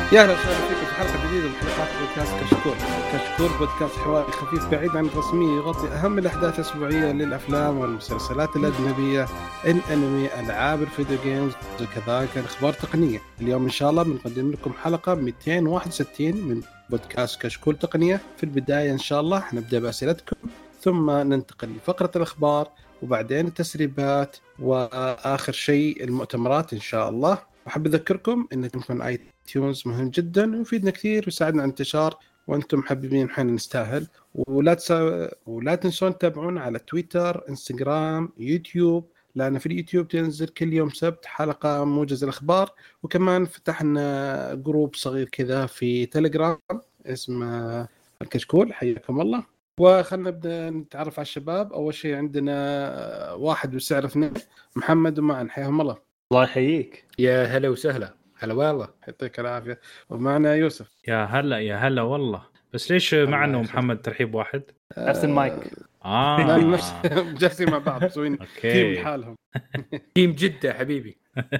يا اهلا وسهلا فيكم في حلقه جديده من حلقات بودكاست كشكول. كشكول بودكاست حواري خفيف بعيد عن الرسميه، يغطي اهم الاحداث الاسبوعيه للافلام والمسلسلات الاجنبيه، الانمي، العاب الفيديو جيمز، وكذلك الاخبار التقنيه. اليوم ان شاء الله بنقدم لكم حلقه 261 من بودكاست كشكول تقنيه. في البدايه ان شاء الله حنبدا باسئلتكم، ثم ننتقل لفقره الاخبار، وبعدين التسريبات، واخر شيء المؤتمرات ان شاء الله. أحب أذكركم أن تكون آي تيونز مهم جدا ويفيدنا كثير ويساعدنا على الانتشار، وأنتم محببين حين نستاهل. ولا تنسون تتابعونا على تويتر، انستغرام، يوتيوب، لأن في اليوتيوب تنزل كل يوم سبت حلقة موجز الأخبار. وكمان فتحنا جروب صغير كذا في تليجرام اسمه الكشكول. حياكم الله. وخلنا نبدأ نتعرف على الشباب. أول شيء عندنا واحد بسعر اثنين، محمد ومعن. حياهم الله. الله يحييك. يا هلا وسهلا. هلا والله. يعطيك العافية. ومعنا يوسف. يا هلا والله. بس ليش معنا محمد ترحيب واحد؟ نفس المايك. نفس جالسين مع بعض مسوين تيم لحالهم. تيم جدة حبيبي.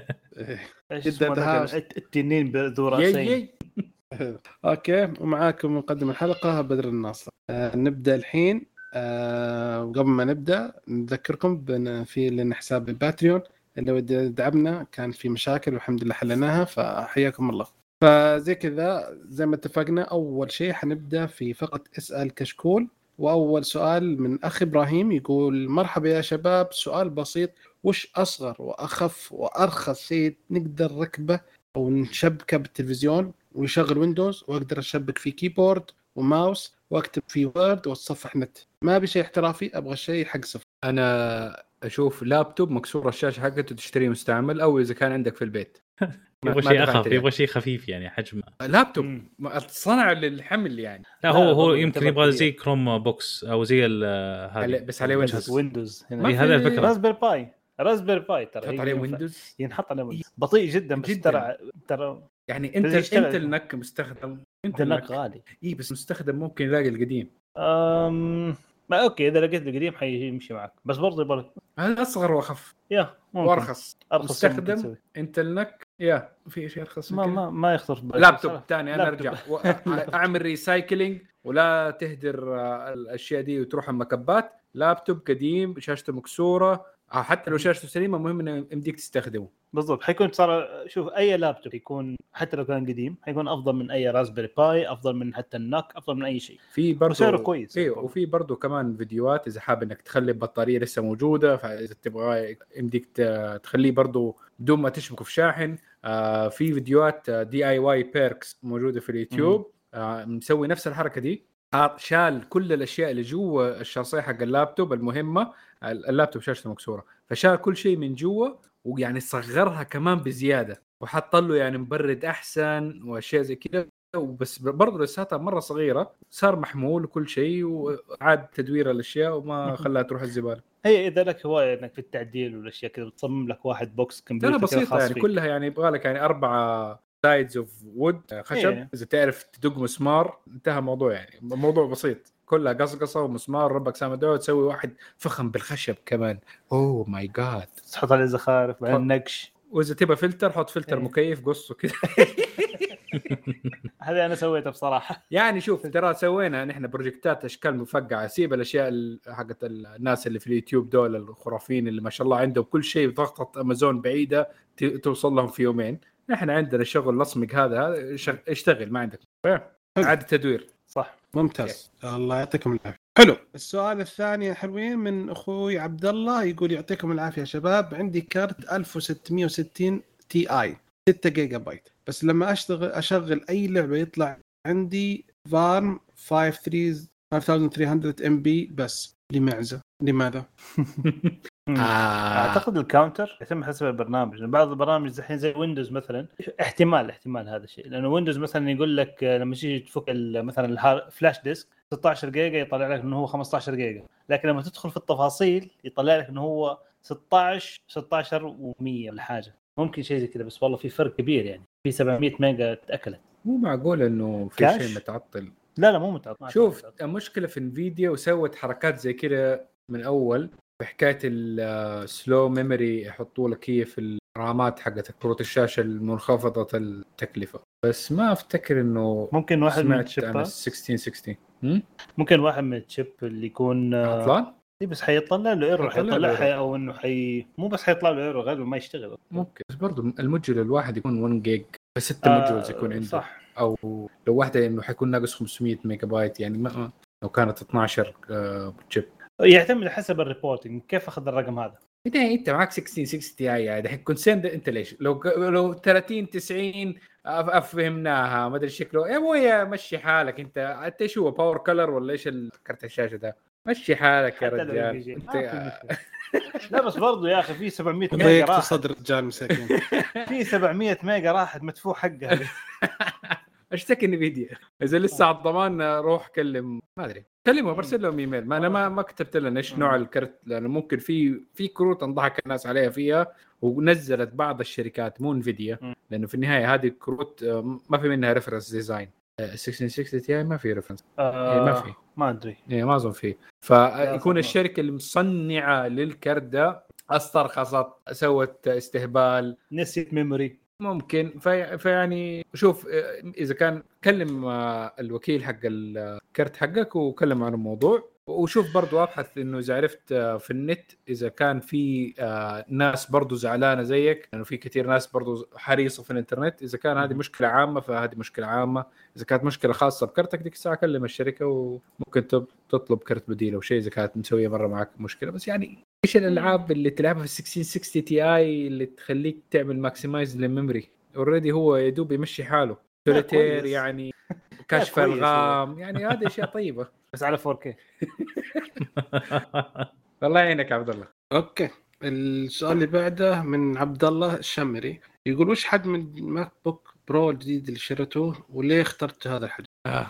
جدة التنين بذو راسين. اوكي، ومعاكم مقدم الحلقة بدر الناصر. نبدأ الحين. قبل ما نبدأ نذكركم في لنا حساب الباتريون اللي ودي يدعمنا، كان في مشاكل والحمد لله حلناها، فحياكم الله. فزي كذا زي ما اتفقنا، أول شيء حنبدأ في فقرة اسأل كشكول. وأول سؤال من أخ إبراهيم يقول: مرحبا يا شباب، سؤال بسيط، وش أصغر وأخف وأرخص شيء نقدر ركبه أو نشبكه بالتلفزيون ويشغل ويندوز وأقدر أشبك فيه كيبورد وماوس وأكتب فيه وورد وأتصفح نت؟ ما أبي شيء احترافي، أبغى شيء حق صفر. أنا أشوف لابتوب مكسور الشاشة حقته تشتريه مستعمل، أو إذا كان عندك في البيت يبغى شيء أخف، يبغى شيء خفيف يعني حجم لابتوب صنع للحمل يعني. لا هو يمكن يبغى زي كروم بوكس أو زي هذا بس عليه ويندوز هنا. هذا الفكرة. راسبير باي ترى يحط عليه ويندوز، ينحط عليه ويندوز بطيء جدا بس ترى يعني انت النك مستخدم، انت النك غالي. بس مستخدم ممكن يلاقي القديم. ما اوكي اذا لقيت القديم حيمشي معك، بس برضه يبغى هذا اصغر واخف وارخص. مستخدم انت النك في شيء ارخص ما يخطر في بالي. لابتوب ثاني انا ارجع اعمل ريسايكلينج ولا تهدر الاشياء دي وتروح المكبات. لابتوب قديم شاشته مكسوره، حتى لو شاشته سليمه مهم انه يمديك تستخدمه. بالضبط. حيكون صار شوف اي لابتوب يكون حتى لو كان قديم حيكون افضل من اي راسبيري باي، افضل من حتى النك، افضل من اي شيء. في برضه سعره كويس. ايوه، وفي برضه كمان فيديوهات اذا حاب انك تخلي البطاريه لسه موجوده، فاذا تبغى يمديك تخليه برضه بدون ما تشبكه في شاحن. في فيديوهات DIY بيركس موجوده في اليوتيوب، مسوي نفس الحركه دي. شال كل الاشياء اللي جوا الشاصيه حق اللابتوب المهمه. اللابتوب شاشته مكسوره، فشال كل شيء من جوا ويعني صغرها كمان بزياده، وحط له يعني مبرد احسن واشياء زي كده، وبس برضه لساتها مره صغيره، صار محمول وكل شيء، وعاد تدوير الاشياء وما خلاها تروح الزباله. هي اذا لك هوايه انك في التعديل والاشياء كذا بتصمم لك واحد بوكس كمبيوتر بسيطه يعني فيك. كلها يعني يبغى لك يعني 4 سايدز اوف وود خشب. اذا تعرف تدق مسمار انتهى الموضوع، يعني الموضوع بسيط، كلها قصقصه ومسمار ربك سامدوه، تسوي واحد فخم بالخشب كمان. اوه ماي جاد. تحط عليه زخارف بعدين نقش، واذا تبغى فلتر حط فلتر مكيف قصه كذا. هذا انا سويته بصراحه. يعني شوف ترى سوينا نحن بروجكتات اشكال مفقعه. سيب الاشياء حقت الناس اللي في اليوتيوب دول الخرافين اللي ما شاء الله عندهم كل شيء بضغطه امازون بعيده توصل لهم في يومين. نحن عندنا الشغل لصمق هذا اشتغل ما عندك عاد تدوير. صح ممتاز. الله يعطيكم العافيه. حلو. السؤال الثاني حلوين من اخوي عبد الله، يقول: يعطيكم العافيه يا شباب، عندي كارت 1660 تي اي 6 جيجا بايت، بس لما اشغل اي لعبه يطلع عندي فارم 5300 ام بي بس. لماذا؟ اعتقد الكاونتر يتم حسب البرنامج. بعض البرامج الحين زي ويندوز مثلا احتمال هذا الشيء، لانه ويندوز مثلا يقول لك لما تيجي تفك مثلا الفلاش ديسك 16 جيجا يطلع لك انه هو 15 جيجا، لكن لما تدخل في التفاصيل يطلع لك انه هو 16 و100 ولا حاجه. ممكن شيء زي كذا، بس والله في فرق كبير، يعني في 700 ميجا اتاكلت. مو معقول انه في شيء متعطل. لا مو متعطل. شوف المشكله في انفيديا وسوت حركات زي كده من اول، بحكايه السلو ميموري يحطوا لك هي في رامات حقت كروت الشاشه المنخفضه التكلفه، بس ما افتكر انه ممكن واحد من سمعت عن الشيبات، 1660 ممكن واحد من الشيب اللي يكون عطلان. بس حيطلع له ايرور، حيطلع له حيطلع error. او انه مو بس حيطلع له ايرور، غالبا ما يشتغل. ممكن، بس برضو الموديول الواحد يكون 1 جيج، بس 6 موديولز يكون عنده صح. او لو واحده انه حيكون ناقص 500 ميجا بايت يعني ما لو كانت 12 شيب. يعتمد حسب الريبورتنج كيف اخذ الرقم هذا. انت معك 1660 تي اي يعني حيكون سند. انت ليش لو 30 90 افهمناها ما ادري شكله يا ابويا مشي حالك. انت ايش هو باور كلر ولا ايش كرت الشاشه ده؟ مشي حالك يا رجال انت. لا بس برضو يا اخي في 700 ميجا ضيقت راحت، صدر رجال مساكين. في 700 ميجا راحت مدفوع حقها. اشتكي نفيديا اذا لسه على الضمان روح كلم ما ادري كلمه برسل لهم ايميل. ما انا ما كتبت لنا ايش نوع الكرت، لانه ممكن في كروت انضحك الناس عليها فيها ونزلت بعض الشركات مو انفيديا، لانه في النهايه هذه الكروت ما في منها ريفرنس ديزاين. 1660 تي ما في ريفرنس ما في، ما ادري ما اظن فيه. فيكون الشركه المصنعه للكرت ده استرخصت سوت استهبال نسيت ميموري ممكن. فيعني شوف اذا كان كلم الوكيل حق الكرت حقك وكلم عن الموضوع، وشوف برضو ابحث انه اذا عرفت في النت اذا كان في ناس برضو زعلانه زيك، لانه يعني في كثير ناس برضو حريصه في الانترنت. اذا كان هذه مشكله عامه فهذه مشكله عامه، اذا كانت مشكله خاصه بكرتك ديك الساعه كلم الشركه وممكن تطلب كرت بديل او شيء اذا كانت مسويه مره معك مشكله. بس يعني ايش الالعاب اللي تلعبها في 1660 تي اي اللي تخليك تعمل ماكسمايز للميموري؟ اوريدي هو يدوب يمشي حاله سوليتير يعني كشف الغام يعني هذه اشياء طيبه بس على 4K. الله يعينك يا عبد الله. اوكي، السؤال اللي بعده من عبد الله الشمري يقول وش حجم الماك بوك برو الجديد اللي شريته وليه اخترت هذا الحجم؟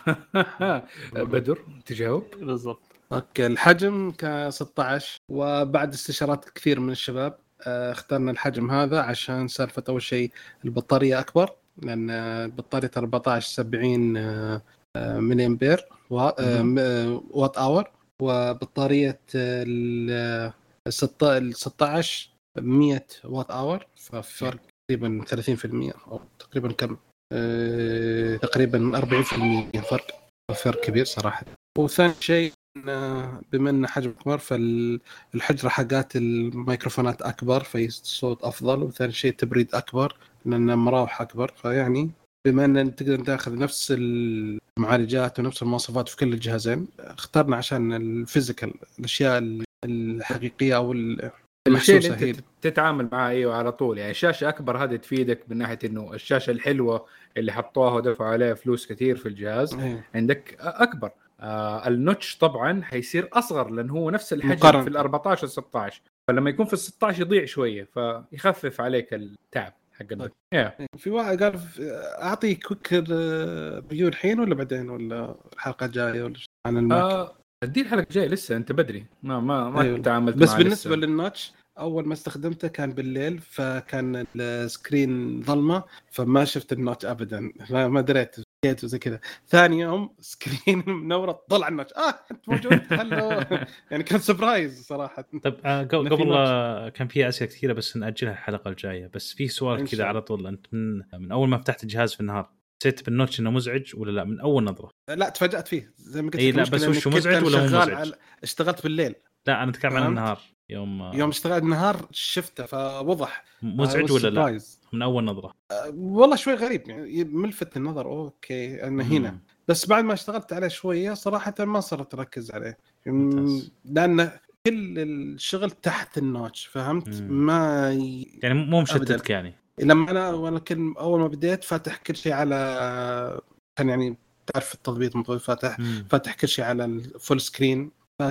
بدر تجاوب. بالضبط. اوكي، الحجم كان 16 وبعد استشارات كثير من الشباب اخترنا الحجم هذا عشان سالفه اول شيء البطاريه اكبر، لان بطاريه 1470 ملي امبير وات اور، وبطاريه ال 16 100 وات اور، ففرق تقريبا 30% او تقريبا كم تقريبا 40% فرق كبير صراحه. وثاني شيء بما ان حجم اكبر فالحجره حقات الميكروفونات اكبر فالصوت افضل، وثاني شيء تبريد اكبر لان مراوح اكبر. فيعني بما ان تقدر تاخذ نفس المعالجات ونفس المواصفات في كل الجهازين اخترنا عشان الفيزيكال الاشياء الحقيقيه او المحسوسه اللي انت تتعامل معها ايوه على طول. يعني الشاشه اكبر هذه تفيدك من ناحيه انه الشاشه الحلوه اللي حطوها ودفعوا عليها فلوس كثير في الجهاز عندك اكبر. النوتش طبعا حيصير اصغر لان هو نفس الحجم في ال14 و16، فلما يكون في ال16 يضيع شويه فيخفف عليك التعب حق النوتش. في واحد قال اعطي كويك ريفيو الحين ولا بعدين ولا الحلقه الجايه ولا عن الماك؟ دي الحلقه الجايه لسه انت بدري ما أيوة. تعاملت بس معه. بالنسبه للنوتش اول ما استخدمته كان بالليل فكان السكرين ظلمه فما شفت النوتش ابدا، ما دريت وزي كذا. ثاني يوم سكرين منوره طلع النوتش انت موجود هلو يعني كان سبرايز صراحه. طب قبل كان في اسئله كثيره بس ناجلها الحلقه الجايه. بس في سؤال كذا على طول، انت من اول ما فتحت الجهاز في النهار حسيت بالنوتش انه مزعج ولا لا من اول نظره؟ لا تفاجات فيه زي ما قلت لا بس وش مزعج ولا مو مزعج؟ اشتغلت بالليل. لا انا اتكلم عن النهار. يوم اشتغلت النهار شفته فوضح مزعج ولا لا من اول نظره؟ والله شوي غريب يعني ملفت النظر اوكي انه هنا، بس بعد ما اشتغلت عليه شويه صراحه ما صرت اركز عليه لان كل الشغل تحت النوتش فهمت. ما يعني مو مشتتك يعني لما انا ولكن اول ما بديت فاتح كل شيء على كان يعني تعرف التضبيط فاتح كل شيء على الفول سكرين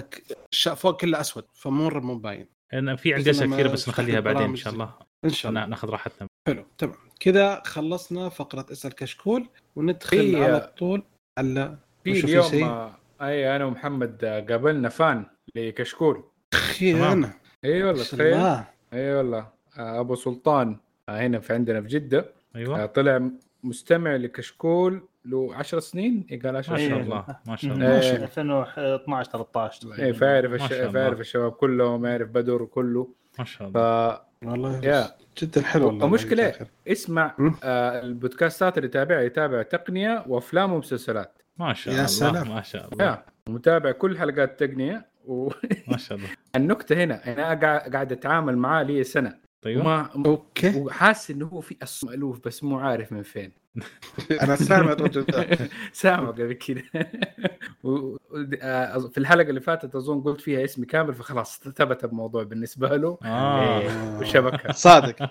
فوق كله اسود فمر مو باين. انا في عندي اسئله كثيره بس نخليها بعدين ان شاء الله. ان شاء الله ناخذ راحتنا. حلو تمام كذا خلصنا فقره اسال كشكول وندخل على طول على في اليوم. اي انا ومحمد قابلنا فان لكشكول. اخي انا اي والله تخيل. اي والله ابو سلطان هنا في عندنا في جده. ايوه طلع مستمع لكشكول له 10 سنين. قال 10 ما شاء الله ما شاء الله 2012 13. فاعرف الشباب كلهم، يعرف بدر كله. ما شاء ف الله. والله جدا حلو والله. ومشكلة اسمع البودكاستات اللي يتابع تقنية وأفلام ومسلسلات. ما شاء يا الله سلام. ما شاء الله متابع كل حلقات تقنية ما شاء الله. النكتة هنا أنا قاعد أتعامل معاه لي سنة طيب اوكي وحاسس إنه هو في مألوف بس مو عارف من فين. انا سامع الرجل ده. سامع قبل كده. في الحلقة اللي فاتت أظن قلت فيها اسمي كامل فخلاص ثبت الموضوع بالنسبة له. وشبكة صادق.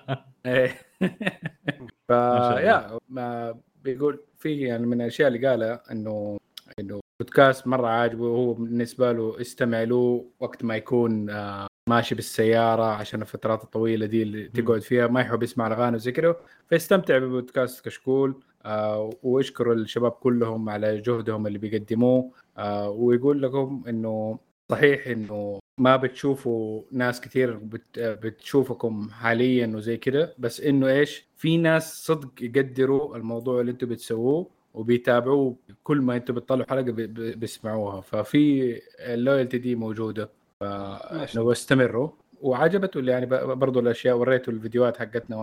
فيا ما بيقول في يعني من الأشياء اللي قالها إنه بودكاست مرة عاجبه وهو بالنسبة له استمع له وقت ما يكون ماشي بالسيارة عشان الفترات الطويلة دي اللي تقعد فيها ما يحب يسمع الأغاني وزي كده فيستمتع ببودكاست كشكول. ويشكر الشباب كلهم على جهدهم اللي بيقدموه. ويقول لكم إنه صحيح إنه ما بتشوفوا ناس كتير بتشوفكم حاليا وزي كده بس إنه إيش في ناس صدق يقدروا الموضوع اللي أنتوا بتسووه وبيتابعوا كل ما أنتوا بتطلعوا حلقة بيسمعوها. ففي اللويالتي دي موجودة فإنه استمروا. وعجبته اللي يعني برضو الأشياء وريته الفيديوهات حقتنا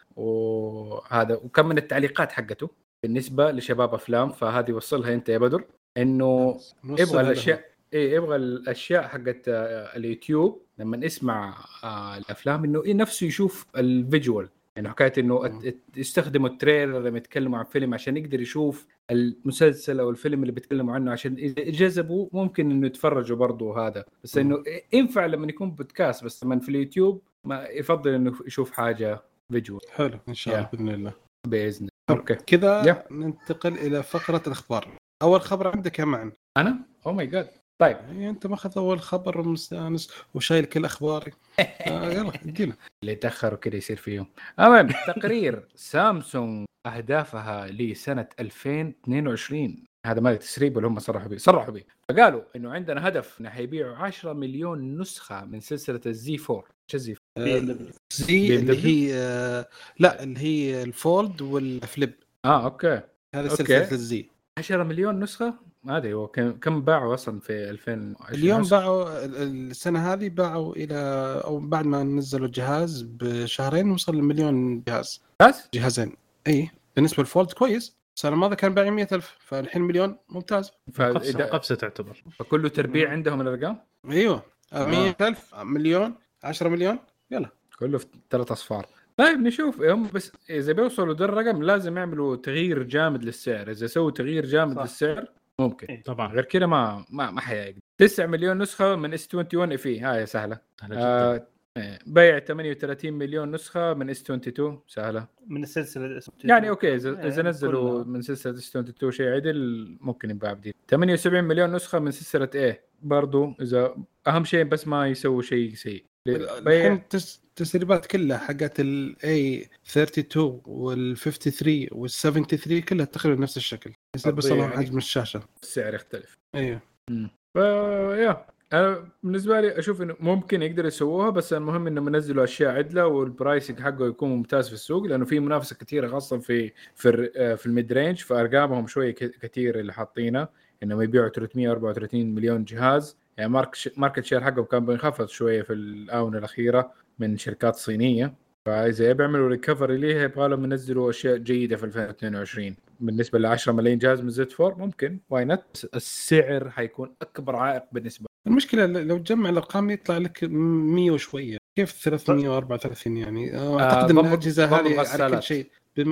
وهذا وكم من التعليقات حقته بالنسبة لشباب أفلام. فهذه وصلها أنت يا بدر إنه يبغى الأشياء يبغى الأشياء حقت اليوتيوب لما نسمع الأفلام إنه نفسه يشوف الفيجوال يعني حكاية إنه يستخدموا التريلر لما يتكلموا عن فيلم عشان يقدر يشوف المسلسل أو الفيلم اللي بيتكلموا عنه عشان جذبوا ممكن إنه يتفرجوا برضو هذا. بس إنه ينفع لما يكون بودكاست بس لما في اليوتيوب ما يفضل إنه يشوف حاجة فيجوال. حلو إن شاء الله بإذن الله. بإذن أوكي كذا ننتقل إلى فقرة الأخبار. أول خبر عندك يا معن. أنا أو ماي جاد. طيب أنت ماخذ أول خبر ومستانس وشايل كل أخباري. يلا ادينا اللي يتأخروا كده يصير فيهم. المهم تقرير سامسونج أهدافها لسنة 2022 هذا ما تسريب ولا هم صرحوا به فقالوا إنه عندنا هدف إنه حيبيعوا 10 مليون نسخة من سلسلة الزي 4. شو زي اللي هي لا اللي هي الفولد والفليب. أوكي هذا سلسلة الزي 10 مليون نسخة. هذا هو كم باعوا أصلا في 2020 اليوم باعوا السنة هذه باعوا إلى أو بعد ما نزلوا الجهاز بشهرين وصل لمليون جهاز بس جهازين. أي بالنسبة للفولد كويس. السنة الماضية كان بايع 100,000 فالحين مليون ممتاز. قفزة تعتبر فكله تربيع عندهم الأرقام. أيوه 100,000 مليون 10 مليون يلا كله في 3 أصفار. طيب نشوف هم بس إذا بيوصلوا ده الرقم لازم يعملوا تغيير جامد للسعر. إذا سووا تغيير جامد للسعر ممكن طبعا غير كده ما حيقدر. 9 مليون نسخة من S21 FE هاي سهلة. بيع 38 مليون نسخة من S22 سهلة من السلسلة يعني أوكي إذا نزلوا من سلسلة S22 شيء عدل ممكن ينباع بديل. 78 مليون نسخة من سلسلة A برضو إذا أهم شيء بس ما يسووا شيء سيء. الحين التسريبات كلها حقت ال A32 وال 53 وال 73 كلها تقريبا نفس الشكل يصير بس الله حجم الشاشة السعر يختلف. ايوه أنا بالنسبة لي أشوف إنه ممكن يقدر يسووها بس المهم إنه منزلوا أشياء عدلة والبرايسنج حقه يكون ممتاز في السوق لأنه في منافسة كثيرة خاصة في الميد رينج. فأرقامهم شوية كثير اللي حاطينها إنهم يبيعوا 334 مليون جهاز يعني ماركت شير حقهم كان بينخفض شوية في الآونة الأخيرة من شركات صينية. فإذا بيعملوا ريكفري ليها يبغى لهم ينزلوا أشياء جيدة في 2022. بالنسبة ل 10 ملايين جهاز من زد 4 ممكن واي نت. السعر حيكون أكبر عائق بالنسبة. المشكلة لو تجمع الأرقام يطلع لك 100 وشوية كيف 334 يعني أعتقد أن الأجهزة هذه على كل شيء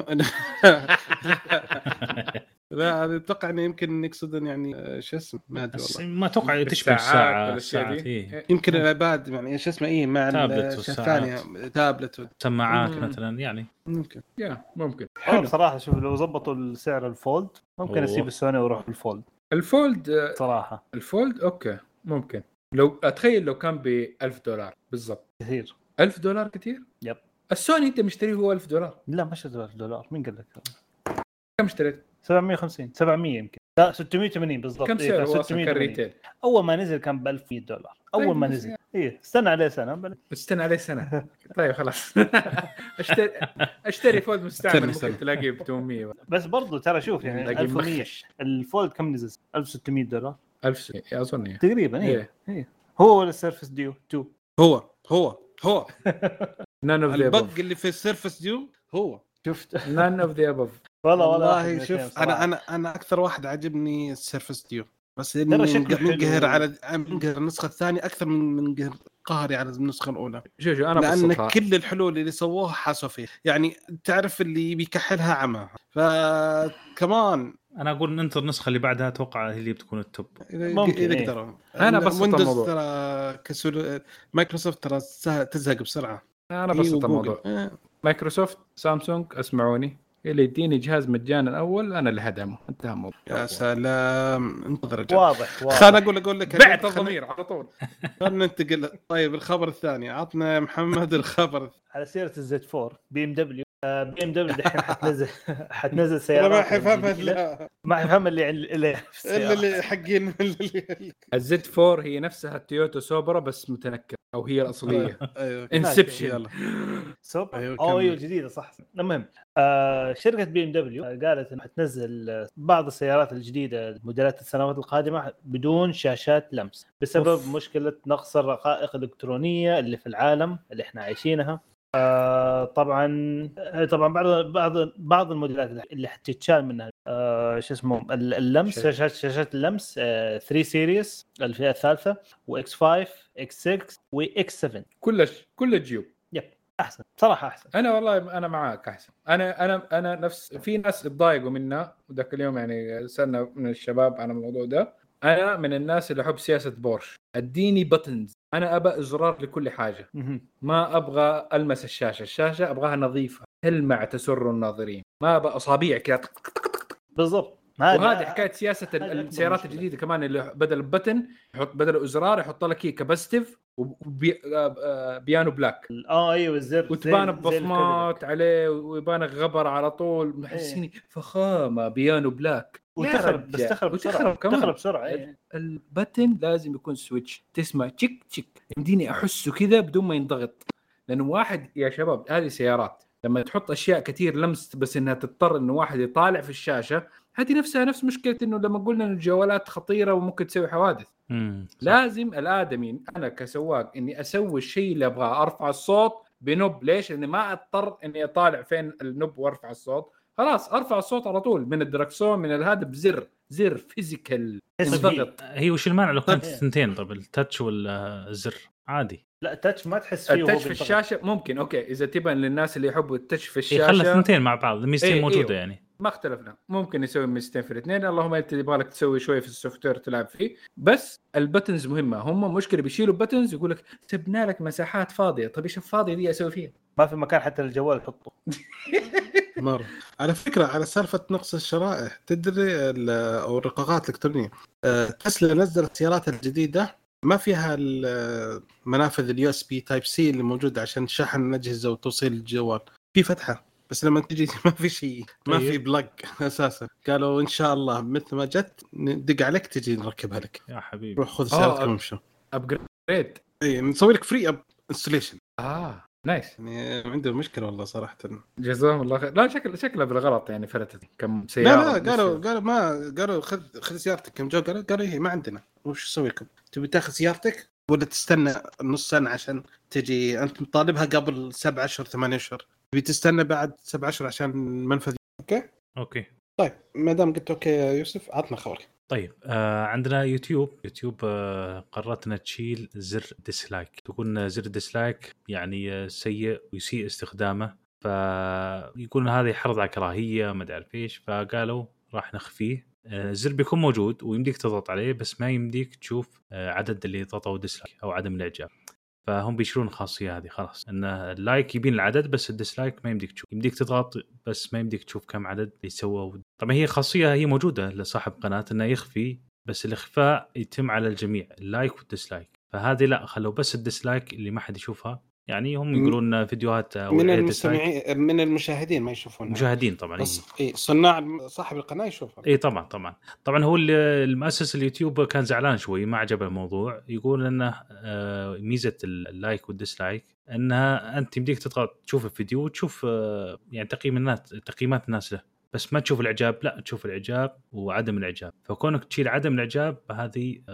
لا أتوقع أنه يمكن نقصد يعني شو اسمه ما أدري والله ما أتوقع تشبه ساعات يمكن العباد يعني شو اسمه إيه مع الثانية تابلت سماعات مثلا يعني ممكن صراحة شوف لو زبطوا السعر الفولد ممكن أسيب السوني وأروح الفولد صراحة. الفولد أوكي ممكن لو أتخيل لو كان $1,000 بالضبط كثير. $1,000 كثير. يب السوني أنت مشتريه هو $1,000. لا ما اشتريت $1,000 مين قال لك؟ كم اشتريت؟ 750 700 يمكن لا 680 بالضبط. كم سعره أصلا كان أول ما نزل كان $1,100 أول ما نزل. إيه استنى عليه سنة طيب خلاص اشتري فولد مستعمل ممكن تلاقيه ب 800 بس برضو ترى شوف يعني 1100 الفولد كم نزل $1,600 1000 اظن تقريبا. ايه هو ولا السيرفس ديو 2 هو هو none of the البق above اللي في السيرفس ديو هو. شفت none of the above. والله شوف انا اكثر واحد عجبني السيرفس ديو، بس ترى اني شكله حلو. منقهر على منقهر النسخه الثانيه اكثر من قهر قهري على النسخه الاولى. شوف انا لان بسطها كل الحلول اللي سووها حاسوا فيه، يعني تعرف اللي بيكحلها عمى. فكمان انا اقول ننتظر النسخه اللي بعدها، اتوقع هي اللي بتكون التوب. ممكن اذا قدروا. أنا بسط الموضوع. ترى مايكروسوفت ترى تزهق بسرعه. انا بسط الموضوع. مايكروسوفت سامسونج اسمعوني، اللي يديني جهاز مجانا اول انا اللي هدعمه. انتهى الموضوع. يا سلام انتظر واضح خليني اقول لك بعت الضمير على طول. خلينا ننتقل. طيب الخبر الثاني، عطنا محمد الخبر. على سيرة الزد 4 بي ام دبليو دحين حتنزل سيارات. ما حيفهمها ما حيفهم اللي حقين الزد 4 هي نفسها التويوتا سوبرا بس متنكر، او هي الاصليه. ايوه انسبشن سوبر. أيوة ايوه جديده صح. المهم شركه بي ام دبليو قالت انها حتنزل بعض السيارات الجديده موديلات السنوات القادمه بدون شاشات لمس بسبب مشكله نقص الرقائق الالكترونيه اللي في العالم اللي احنا عايشينها. طبعا بعض الموديلات اللي حتتشال منها شو اسمه اللمس، شاشات اللمس 3 سيريس الفئه الثالثه واكس 5 اكس 6 واكس 7 كل جيوب. احسن صراحه احسن. انا والله انا معاك احسن. انا نفس في ناس اتضايقوا منا وذاك اليوم، يعني سالنا من الشباب عن الموضوع ده. انا من الناس اللي احب سياسه بورش، اديني بتنز، انا ابى ازرار لكل حاجه، ما ابغى المس الشاشه ابغاها نظيفه تلمع تسر الناظرين، ما ابغى اصابيع كذا بالضبط. وهذه حكايه سياسه السيارات الجديده كمان، اللي بدل البتن يحط بدل الازرار يحط لك كاباستيف وبيانو بلاك. ايوه الزر وتبان بصمات عليه ويبان غبر على طول، محسيني فخامه بيانو بلاك. وتخرب بسرعه. البتن لازم يكون سويتش تسمع تشيك تشيك، يمديني احسه كذا بدون ما ينضغط. لانه واحد يا شباب هذه سيارات لما تحط اشياء كثير لمس بس انها تضطر انه واحد يطالع في الشاشه، هذه نفسها نفس مشكله انه لما قلنا ان الجوالات خطيره وممكن تسوي حوادث. لازم الادمي انا كسواق اني اسوي الشيء اللي ابغاه، ارفع الصوت بنوب. ليش؟ لاني ما اضطر اني اطالع فين النوب وارفع الصوت، خلاص ارفع الصوت على طول من الدركسون من هذا بزر فيزيكال. هي وش المانع لو كانت الثنتين؟ طب التاتش ولا الزر عادي؟ لا التاتش ما تحس فيه. التاتش في الشاشه ممكن اوكي اذا تبان للناس اللي يحبوا التاتش في الشاشه خلى الثنتين مع بعض الميزتين موجوده يعني ما اختلفنا، ممكن يسوي ميزتين في الاثنين. اللهم انت يبغى لك تسوي شويه في السوفت وير تلعب فيه. بس البتنز مهمه. هم مشكله بيشيلوا البتنز يقول لك سبنا لك مساحات فاضيه. طب ايش الفاضيه دي اسوي فيها؟ ما في مكان حتى الجوال تحطه. مرة على فكرة على سالفة نقص الشرائح، تدري أو الرقاقات الإلكترونية، تسلا نزلت السيارات الجديدة ما فيها المنافذ اليو اس بي تايب سي اللي موجودة عشان شحن الأجهزة وتوصيل الجوال، في فتحة بس لما تجي ما في شيء، ما في بلاج أساسا. قالوا إن شاء الله مثل ما جت ندق عليك تجي نركبها لك يا حبيبي. روح خذ سيارتك وامشي. أبجريد. إيه نسوي لك فري انستليشن. نايس. يعني عنده مشكلة والله صراحة. جزاهم الله خير. لا شكله بالغلط يعني فلتت كم سيارة. لا قالوا خذ سيارتك كم جو. قالوا هي ما عندنا. وش نسوي لكم؟ تبي تاخذ سيارتك ولا تستنى نص سنة عشان تجي؟ أنت مطالبها قبل 7 أشهر 8 أشهر، تبي تستنى بعد 7 أشهر عشان المنفذ. أوكي طيب ما دام قلت أوكي يا يوسف عطنا خبرك. طيب عندنا يوتيوب قررت انها تشيل زر ديسلايك. تكون زر ديسلايك يعني سيء ويسيء استخدامه، فيقولون هذا يحرض على كراهيه ما ادري ايش، فقالوا راح نخفيه. الزر بيكون موجود ويمديك تضغط عليه بس ما يمديك تشوف عدد اللي ضغطوا ديسلايك او عدم الاعجاب. فهم بيشيلون الخاصيه هذه خلاص، ان اللايك يبين العدد بس الديسلايك ما يمديك تشوف. يمديك تضغط بس ما يمديك تشوف كم عدد اللي سووا. طبعا هي خاصيه هي موجوده لصاحب قناه انه يخفي، بس الاخفاء يتم على الجميع اللايك والديسلايك. فهذه لا، خلوا بس الديسلايك اللي ما حد يشوفها. يعني هم يقولون فيديوهات من المستمعين من المشاهدين ما يشوفونها. مشاهدين طبعا بس صناع صاحب القناه يشوفها. طبعا هو المؤسس اليوتيوب كان زعلان شوي، ما عجبه الموضوع. يقول انه ميزه اللايك والديسلايك انها انت يمديك تضغط تشوف الفيديو وتشوف يعني تقييمات الناس له، بس ما تشوف الاعجاب. لا تشوف الاعجاب وعدم الاعجاب. فكونك تشيل عدم الاعجاب هذه راح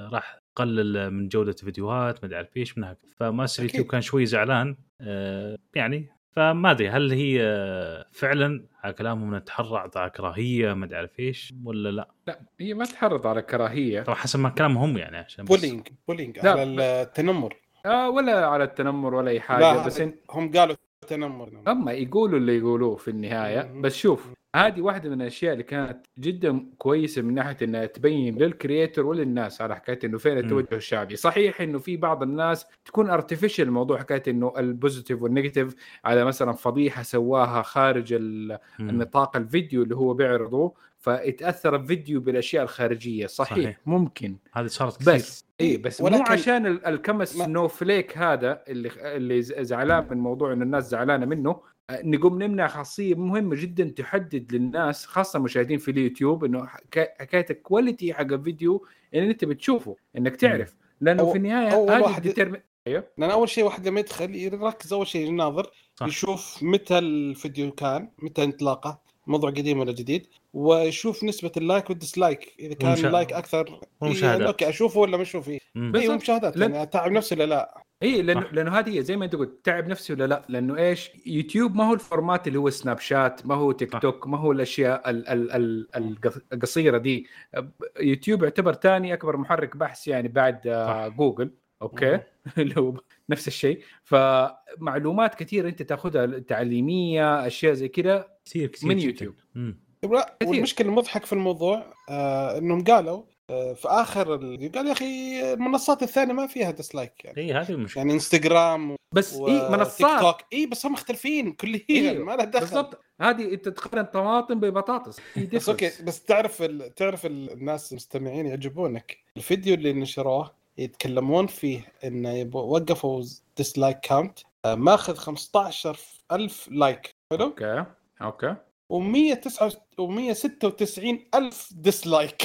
قلل من جوده الفيديوهات ما ادري عارف ايش من هكذا. فمؤسس اليوتيوب كان شوي زعلان يعني. فما ادري هل هي فعلا على كلامهم نتحرض على كراهيه ما ادري عارف ايش ولا لا. لا هي ما تحرض على كراهيه طبعا حسب ما كلامهم يعني عشان بس بولينج لا، على التنمر. ولا على التنمر ولا اي حاجه، لا بس هم قالوا تنمر. اما يقولوا اللي يقولوه في النهايه. بس شوف هذه واحدة من الاشياء اللي كانت جدا كويسه من ناحيه انها تبين للكرييتور وللناس على حكايه انه فين التوجه الشعبي. صحيح انه في بعض الناس تكون ارتفيشال الموضوع، حكايه انه البوزيتيف والنيجاتيف على مثلا فضيحه سواها خارج النطاق الفيديو اللي هو بيعرضه، فيتاثر الفيديو بالاشياء الخارجيه. صحيح. ممكن هذه صارت كثير، بس بس مو عشان الكمس سنوفليك هذا اللي زعلان من موضوع انه الناس زعلانه منه نقوم نمنع خاصيه مهمه جدا تحدد للناس خاصه المشاهدين في اليوتيوب انه حكايه الكواليتي حق الفيديو اللي انت بتشوفه انك تعرف، لانه في النهايه هذه ديترمين. لان اول شيء واحد لما يدخل يركز اول شيء الناظر يشوف متى الفيديو كان، متى انطلاقه، موضوع قديم ولا جديد، ويشوف نسبه اللايك والديسلايك. اذا كان اللايك اكثر يعني اوكي اشوفه ولا ما اشوفه. ايوه مشاهدات يعني تعب نفسه ولا لا. لانه هذه زي ما انت قلت تعب نفسي ولا لا. لانه ايش يوتيوب ما هو الفورمات اللي هو سناب شات، ما هو تيك توك، ما هو الاشياء القصيره دي. يوتيوب يعتبر ثاني اكبر محرك بحث يعني بعد جوجل. اوكي لو نفس الشيء، فمعلومات كثير انت تاخذها تعليميه اشياء زي كذا كثير من يوتيوب. والمشكله المضحك في الموضوع انهم قالوا في اخر الفيديو قال يا اخي المنصات الثانيه ما فيها ديسلايك يعني. هذه المشكله يعني انستغرام بس منصات تيك توك بس هم مختلفين كليا ما له دخل. بالضبط هذه انت تقارن طماطم ببطاطس بس اوكي بس تعرف الناس المستمعين يعجبونك الفيديو اللي نشروه يتكلمون فيه انه وقفوا ديسلايك كاونت ماخذ 15,000 لايك. حلو اوكي و196 ألف ديسلايك.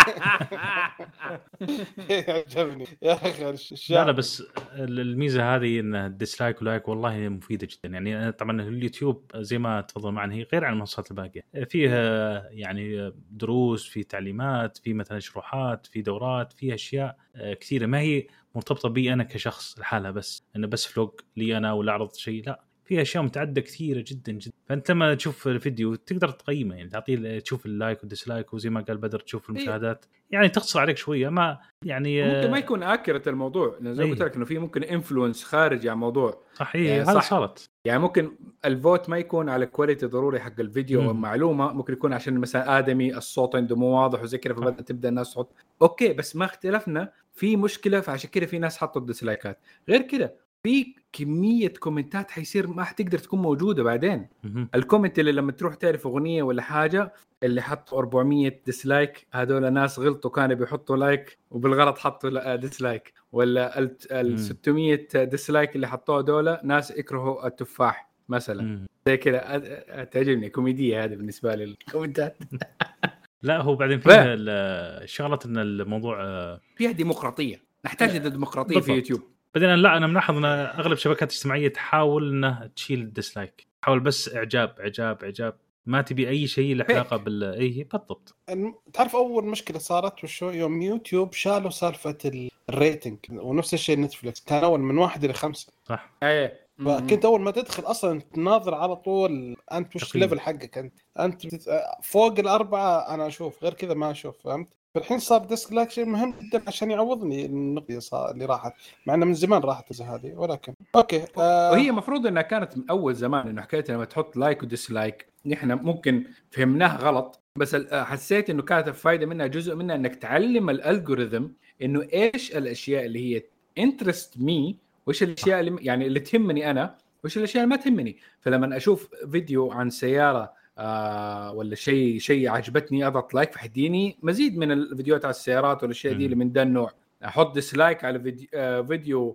عجبني يا أخي. لا بس الميزة هذه إن الديسلايك ولايك والله مفيدة جدا. يعني طبعا اليوتيوب زي ما تفضل معنا هي غير عن المنصات الباقية، فيها يعني دروس، في تعليمات، في مثلا شروحات، في دورات، في أشياء كثيرة ما هي مرتبطة بي أنا كشخص لحالها، بس إنه بس فلوج لي أنا ولا أعرض شيء. لا، في اشياء متعدده كثيره جدا جدا. فانت لما تشوف الفيديو تقدر تقيمه، يعني تعطيه تشوف اللايك والديسلايك، وزي ما قال بدر تشوف المشاهدات. يعني تقصر عليك شويه، ما يعني ممكن ما يكون اكيرت الموضوع، لأن زي ما قلت لك انه في ممكن انفلونس خارجي على الموضوع. صحيح هذا صارت يعني ممكن الفوت ما يكون على كواليتي ضروري حق الفيديو او معلومه، ممكن يكون عشان مثلا ادمي الصوت عنده مو واضح وزي كذا، فبدأ تبدا الناس تحط اوكي. بس ما اختلفنا في مشكله، فعشان كذا في ناس حطوا الديسلايكات. غير كذا في كمية كومنتات حيصير ما حتقدر تكون موجودة بعدين. الكومنت اللي لما تروح تعرف أغنية ولا حاجة اللي حطوا 400 ديسلايك هذول ناس غلطوا، كانوا بيحطوا لايك وبالغلط حطوا ديسلايك. ولا ال 600 ديسلايك اللي حطوه دول ناس يكرهوا التفاح مثلا. زي كذا تعجبني كوميدية هذه بالنسبة لي الكومنتات. لا هو بعدين فيها الشغلة ان الموضوع فيها ديمقراطية، نحتاج ديمقراطية في يوتيوب. بعدين لا انا ملاحظ ان اغلب الشبكات الاجتماعيه تحاول انها تشيل الديسلايك، تحاول بس اعجاب، ما تبي اي شيء له علاقه اي بالضبط. تعرف اول مشكله صارت وشو يوم يوتيوب شالوا سالفه الريتنج، ونفس الشيء نتفليكس كان اول من 1 إلى 5 صح. فكنت اول ما تدخل اصلا تناظر على طول انت وش الليفل حقك، انت فوق الأربعة انا اشوف، غير كذا ما اشوف. فهمت؟ فالحين صار ديسلايك شيء مهم جدا عشان يعوضني النقطة اللي راحت، مع انه من زمان راحت هذه. ولكن اوكي وهي مفروض انها كانت من اول زمان، انه حكايه لما تحط لايك وديسلايك نحن ممكن فهمناه غلط، بس حسيت انه كانت الفائده منها جزء منها انك تعلم الالجوريثم انه ايش الاشياء اللي هي انترست مي، وايش الاشياء اللي يعني اللي تهمني انا، وايش الاشياء اللي ما تهمني. فلما اشوف فيديو عن سياره ولا شيء عجبتني اضغط لايك، فحديني مزيد من الفيديوهات على السيارات والاشياء دي اللي من ده النوع. احط ديسلايك على فيديو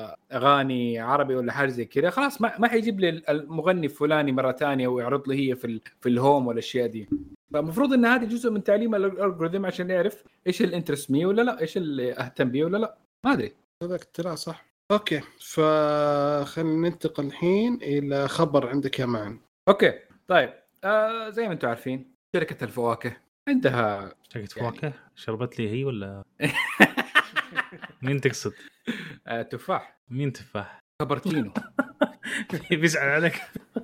اغاني عربي ولا حاجه زي كذا، خلاص ما حيجيب لي المغني الفلاني مره ثانيه ويعرض لي هي في الهوم والاشياء دي. فالمفروض ان هذه جزء من تعليم الالجوريثم عشان يعرف ايش الانترست مي ولا لا، ايش اللي اهتم به ولا لا. ما ادري هذاك طلع صح. اوكي فخلينا ننتقل الحين الى خبر عندك يا معن. اوكي طيب زي ما انتم عارفين شركه الفواكه عندها شركه فواكه شربت لي هي ولا مين تقصد؟ تفاح مين تفاح؟ كابرتينو. بيزعل عليك.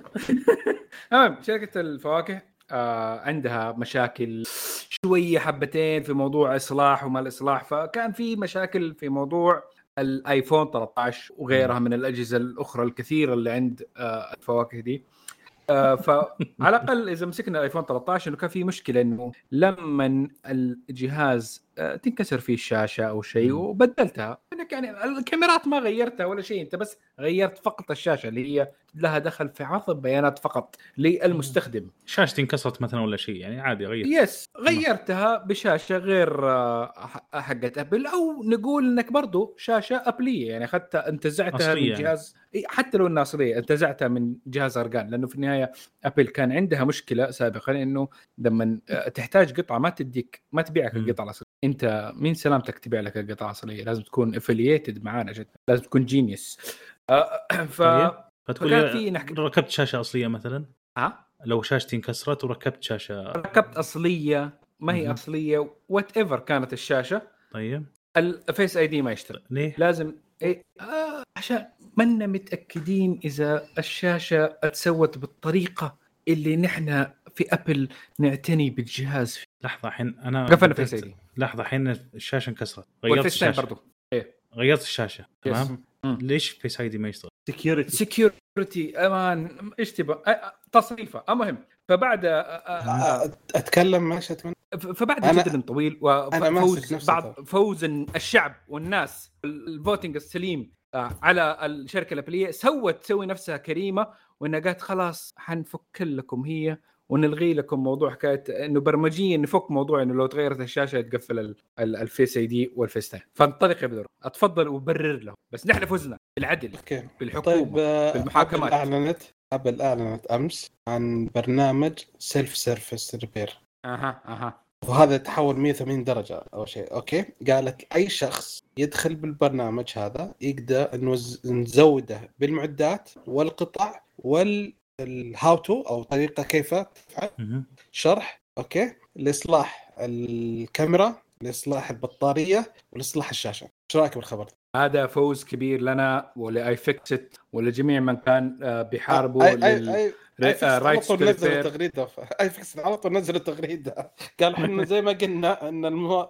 شركة الفواكه عندها مشاكل شوية حبتين في موضوع إصلاح وما الإصلاح، فكان في مشاكل في موضوع الآيفون 13 وغيرها من الأجهزة الأخرى الكثيرة اللي عند الفواكه دي. فعلى الأقل إذا مسكنا الآيفون 13 إنه كان في مشكلة إنه لما الجهاز تنكسر فيه الشاشة أو شيء وبدلتها، إنك يعني الكاميرات ما غيرتها ولا شيء، أنت بس غيرت فقط الشاشة اللي هي لها دخل في عصب بيانات فقط للمستخدم. شاشتي انكسرت مثلا ولا شيء يعني عادي غير. يس غيرتها بشاشة غير حقت أبل، أو نقول إنك برضو شاشة أبلية، يعني أخذتها انتزعتها من جهاز يعني. حتى لو الناس أصلية انتزعتها من جهاز أرقان، لأنه في النهاية أبل كان عندها مشكلة سابقا إنه لما تحتاج قطعة ما تبيعك القطعة الأصلية. أنت مين سلامتك تبيع لك القطعة الأصلية؟ لازم تكون affiliated معانا جدا، لازم تكون جينيوس. فتقول ركبت شاشة أصلية مثلا، لو شاشتي انكسرت وركبت شاشة، ركبت أصلية ما هي أصلية وات ايفر كانت الشاشة، طيب الفيس اي دي ما يشتغل. ليه؟ لازم عشان منا متأكدين إذا الشاشة اتسوت بالطريقة اللي نحن في أبل نعتني بالجهاز فيه. لحظة حين أنا قفلنا فيس اي دي. لحظة حين الشاشة انكسرت غيرت الشاشة برضو. غيرت الشاشة تمام. ليش فيس اي دي ما يشتغل؟ سكيورتي امان ايش تبغى تصريفه. المهم فبعد اتكلم ماشي فبعد جدل طويل وفوز بعض فوز الشعب والناس الفوتنج السليم على الشركه الابليه، تسوي نفسها كريمه وانها قالت خلاص حنفك لكم هي ونلغي لكم موضوع حكايه انه برمجيا نفك موضوع انه لو تغيرت الشاشه يتقفل الفيس اي دي والفيس تايم. فانطلق يا بدر اتفضل وبرر له، بس نحن فزنا بالعدل بالحكومه. طيب بالمحاكمات. أبل أعلنت أمس عن برنامج سيلف سيرفيس ريبير. وهذا تحول 180 درجة أو شيء. أوكي، قالت أي شخص يدخل بالبرنامج هذا يقدر إنه نزوده بالمعدات والقطع والهاوتو أو طريقة كيف تفعل شرح. أوكي، لإصلاح الكاميرا، لإصلاح البطارية، ولإصلاح الشاشة. إيش رأيك بالخبر؟ هذا فوز كبير لنا ولا iFixit ولجميع من كان بيحاربوا رايتس نزل تغريده. iFixit على طول نزل التغريده قال احنا زي ما قلنا ان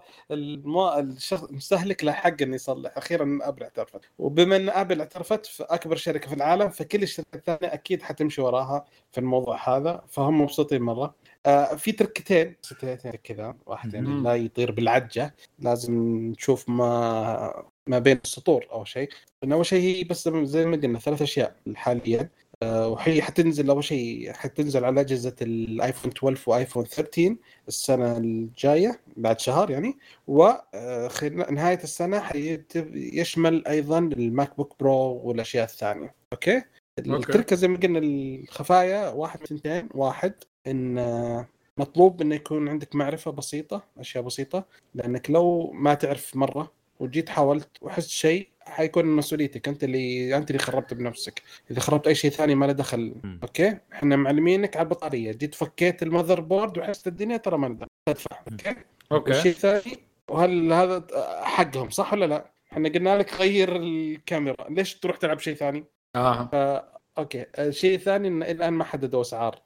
المستهلك له حق انه يصلح. اخيرا ابل اعترفت، وبما ان ابل اعترفت في اكبر شركه في العالم فكل الشركات الثانيه اكيد حتمشي وراها في الموضوع هذا، فهم مبسوطين مره. في تركتين كذا، واحد يعني لا يطير بالعجه، لازم نشوف ما بين السطور أو شيء. أول شيء هي بس زي ما قلنا 3 أشياء حاليا، وهي حتنزل. أول شيء حتنزل على أجهزة الآيفون 12 وآيفون 13 السنة الجاية بعد شهر يعني، ونهاية السنة يشمل أيضا الماك بوك برو والأشياء الثانية. أوكي. التركة زي ما قلنا الخفايا 1 من 2. واحد إن مطلوب إنه يكون عندك معرفة بسيطة، أشياء بسيطة، لأنك لو ما تعرف مرة وجيت حاولت وحست شيء حيكون مسؤوليتك انت اللي خربت بنفسك. اذا خربت اي شيء ثاني ما له دخل. اوكي، احنا معلمينك على البطاريه، جيت فكيت المذر بورد وحست الدنيا ترى ما له تدفع. اوكي الشيء الثاني، وهل هذا حقهم صح ولا لا؟ احنا قلنا لك غير الكاميرا، ليش تروح تلعب شيء ثاني؟ اوكي الشيء الثاني ان الان ما حددوا اسعار.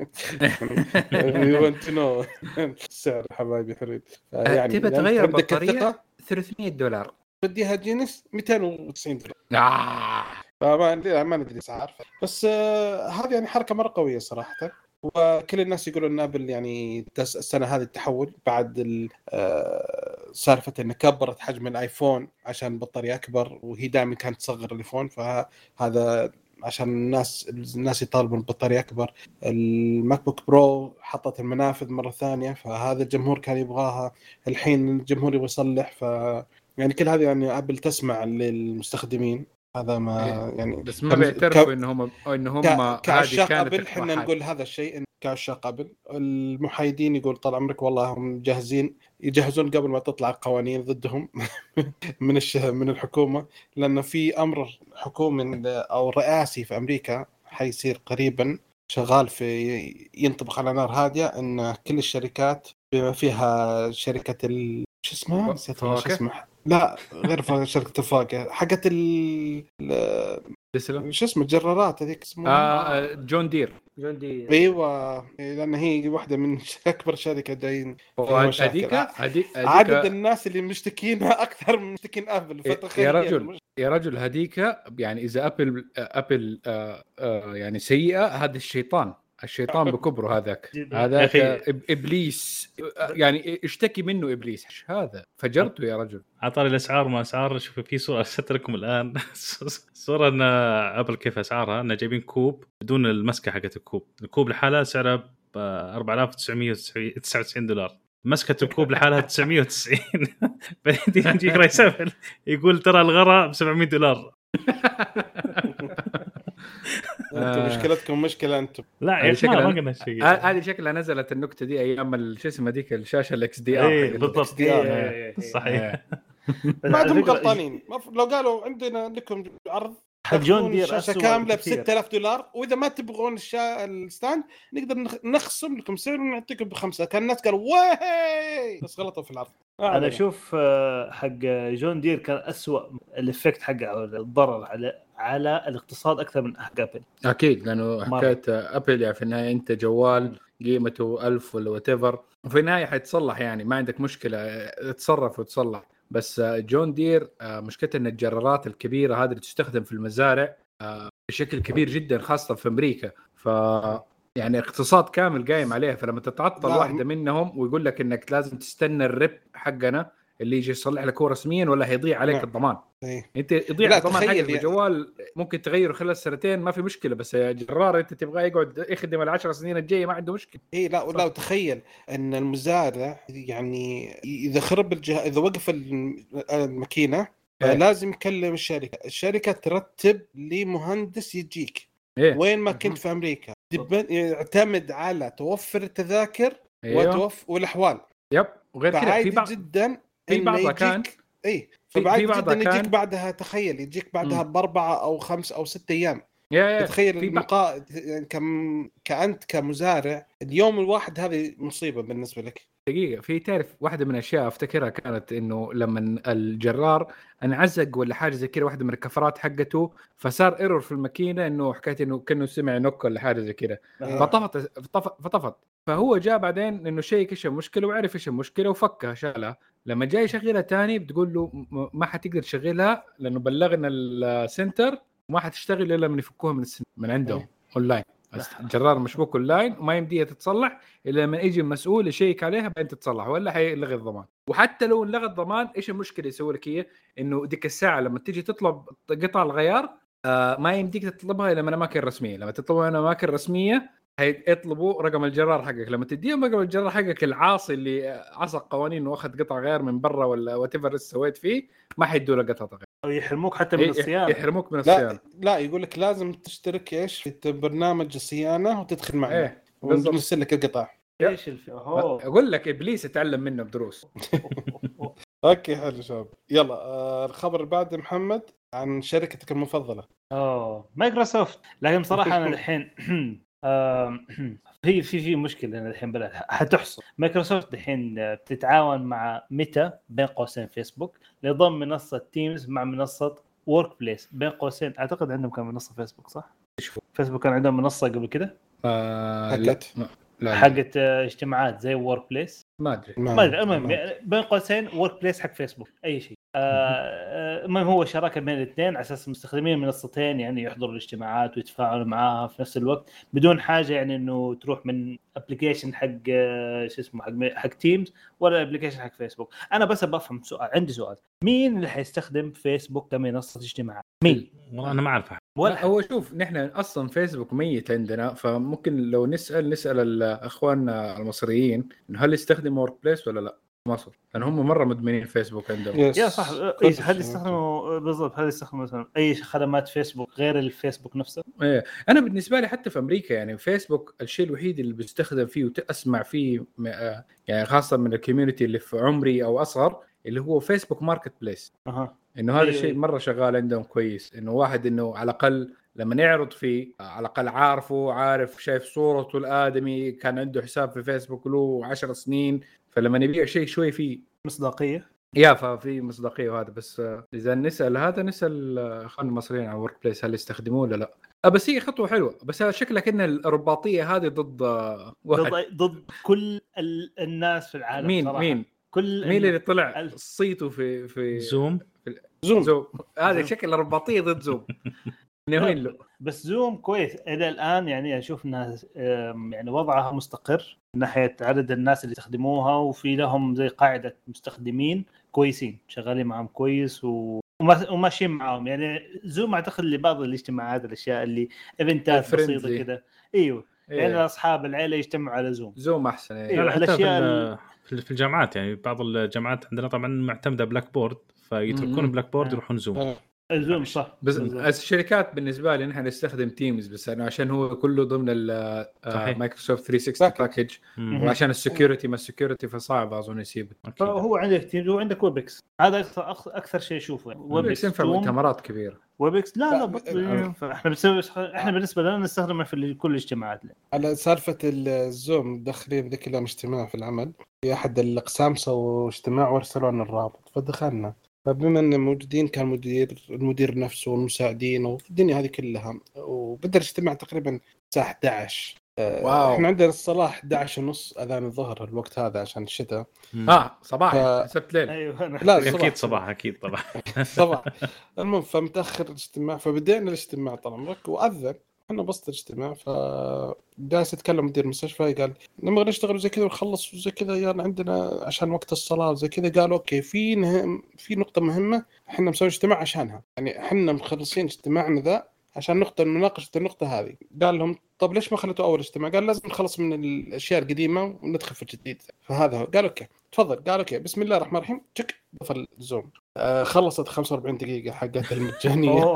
وانت نو السعر حبايبي حريد يعني تبى تغير بطاريه $300 بديها جينيس $290. ما ندري اسعار، بس هذه يعني حركه مره قويه صراحه. وكل الناس يقولون ان ابل يعني السنه هذه التحول بعد سالفه ان كبرت حجم الايفون عشان البطاريه اكبر، وهي دائما كانت تصغر الايفون، فهذا عشان الناس يطالبون البطارية أكبر. الماك بوك برو حطت المنافذ مرة ثانية، فهذا الجمهور كان يبغاها، الحين الجمهور يبغى يصلح. يعني كل هذا يعني أبل تسمع للمستخدمين. هذا ما يعني بس ما بيعترفوا إنهم كعشاق أبل. إحنا نقول هذا الشيء كعشاق أبل. المحايدين يقول طال عمرك والله هم يجهزون قبل ما تطلع القوانين ضدهم من الحكومة، لأن في أمر حكومي أو رئاسي في أمريكا حيصير قريبا شغال في ينطبق على نار هادية، إن كل الشركات بما فيها شركة شو اسمها لا غير شركه تفاقه حقت تسلا شو اسمه الجرارات هذيك اسمها جون دير. جون دي ايوه لان هي واحده من اكبر شركه جايين فيها مشاكل. هذيك عدد الناس اللي مشتكينها اكثر من مشتكين ابل يا رجل هذيك يعني اذا ابل يعني سيئه، هذا الشيطان بكبره هذاك ابليس يعني اشتكي منه ابليس هذا فجرته يا رجل. عطاري الاسعار ما اسعار. شوف في صوره ارسلت لكم الان صوره ان ابل كيف اسعارها، ان جايبين كوب بدون المسكه حقت الكوب لحالها سعرها $4999، مسكه الكوب لحالها 990. بعدين يجيك رئيس ابل يقول ترى الغراء $700. انتم مشكلتكم مشكله انتم. لا يا اخي ما قلنا شيء. هذه شكلها نزلت النكته دي ايام شو اسمه ذيك الشاشه الاكس دي ار. بالضبط صحيح. بعدهم غلطانين. لو قالوا عندنا لكم عرض حق جون دير شاشه كامله ب $6000 واذا ما تبغون الستاند نقدر نخصم لكم سعر ونعطيكم ب5. كان الناس قالوا واي بس غلطوا في العرض. انا اشوف حق جون دير كان أسوأ الافكت حقه او الضرر على الاقتصاد اكثر من حق ابل. اكيد لانه حكايه ابل يعني في النهايه انت جوال قيمته 1000 ولا واتيفر وفي النهايه حيتصلح، يعني ما عندك مشكله تصرف وتصلح. بس جون دير مشكلته ان الجرارات الكبيره هذه اللي تستخدم في المزارع بشكل كبير جدا خاصه في امريكا، ف يعني اقتصاد كامل قايم عليها. فلما تتعطل واحده منهم ويقول لك انك لازم تستنى الريب حقنا اللي يجي يصلح لك هو رسميا ولا هيضيع عليك الضمان. انت يضيع الضمان حقك الجوال ممكن تغيره خلال سنتين ما في مشكله، بس يا جرار انت تبغاه يقعد يخدم ال10 سنين الجايه ما عنده مشكله. لا تخيل ان المزارع يعني اذا خرب اذا وقف الماكينه لازم يكلم الشركه ترتب لمهندس يجيك وين ما كنت في امريكا، يعتمد على توفر التذاكر والاحوال. وغير كذا في بعض جدا في بعضها كان في بعضها يجيك بعدها، تخيل يجيك بعدها ب4 أو 5 أو 6 أيام. تخيل كأنت كمزارع اليوم الواحد هذه مصيبة بالنسبة لك. دقيقة في تعرف واحدة من الأشياء أفتكرها كانت إنه لما الجرار انعزق ولا حاجة زي كده واحدة من الكفرات حقته فصار إيرور في الماكينة إنه حكاية إنه كأنه سمع نوك ولا حاجة زي كده فطفت. فهو جاء بعدين إنه شيء إيش المشكلة وعرف إيش المشكلة وفكها شالها. لما جاي يشغلها تاني بتقول له ما حتقدر تشغلها لأنه بلغنا السنتر وما حتشتغل إلا من يفكوها من عندهم أونلاين. الجرار مشبوك أونلاين وما يمديها تتصلح إلا لما يجي المسؤول يشيك عليها بين تتصلح ولا حيلغي الضمان. وحتى لو لغى الضمان إيش المشكلة يسوي لك هي إنه ديك الساعة لما تيجي تطلب قطع الغيار ما يمديك تطلبها إلا من أماكن رسمية. لما تطلبها من أماكن رسمية هيطلبوا رقم الجرار حقك. لما تديهم رقم الجرار حقك العاصي اللي عصق قوانين واخذ قطع غير من برا ولا واتيفر سويت فيه ما حيدوا له قطعه غير او يحرموك حتى من الصيانه. يحرموك من الصيانه. لا يقول لك لازم تشترك ايش في برنامج الصيانه وتدخل معنا ونرسل لك القطع. ايش اقول لك ابليس يتعلم منه بدروس. اوكي حلو شباب. يلا الخبر اللي بعد محمد عن شركتك المفضله. مايكروسوفت. لكن بصراحه انا الحين في مشكله. انا الحين بدأت حتحصل مايكروسوفت الحين بتتعاون مع ميتا بين قوسين فيسبوك لضم منصه تيمز مع منصه وورك بليس بين قوسين. اعتقد عندهم كان منصه فيسبوك صح؟ فيسبوك كان عندهم منصه قبل كده حقت اجتماعات زي وورك بليس ما ادري. المهم بين قوسين وورك بليس حق فيسبوك اي شيء. المهم هو شراكه بين الاثنين على اساس مستخدمين المنصتين يعني يحضروا الاجتماعات ويتفاعلوا معاها في نفس الوقت بدون حاجه يعني انه تروح من ابلكيشن حق شو اسمه حق تيمز ولا ابلكيشن حق فيسبوك. انا بس بفهم سؤال. عندي سؤال. مين اللي حيستخدم فيسبوك كمنصه اجتماعات؟ مين؟ والله انا ما اعرف. هو شوف نحن اصلا فيسبوك ميت عندنا فممكن لو نسال الاخوان المصريين هل يستخدموا وورك بليس ولا لا مصر لان هم مره مدمنين فيسبوك عندهم. يا صح. هل يستخدموا بالضبط هل يستخدموا مثلا اي خدمات فيسبوك غير الفيسبوك نفسه؟ انا بالنسبه لي حتى في امريكا يعني فيسبوك الشيء الوحيد اللي بيستخدم فيه وتسمع فيه يعني خاصه من الكوميونتي اللي في عمري او اصغر اللي هو فيسبوك ماركت بليس. انه هذا الشيء مره شغال عندهم كويس. انه واحد انه على الاقل لما يعرض فيه على الاقل عارف شايف صورته الادمي كان عنده حساب في فيسبوك له 10 سنين فلما يبيع شيء شوي فيه مصداقيه. يا ففي مصداقيه وهذا. بس اذا نسال اخوان المصريين على ورك بليس هل يستخدموه ولا لا. بس هي خطوه حلوه، بس شكلك ان الرباطيه هذه ضد واحد. ضد كل الناس في العالم مين صراحه. مين كل مين اللي طلع صيته في زوم زوم هذا شكل الرباطيه ضد زوم. ناويين له. بس زوم كويس الى الان، يعني اشوف انها يعني وضعها مستقر من ناحيه عدد الناس اللي يستخدموها، وفي لهم زي قاعده مستخدمين كويسين شغالين معهم كويس وماشيين معهم. يعني زوم اعتقد لبعض الاجتماعات الاشياء اللي ايفنتات بسيطه كده ايوه يعني اصحاب العيله يجتمعوا على زوم احسن. أيوة. حتى في الجامعات، يعني بعض الجامعات عندنا طبعا معتمده بلاك بورد، فيتركون بلاك بورد يروحون زوم. زوم صح. بس الشركات بالنسبه لي نحن نستخدم تيمز، بس انا عشان هو كله ضمن مايكروسوفت 360 باكج، وعشان السكيورتي ما السكيورتي فصعب اظن يسيب. هو عندك تيمز وعندك ويبكس، هذا اكثر شيء اشوفه. يعني ويبكس ينفع مؤتمرات كبيره. ويبكس لا احنا بنسوي، احنا بالنسبه لنا نستخدمه في كل الاجتماعات. على سالفه الزوم داخلين ذيك اليوم اجتماع في العمل، في احد الاقسام سووا اجتماع وارسلوا لنا الرابط فدخلنا، فبما ان موجودين كان المدير نفسه والمساعدين والدنيا هذه كلها، وبدأ الاجتماع تقريبا الساعه 11. احنا عندنا الصلاة 11:30 اذان الظهر الوقت هذا عشان الشتاء. صباح حسبت ليل. ايوه لا اكيد صباح اكيد طبعا صباح. المهم فمتاخر الاجتماع، فبدينا الاجتماع طال عمرك واذن، احنا بسط الاجتماع، فجالس يتكلم مدير المستشفى قال نبغى نشتغل زي كذا ونخلص زي كذا يعني عندنا عشان وقت الصلاة وزي كذا. قال اوكي في نقطة مهمة احنا مسوي اجتماع عشانها، يعني احنا مخلصين اجتماعنا ذا عشان مناقشة النقطة هذه. قال لهم طب ليش ما خليتوا أول اجتماع؟ قال لازم نخلص من الأشياء القديمة وندخل في الجديد. فهذا قال أوكي تفضل. قال أوكي بسم الله الرحمن الرحيم تشك دخل الزوم. خلصت 45 دقيقة حقت المجانية.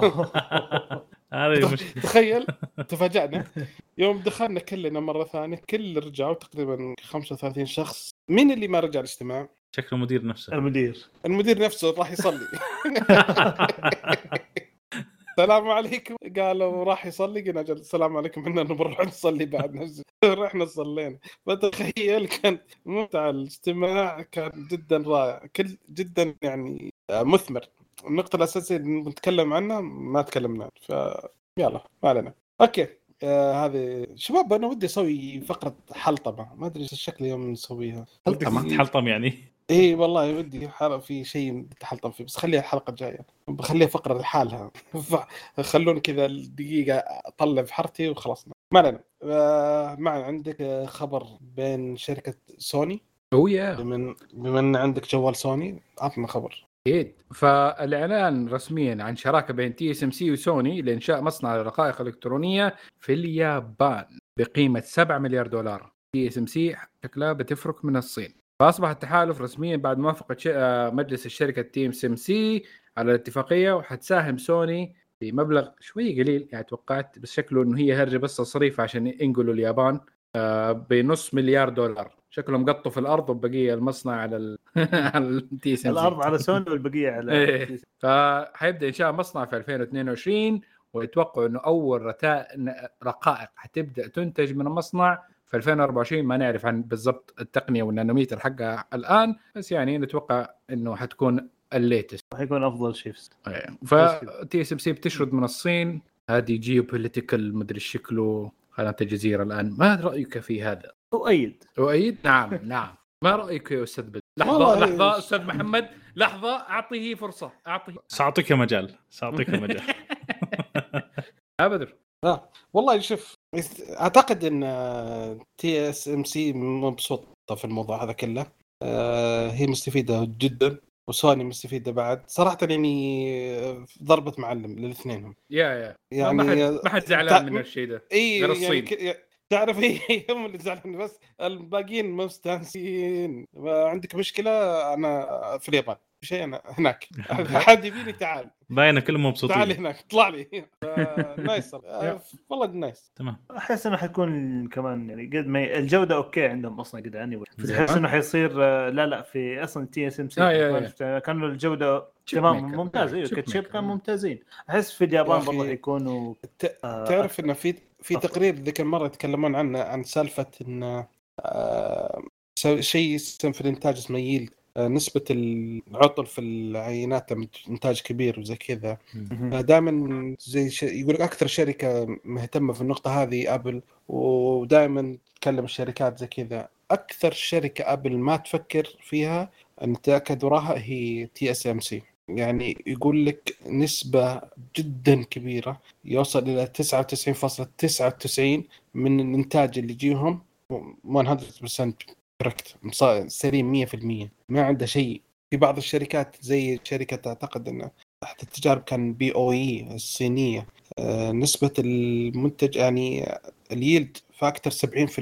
تخيل تفاجأنا يوم دخلنا كلنا مرة ثانية، كل رجعوا تقريبا 35 شخص. مين اللي ما رجع الاجتماع؟ شكله المدير نفسه. المدير نفسه راح يصلي. السلام عليكم. قالوا راح يصلي. قلنا جل السلام عليكم إحنا نروح نصلي بعد نفسه. رحنا صلينا. فتخيل كان ممتع الاجتماع، كان جدا رائع، جدا يعني مثمر. النقطة الأساسية اللي نتكلم عنها ما تكلمنا، فيلا ما علينا. أوكي هذه شباب أنا ودي أسوي فقرة حلطمة، ما أدري الشكل يوم نسويها. حلطم يعني ايه والله ودي في شيء نتحلطم فيه، بس خليها الحلقه الجايه، بخليها فقره لحالها. خلون كذا الدقيقه اطلع في حرتي وخلصنا. ما علينا. معنا عندك خبر بين شركه سوني. بما ان عندك جوال سوني عطنا خبر. اكيد. فالاعلان رسميا عن شراكه بين TSMC وسوني لانشاء مصنع للرقائق الالكترونيه في اليابان بقيمه $7 مليار. TSMC شكلها بتفرق من الصين. فأصبح التحالف رسميا بعد موافقة مجلس الشركة TSMC على الاتفاقية، وحتساهم سوني بمبلغ شوي قليل يعني توقعت، بس شكله إنه هي هرجة بس تصريف عشان ينقلوا اليابان ب$500 مليار. شكله مقطوا في الأرض وبقية المصنع على على TSMC. الأرض على سوني والبقية على فحيبدأ إنشاء مصنع في 2022، ويتوقع إنه أول رقائق حتبدأ تنتج من المصنع في 2024. ما نعرف عن بالضبط التقنية والنانوميتر حقها الآن، بس يعني نتوقع إنه حتكون الليتست، حيكون أفضل شيء. TSMC بتشرد من الصين، هذه جيوبوليتيكال مدري شكله قناة الجزيرة الآن. ما رأيك في هذا؟ أؤيد. نعم ما رأيك يا أستاذ بدر؟ لحظة أستاذ محمد، لحظة أعطيه فرصة. سأعطيك مجال بدر. والله شوف اعتقد ان TSMC مبسوطه في الموضوع هذا كله. هي مستفيده جدا وسوني مستفيده بعد صراحه، يعني ضربه معلم للاثنين. يعني ما حد زعلان من الشيء ده غير الصين. يعني تعرف هم اللي زعلانين، بس الباقيين مستانسين. عندك مشكله انا في اليابان شيء انا هناك. حد يبيني تعال باينه كلهم مبسوطين. تعال هناك طلع لي. نايس والله نايس. تمام. احس انه حيكون كمان يعني قد ما الجوده اوكي عندهم اصلا قد اني احس انه حيصير لا في اصلا TSMC كانوا الجوده تمام ممتاز. كتشيب كان ممتازين. احس في اليابان برضه يكونوا تعرف انه في تقرير ذيك المره يتكلمون عنه عن سالفه ان شيء في الانتاج اسمه ييلد. نسبة العطل في العينات لما إنتاج كبير وزي كذا. دائما يقول لك أكثر شركة مهتمة في النقطة هذه أبل، ودائما تكلم الشركات زي كذا. أكثر شركة أبل ما تفكر فيها أن تأكد وراها هي TSMC. يعني يقول لك نسبة جدا كبيرة يوصل إلى 99.99 من الإنتاج اللي يجيهم 100% كوركت سليم 100%. ما عنده شيء. في بعض الشركات زي شركة أعتقد أن تحت التجارب كان BOE الصينية، نسبة المنتج يعني اليلد فاكتور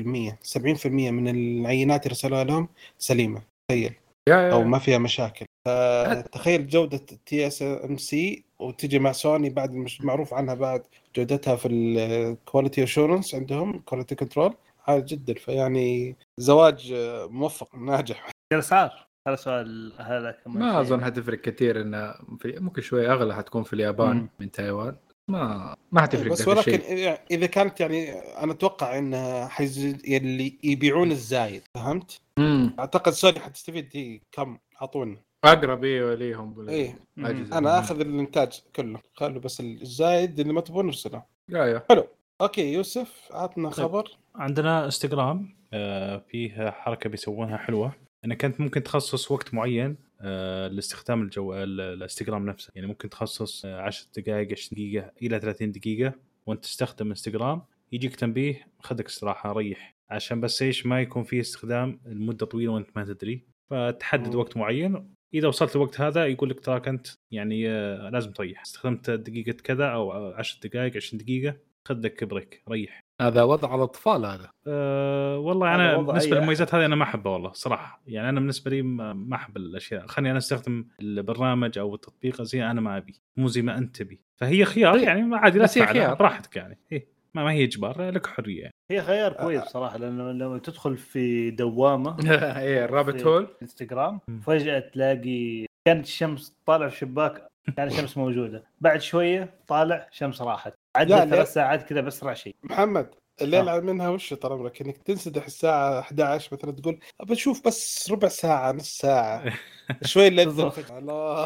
70% من العينات اللي رسلوها لهم سليمة. تخيل أو ما فيها مشاكل. تخيل جودة TSMC وتجي مع سوني بعد مش معروف عنها بعد جودتها في الكواليتي أشورنس، عندهم كواليتي كنترول عالي جدا. فيعني زواج موفق ناجح. الأسعار هذا سؤال هذا كمان ما أظن هتفرق كثير، إن ممكن شوي أغلى هتكون في اليابان من تايوان. ما هتفرق بس ولكن إذا كانت يعني أنا أتوقع إن اللي يبيعون الزايد فهمت. أعتقد سوني حتستفيد دي كم عطونا أقرب ليهم. أنا أخذ الإنتاج كله، خلوا بس الزايد اللي ما تبون نرسله. يا حلو. أوكي يوسف عطنا خبر. عندنا انستغرام فيه حركة بيسوونها حلوة، انك انت ممكن تخصص وقت معين لاستخدام الانستغرام نفسه. يعني ممكن تخصص 10 دقائق 20 دقيقة إلى 30 دقيقة وانت تستخدم انستغرام، يجيك تنبيه خدك استراحة ريح، عشان بس ايش ما يكون فيه استخدام المدة طويلة وانت ما تدري. فتحدد وقت معين، إذا وصلت الوقت هذا يقول لك تراك أنت يعني لازم تريح، استخدمت دقيقة كذا أو 10 دقائق 20 دقيقة خذ لك بريك ريح. هذا وضع الأطفال هذا. والله أنا بالنسبة للمميزات هذه أنا ما أحبه والله صراحة. يعني أنا بالنسبة لي ما أحب الأشياء، خلني أنا أستخدم البرنامج أو التطبيق زي أنا ما أبي، مو زي ما أنت تبي. فهي خيار يعني عادي، لا تفعل براحتك يعني. ما هي إجبار، لك حرية يعني. هي خيار كويس صراحة، لأنه لو تدخل في دوامة الرابط هول انستغرام فجأة تلاقي كانت الشمس طالع في شباك، كان الشمس موجودة، بعد شوية طالع شمس راحت، عدت 3 ساعات كذا بسرع شيء. محمد الليلة منها وش طال عمرك انك تنسدح الساعة 11 مثلا تقول ابى اشوف بس ربع ساعة نص ساعة شوي لذة. الله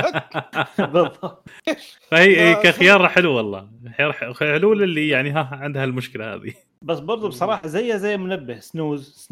بالضبط. فهي كخيار حلو والله، حلو للي يعني عندها المشكلة هذه. بس برضو بصراحة زي منبه سنوز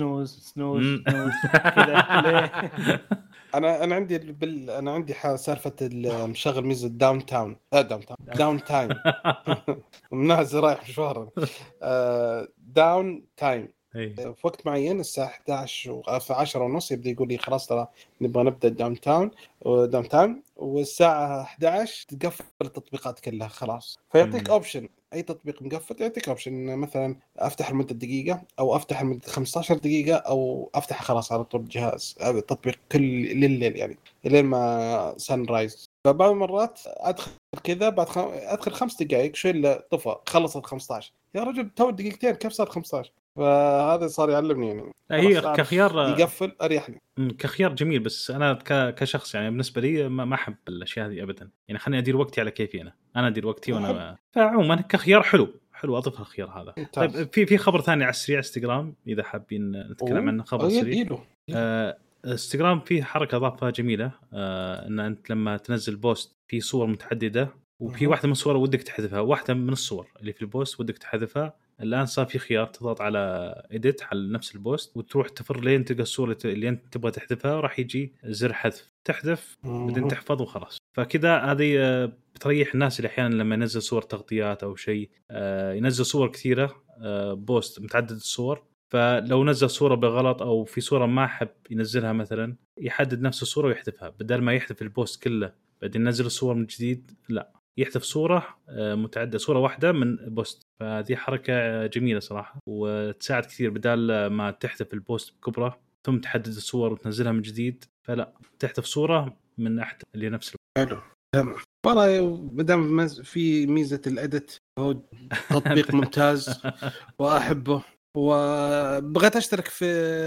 كذا. انا عندي سالفه مشغل ميزه داون تايم منازل رايح مشوار داون تايم في وقت معين الساعه 11 في 10 ونص يبدا يقول لي خلاص ترى نبغى نبدا داون تايم، والساعه 11 تقفل التطبيقات كلها خلاص. فيعطيك اوبشن، اي تطبيق مقفل يعطيك اوبشن مثلا افتح لمده دقيقه او افتح لمده 15 دقيقه او افتح خلاص على طول الجهاز. هذا التطبيق كل ليل يعني لين ما سان رايز. فبعض المرات ادخل كذا بعد ادخل 5 دقائق شوي الا طفى خلصت 15. يا رجل تو دقيقتين كيف صار 15؟ فهذا صار يعلمني يعني هي كخيار يقفل اريحني كخيار جميل. بس انا كشخص يعني بالنسبه لي ما احب الاشياء هذه ابدا. يعني خليني ادير وقتي على كيفي، انا ادير وقتي وانا فعموما كخيار حلو اضيف الخيار هذا. طيب في خبر ثاني على السريع انستغرام اذا حابين نتكلم عنه. خبر سريع انستغرام فيه حركه اضافها جميله، ان انت لما تنزل بوست في صور متعدده وفي واحده من الصور ودك تحذفها، واحده من الصور اللي في البوست ودك تحذفها، الان صار في خيار تضغط على إيديت على نفس البوست وتروح تفر لين تلقى الصوره اللي انت تبغى تحذفها، راح يجي زر حذف تحذف بعدين تحفظ وخلاص. فكذا هذه بتريح الناس اللي احيانا لما ينزل صور تغطيات او شيء، ينزل صور كثيره بوست متعدد الصور، فلو نزل صورة بغلط أو في صورة ما حب ينزلها مثلا يحدد نفس الصورة ويحذفها، بدل ما يحذف البوست كله بعدين ينزل الصور من جديد، لا يحذف صورة متعددة، صورة واحدة من بوست. فهذه حركة جميلة صراحة وتساعد كثير، بدل ما تحذف البوست بكبرة ثم تحدد الصور وتنزلها من جديد، فلا تحذف صورة من أحد اللي نفس حلو. والله مدام في ميزة الإديت هو تطبيق ممتاز وأحبه، وبغيت اشترك في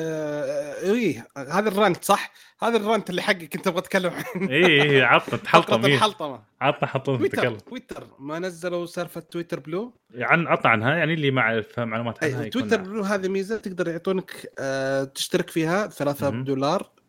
هذا الرانت صح، هذا الرانت اللي حقي كنت ابغى اتكلم عنه. عطت حلطمه تويتر ما نزلوا سالفه تويتر بلو عطنا عنها، يعني اللي ما عرف معلومات عنها. تويتر بلو هذه ميزه تقدر يعطونك تشترك فيها $3 $3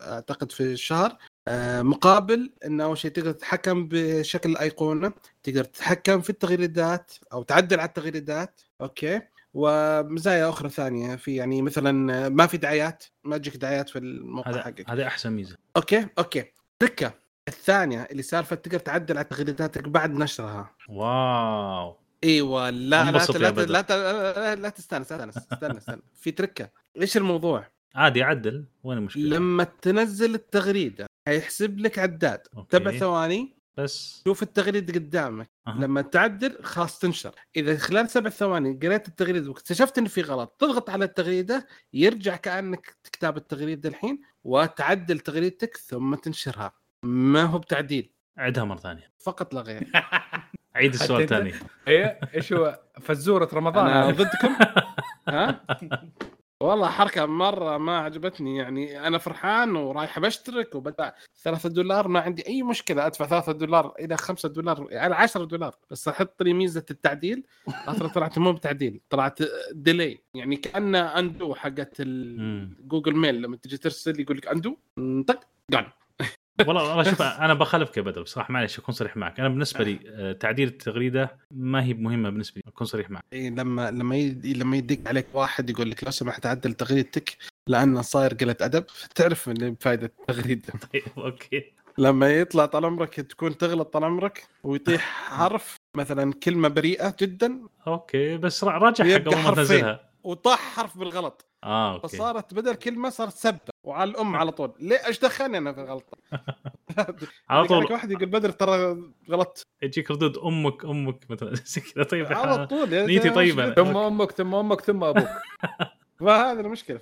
اعتقد في الشهر، مقابل انه اول شيء تقدر تتحكم بشكل الايقونه، تقدر تتحكم في التغريدات او تعدل على التغريدات. اوكي، ومزايا اخرى ثانيه في يعني مثلا ما في دعايات، ما تجيك دعايات في الموقع حقك. هذا احسن ميزه. اوكي تركه الثانيه اللي سالفه تقدر تعدل على تغريداتك بعد نشرها. واو ايوه لا انبسط يا لا بدر. لا تستنى في تركه. ايش الموضوع؟ عادي عدل، وين المشكله؟ لما تنزل التغريده هيحسب لك عداد أوكي. 7 ثواني، بس شوف التغريده قدامك. أه. لما تعدل خلاص تنشر. اذا خلال 7 ثواني قريت التغريده واكتشفت ان في غلط، تضغط على التغريده يرجع كانك تكتب التغريده الحين وتعدل تغريدتك ثم تنشرها. ما هو بتعديل، عيدها مره ثانيه، فقط لا غير. عيد السؤال ثاني. ايه ايش هو فزوره رمضان؟ انا ضدكم. ها والله حركه مره ما عجبتني. يعني انا فرحان ورايح بشترك وبدفع $3، ما عندي اي مشكله ادفع $3 الى $5 على $10، بس احط لي ميزه التعديل. طلعت مو بتعديل، طلعت ديلي، يعني كانه اندو حقت جوجل ميل لما تجي ترسل يقول لك اندو طق قال. والله شوف انا بخالفك يا بدر بصراحه، معلش اكون صريح معك. انا بالنسبه لي تعديل التغريده ما هي مهمه بالنسبه لي، اكون صريح معك. إيه لما يدق عليك واحد يقول لك لو سمحت تعدل تغريدتك لانه صاير قله ادب، تعرف من فائده التغريده. طيب اوكي. لما يطلع طال عمرك تكون تغلط طال عمرك ويطيح حرف مثلا كلمه بريئه جدا، اوكي بس راجعها قبل ما تنزلها وطاح حرف بالغلط. اوكي فصارت بدل كلمه صارت سبه وعلى الام على طول. ليه ايش دخلني انا في غلطه؟ على طول واحد يقول بدر ترى غلط، يجيك ردود امك مثلا زي كذا. طيب على طول نيتي طيبه. ثم امك ثم امك ثم ابوك. فهذه المشكله.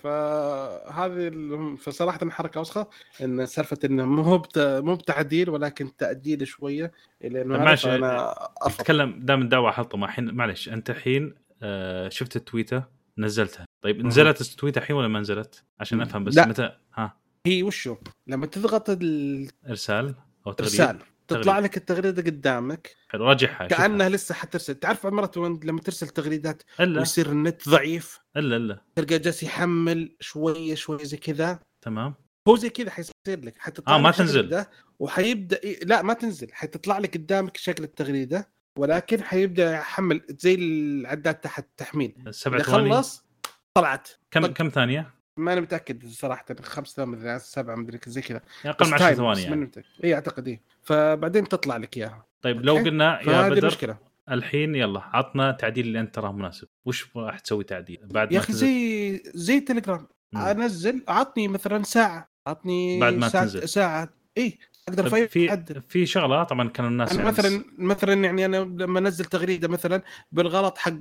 فصراحه حركه وسخه ان سالفه انه مو بتعديل ولكن تأديل شويه. لانه انا اتكلم دام الدعوه حطمه الحين. معلش انت الحين شفت التويته نزلتها، طيب نزلت التويته الحين ولا ما نزلت؟ عشان افهم بس متى. هي وشو لما تضغط ارسال او تغريد تطلع لك التغريده قدامك، راجعها كانها لسه حترسل. تعرف مرات لما ترسل تغريدات ويصير النت ضعيف، الا تلقى جالس يحمل شويه زي كذا. تمام، هو زي كذا حيصير لك، حتطلع ما تنزل وحيبدا لا ما تنزل، حتطلع لك قدامك شكل التغريده ولكن حيبدا يحمل زي العداد تحت تحميل. 7 ثواني خلص طلعت كم ثانيه؟ ما انا متاكد صراحه، 5 ثواني 7 مدري زي كذا، اقل من 10 ثواني يعني. اي اعتقد ايه. فبعدين تطلع لك اياها. طيب لو قلنا يا بدر المشكلة. الحين يلا عطنا تعديل اللي انت تراه مناسب، وش راح تسوي تعديل بعد ما يا اخي زي تليجرام انزل عطني مثلا ساعه، عطني بعد ما تنزل ساعه اي اقدر في شغله طبعا كانوا الناس أنا يعني مثلا يعني انا لما انزل تغريده مثلا بالغلط حق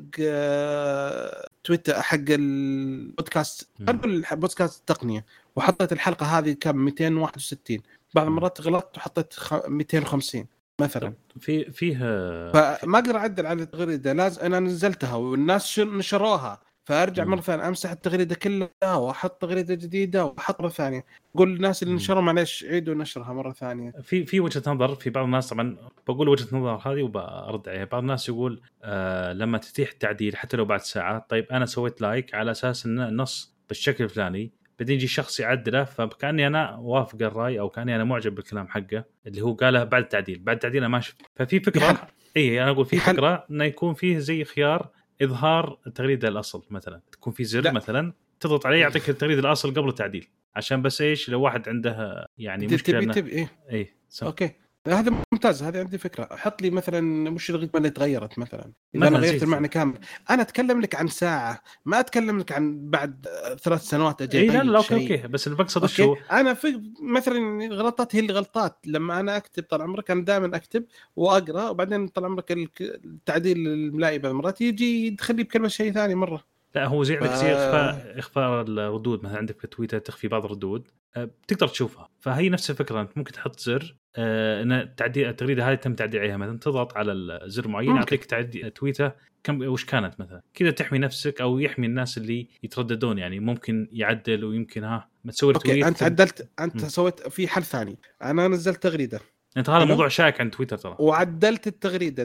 تويتر حق البودكاست، نقول بودكاست التقنيه، وحطيت الحلقه هذه كم 261، بعض المرات غلطت وحطيت 250 مثلا. فيه فما اقدر اعدل على التغريده، لازم انا نزلتها والناس نشروها، فارجع مره ثانيه امسح التغريده كلها واحط تغريده جديده واحط مره ثانيه. قول للناس اللي نشروا معلش عيدوا نشرها مره ثانيه. في وجهه نظر في بعض الناس، طبعا بقول وجهه نظر هذه وبرد عليها. بعض الناس يقول لما تتيح التعديل حتى لو بعد ساعه، طيب انا سويت لايك على اساس ان النص بالشكل الفلاني، بعدين يجي شخص يعدله، فكاني انا وافق الراي او كاني انا معجب بالكلام حقه اللي هو قاله بعد التعديل. بعد التعديل انا ما شفت. ففي فكره اي انا اقول في فكره انه يكون فيه زي خيار اظهار التغريده الاصل، مثلا تكون في زر مثلا تضغط عليه يعطيك التغريده الاصل قبل التعديل، عشان بس ايش لو واحد عنده يعني مشكله تبي ايه اوكي هذا ممتاز. هذه عندي فكره. حط لي مثلا مش الغيط اللي تغيرت مثلا اذا انا غيرت المعنى كامل. انا اتكلم لك عن ساعه، ما اتكلم لك عن بعد 3 سنوات اجي لا اوكي بس اللي بقصد شو انا في مثلا غلطات هي اللي غلطات لما انا اكتب طال عمرك انا دائما اكتب واقرا وبعدين طال عمرك التعديل الملائي بعض المرات يجي يدخلي بكلمه شيء ثاني مره. لا هو زي عندك زي اخفاء الردود، مثلا عندك في تويتر تخفي بعض الردود بتقدر تشوفها، فهي نفس الفكره. انت ممكن تحط زر ان تعديل التغريده هذه تم تعديل عليها، مثلا تضغط على الزر معين يعطيك تعديل تويتر كم وش كانت مثلا كذا، تحمي نفسك او يحمي الناس اللي يترددون، يعني ممكن يعدل ويمكن ما تسوي تويت. انت عدلت انت سويت في حل ثاني. انا نزلت تغريده انت هذا موضوع شائك عن تويتر ترى، وعدلت التغريده ذي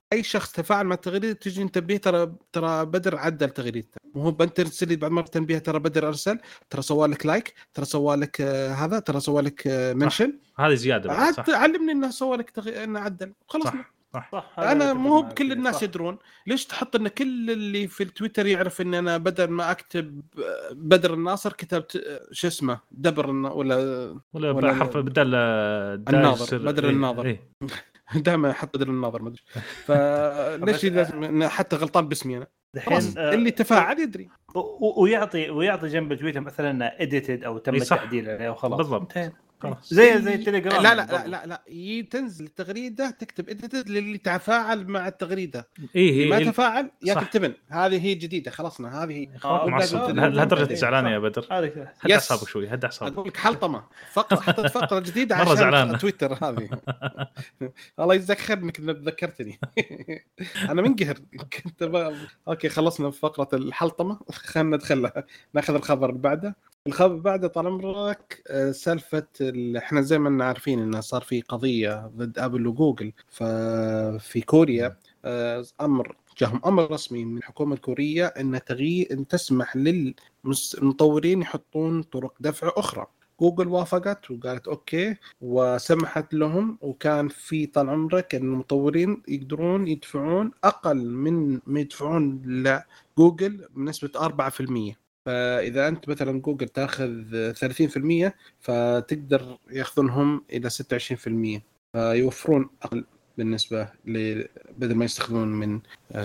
اي شخص تفاعل مع التغريده تجي انتبه ترى بدر عدل تغريدته، مو هو انت ترسل لي بعد مره تنبيه ترى بدر ارسل، ترى سوى لك لايك، ترى سوى لك هذا، ترى سوى لك منشن، هذه زياده بعد صح. علمني انه سوى لك انه عدل خلاص. صح. انا مو بكل الناس يدرون. ليش تحط ان كل اللي في التويتر يعرف ان انا بدل ما اكتب بدر الناصر كتبت شو اسمه دبر ولا بحرف بدل الناظر بدر الناظر إيه؟ دائما احط بدر الناظر ما ادري فليش لازم حتى غلطان باسمي انا الحين اللي تفاعل يدري ويعطي جنب تويتر مثلا اديتد او تم التعديل عليه وخلاص بالضبط زي التليجرام. لا تنزل التغريده تكتب اديتد للي تفاعل مع التغريده. إيه ما تفاعل يكتب تبن. هذه هي جديده خلصنا. هذه لا درجه زعلان يا بدر. هد اعصابك شوي هد اعصابك. اقول لك حلطمه فقره حطيت فقره جديده عشان زعلان. تويتر هذه الله يجزاك خير انك ذكرتني. انا منقهر كنت اوكي خلصنا فقره الحلطمه خلينا ندخلها ناخذ الخبر اللي بعده. الخبر بعده طال عمرك سالفه احنا زي ما احنا عارفين انه صار في قضيه ضد ابل وجوجل في كوريا. جاهم امر رسمي من الحكومه الكوريه ان تسمح للمطورين يحطون طرق دفع اخرى. جوجل وافقت وقالت اوكي وسمحت لهم، وكان في طال عمرك ان المطورين يقدرون يدفعون اقل من ما يدفعون لجوجل بنسبه 4%. فإذا أنت مثلا جوجل تأخذ 30% فتقدر يأخذونهم إلى 26%، فيوفرون أقل بالنسبة بدل ما يستخدمون من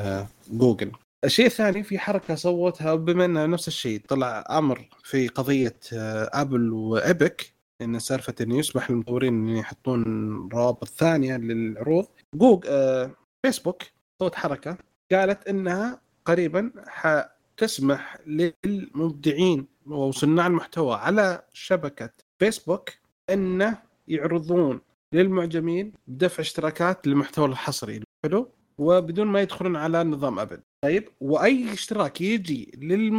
جوجل. الشيء الثاني في حركة صوتها بما أنه نفس الشيء طلع أمر في قضية أبل وإبك إن سالفة إنه يسمح للمطورين إن يحطون روابط ثانية للعروض. جوجل فيسبوك صوت حركة قالت إنها قريبا تسمح للمبدعين وصناع المحتوى على شبكة فيسبوك أن يعرضون للمعجبين بدفع اشتراكات للمحتوى الحصري حلو وبدون ما يدخلون على نظام أبل. طيب وأي اشتراك يجي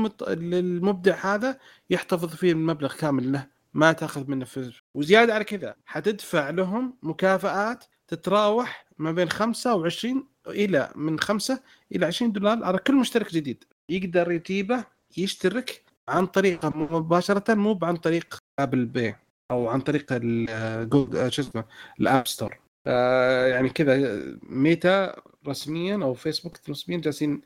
للمبدع هذا يحتفظ فيه المبلغ كامل له ما تأخذ منه فلوس، وزيادة على كذا حتدفع لهم مكافآت تتراوح ما بين 25 إلى من 5 إلى 20 دولار على كل مشترك جديد يقدر يجيبه يشترك عن طريقه مباشره مو عن طريق ابل باي او عن طريق جوجل شو اسمه الاب ستور. يعني كذا ميتا رسميا او فيسبوك رسميا جالسين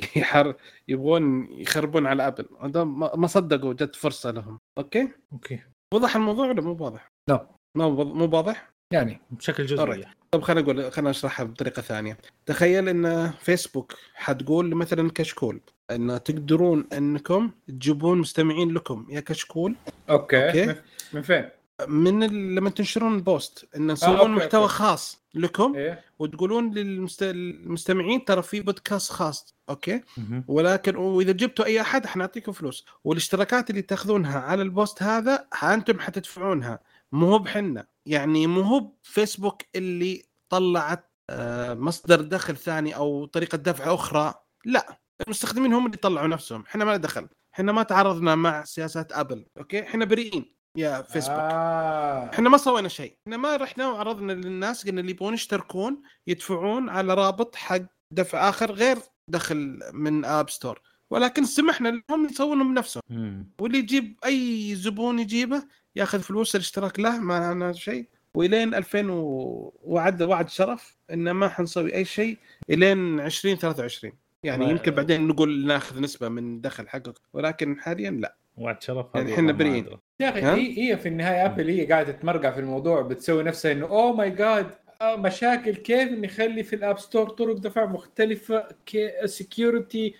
يبغون يخربون على ابل. ما صدقوا جت فرصه لهم. اوكي وضح الموضوع ولا مو واضح؟ لا مو واضح يعني بشكل جزئي. طب خلينا اشرحها بطريقه ثانيه. تخيل ان فيسبوك حتقول مثلا كشكول ان تقدرون انكم تجيبون مستمعين لكم يا كشكول. اوكي. من فين؟ من لما تنشرون البوست ان تسوون محتوى خاص لكم إيه؟ وتقولون للمستمعين ترى في بودكاست خاص. اوكي ولكن واذا جبتوا اي احد حنعطيكم فلوس، والاشتراكات اللي تاخذونها على البوست هذا انتم حتدفعونها مو هو بحنا. يعني مو هو فيسبوك اللي طلعت مصدر دخل ثاني او طريقه دفع اخرى، لا المستخدمين هم اللي طلعوا نفسهم. احنا ما دخل، احنا ما تعرضنا مع سياسات ابل. اوكي احنا بريئين يا فيسبوك. احنا ما سوينا شيء، احنا ما رحنا وعرضنا للناس قلنا اللي يبغون يشتركون يدفعون على رابط حق دفع اخر غير دخل من اب ستور، ولكن سمحنا لهم يسوونهم بنفسهم. واللي يجيب اي زبون يجيبه ياخذ فلوس الاشتراك له ما لنا شيء. والين 2000 وعد شرف ان ما حنسوي اي شيء الين 2023. يعني يمكن بعدين نقول ناخذ نسبه من دخل حقك، ولكن حاليا لا. وعد شرف يعني احنا بريئين يا اخي. هي في النهايه ابل هي قاعده تمرقع في الموضوع، بتسوي نفسها انه اوه ماي جاد مشاكل كيف نخلي في الاب ستور طرق دفع مختلفه سكيورتي.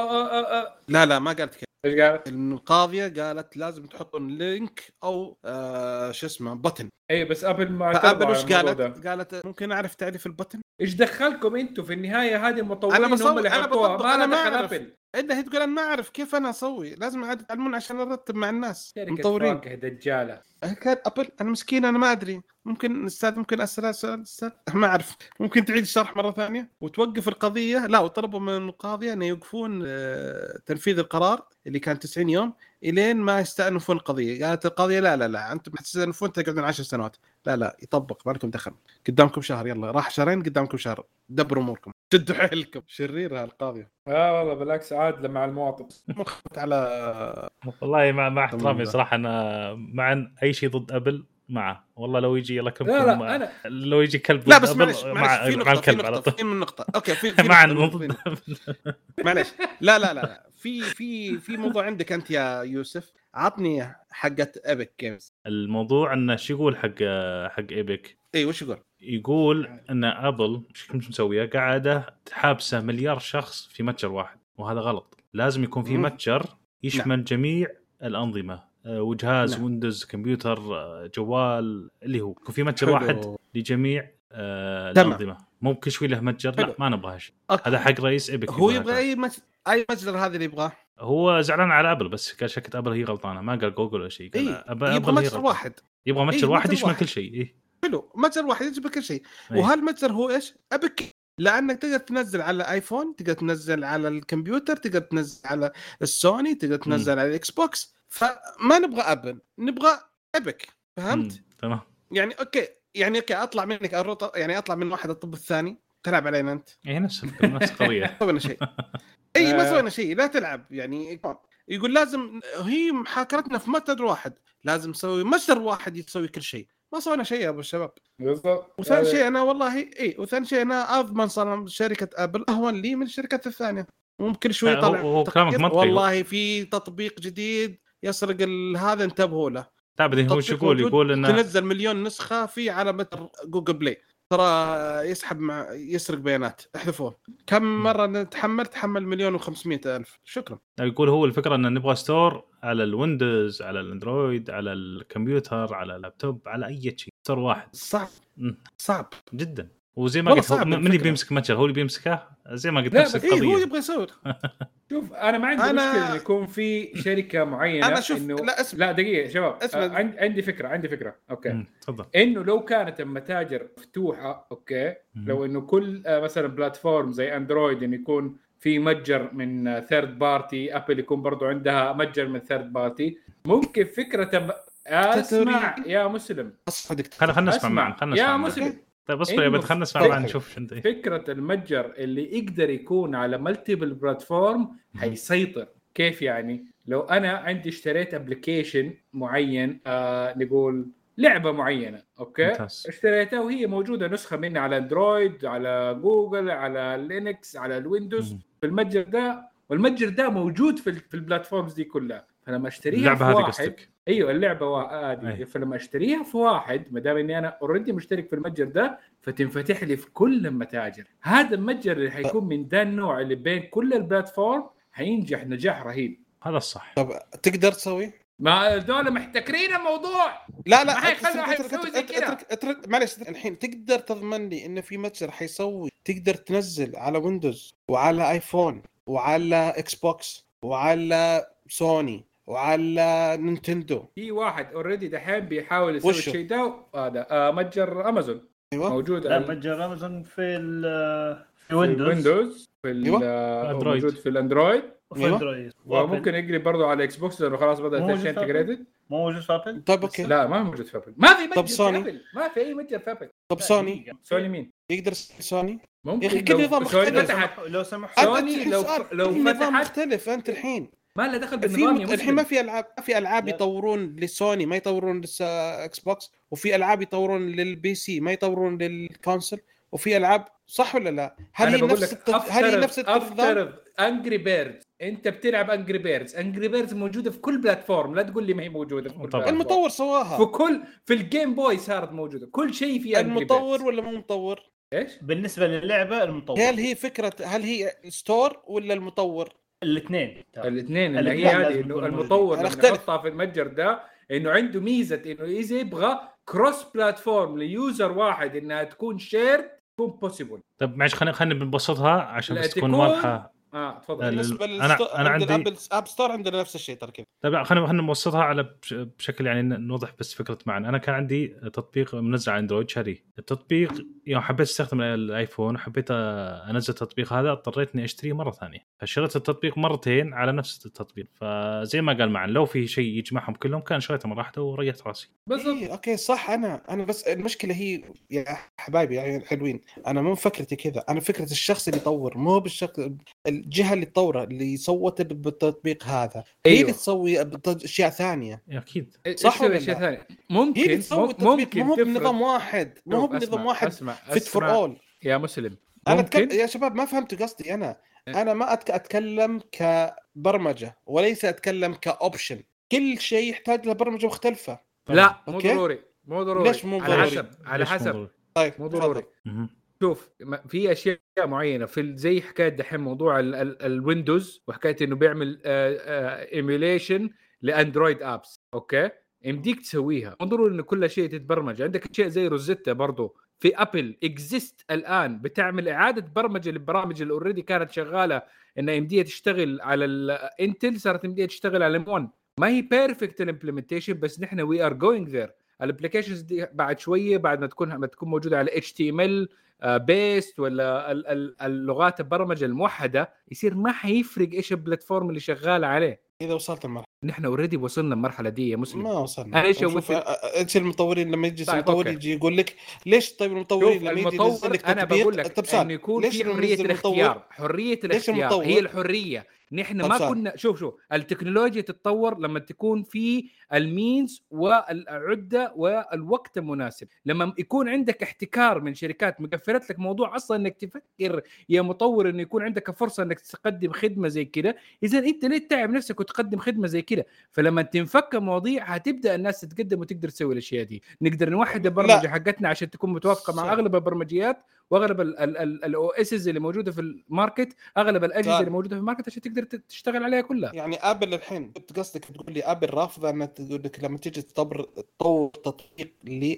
لا ما قالت كده. ايش قالت؟ القاضيه قالت لازم تحطون لينك او شو اسمه بutton. اي بس ابل ما ابل وش قالت ممكن اعرف تعريف البutton. ايش دخلكم انتم في النهايه؟ هذه المطورين هم اللي حطوها. انا ما اعرف إلا هي تقول انا ما اعرف كيف انا اسوي، لازم عاد تعلمون عشان ارتب مع الناس مطورين. دجاله كان ابل انا مسكين انا ما ادري. ممكن استاذ ممكن اسال سؤال استاذ ما اعرف. ممكن تعيد الشرح مره ثانيه وتوقف القضيه. لا وطلبوا من القاضيه ان يوقفون تنفيذ القرار اللي كان 90 يوم الين ما يستأنفون القضيه. قالت القاضيه لا انتم حتستأنفون تقعدون 10 سنوات. لا يطبق ما لكم دخل. قدامكم شهر، يلا راح شهرين قدامكم شهر، دبروا اموركم. شدوا حيلكم شرير هالقاضية والله بالعكس عادله مع المواطن. مخت على والله مع احترامي صراحه انا مع اي شيء ضد ابل معه والله. لو يجي لكم لا أنا لو يجي كلب لا ضد بس ابل معلش في مع الكلب على طول. في نقطة اوكي في مع معلش لا في موضوع عندك انت يا يوسف. عطني حقة ابيك جيمز. الموضوع انه شو يقول حق ايبك. اي وش يقول؟ يقول ان ابل مش مسويه قاعده حابسه مليار شخص في متجر واحد، وهذا غلط. لازم يكون في متجر يشمل جميع الانظمه وجهاز ويندوز كمبيوتر جوال اللي هو يكون في متجر واحد لجميع الانظمه. مو كل شوي له متجر. لا ما نبغاش. هذا حق رئيس ايبك. هو يبغى اي متجر هذا اللي يبغاه. هو زعلان على ابل بس قال شركه ابل هي غلطانه، ما قال جوجل ولا شيء. يبغى متجر واحد. يبغى متجر واحد يشمل كل شيء. حلو متجر واحد يجيب كل شيء. وهالمتجر هو ايش؟ ابك. لانك تقدر تنزل على ايفون، تقدر تنزل على الكمبيوتر، تقدر تنزل على السوني، تقدر تنزل على الاكس بوكس. فما نبغى ابل، نبغى ابك. فهمت؟ تمام. يعني اوكي اطلع منك الرطه، يعني اطلع من واحد الطب الثاني تلعب علينا انت. نفس قضيه. سوينا شيء. اي ما سوينا شيء، لا تلعب. يعني يقول لازم هي محاكرتنا في متجر واحد، لازم نسوي متجر واحد يسوي كل شيء. ما سوينا شيء يا ابو الشباب. بالضبط. وثاني شيء انا والله وثاني شيء انا اضمن صار شركه ابل اهون لي من الشركات الثانيه. ممكن شوي طلع والله في تطبيق جديد يسرق هذا انتبهوا له. تعبدي هو شو يقول انه تنزل مليون نسخه في على متر جوجل بلاي، ترى يسحب يسرق بيانات، احذفوه. كم مره تحمل 1,500,000. شكرا. يقول هو الفكره ان نبغى ستور على الويندوز، على الاندرويد، على الكمبيوتر، على اللابتوب، على اي شيء. ستور واحد صعب جدا. وزي ما قلت من اللي بيمسك متجر هو اللي بيمسكه. زي ما قلت نفس القضيه. هو يبغى يسوي. شوف انا ما عندي مشكله يكون في شركه معينه. أنا انه لا دقيقه شباب عندي فكره اوكي تفضل. انه لو كانت المتاجر مفتوحه اوكي لو انه كل مثلا بلاتفورم زي اندرويد انه يكون في متجر من ثيرد بارتي، ابل يكون برضو عندها متجر من ثيرد بارتي. ممكن فكره اسمع يا مسلم خلينا نسمع معا يا مسلم. طيب اصبر يا بنت خلنا نسمع معا نشوف انت. فكره المتجر اللي يقدر يكون على مالتيبل بلاتفورم حيسيطر. كيف يعني؟ لو انا عندي اشتريت ابلكيشن معين نقول لعبه معينه اوكي ممتاز. اشتريتها وهي موجوده نسخه منها على اندرويد، على جوجل، على لينكس، على الويندوز في المتجر ده، والمتجر ده موجود في البلاتفورمز دي كلها. فلما اشتريها اللعبه هذه قصدك؟ ايوه اللعبه هذه. فلما اشتريها في واحد، ما دام اني انا اوريدي مشترك في المتجر ده، فتنفتح لي في كل المتاجر. هذا المتجر اللي حيكون من ذا النوع اللي بين كل البلاتفورم حينجح نجاح رهيب. هذا الصح. طب تقدر تسوي؟ ما دول محتكرين الموضوع. لا ما حيسوي زي كده. معلش الحين تقدر تضمن لي انه في متجر حيسوي تقدر تنزل على ويندوز وعلى ايفون وعلى اكس بوكس وعلى سوني وعلى نينتندو؟ في واحد اوريدي دحين بيحاول يسوي الشيء ده. هذا متجر امازون. أيوة. موجود. لا متجر امازون في ويندوز في موجود في الاندرويد وفي اندرويد وممكن يقرب برضو على اكس بوكس لانه خلاص بدا الشيء انتجريتد. مو موجود في ابل. طيب اوكي. لا ما موجود في ابل. ما في متجر في ابل. ما في اي متجر في ابل. طب سوني مين يقدر؟ سوني ممكن. يا اخي كل نظام فتحت لو سمحت سوني لو فتحت مختلف. انت الحين ما له دخل بالنظام. الحين ما في العاب يطورون لسوني ما يطورون للاكس بوكس، وفي العاب يطورون للبي سي ما يطورون للكونسول، وفي العاب صح ولا لا؟ هل هي نفس افترض انجري بيردز. انت بتلعب انجري بيردز موجوده في كل بلاتفورم. لا تقول لي ما هي موجوده في كل بلاتفورم. المطور سواها في الجيم بوي صارت موجوده. كل شيء فيها المطور ولا مو مطور؟ ايش بالنسبه للعبه المطور؟ هل هي فكره هل هي ستور ولا المطور؟ الاثنين اللي هي هذه انه المطور لما يحطها في المتجر ده انه عنده ميزه انه اذا يبغى كروس بلاتفورم ليوزر واحد انها تكون شير تكون بوسيبل. طب معلش خلينا نبسطها عشان بس تكون واضحه. تفضل. بالنسبه أنا عند عندي الابل اب ستور عندنا نفس الشيء ترى كذا. طيب خلينا نوصلها على بشكل يعني نوضح بس فكره معنا. انا كان عندي تطبيق منزل على اندرويد شاري التطبيق، يوم حبيت استخدم الايفون وحبيت انزل التطبيق هذا اضطريت اني اشتريه مره ثانيه، فشريت التطبيق مرتين على نفس التطبيق. فزي ما قال معن لو في شيء يجمعهم كلهم كان شريته مره واحده وريحت راسي. بالضبط. اوكي صح. انا بس المشكله هي يا حبايبي يعني حلوين، انا مو فكرتي كذا، انا فكره الشخص اللي يطور، مو بالشكل الجهه اللي تطوره اللي صوت بالتطبيق هذا هي اللي تسوي اشياء ثانيه. اكيد صح ولا اشياء لا؟ ثانيه هي اللي تسوي التطبيق، مو تفرض بنظام واحد، مو بنظام واحد فيت فور اول. يا مسلم انا يا شباب ما فهمتوا قصدي. انا ما اتكلم كبرمجه وليس اتكلم كاوبشن. كل شيء يحتاج له برمجه مختلفه. لا مو ضروري. ليش مو ضروري؟ على حسب طيب مو ضروري. شوف في اشياء معينه في زي حكايه دحين موضوع الويندوز وحكايه انه بيعمل ايميوليشن لاندرويد ابس. اوكي يمديك تسويها، مو ضروري انه كل شيء تتبرمج. عندك اشياء زي روزيتا برضو في ابل اكزيست الان بتعمل اعاده برمجه للبرامج اللي اوريدي كانت شغاله انها يمديها تشتغل على الانتل، صارت يمديها تشتغل على M1. ما هي بيرفكت الامبلمنتيشن بس نحن وي ار جوينج ذير. الابلكيشنز دي بعد شويه بعد ما تكون موجوده على HTML بيست ولا اللغات البرمجه الموحده يصير ما حيفرق ايش البلاتفورم اللي شغال عليه. اذا وصلت المرحله نحن اوريدي وصلنا المرحله دي يا مسلم. ما وصلنا. انا ايش ايش المطورين لما يجي المطور يجي يقول لك ليش؟ طيب المطورين لما يجي ينزل لك انا بقول لك انه يكون في حريه الاختيار. حريه الاختيار هي الحريه. نحن ما كنا شوف التكنولوجيا تتطور لما تكون في المينز والعده والوقت المناسب. لما يكون عندك احتكار من شركات مقفلت لك موضوع اصلا انك تفكر يا مطور انه يكون عندك فرصه انك تقدم خدمه زي كده، اذا انت ليه تتعب نفسك وتقدم خدمه زي كده؟ فلما تنفك مواضيع هتبدا الناس تتقدم وتقدر تسوي الاشياء دي. نقدر نوحد البرمجه حقتنا عشان تكون متوافقه مع اغلب البرمجيات واغلب الاو اس اللي موجوده في الماركت، اغلب الاجهزه اللي موجوده في الماركت عشان تقدر تشتغل عليها كلها. يعني ابل الحين كنت قصدك تقول لي ابل رافضه ان تقول لك لما تيجي تطور تطبيق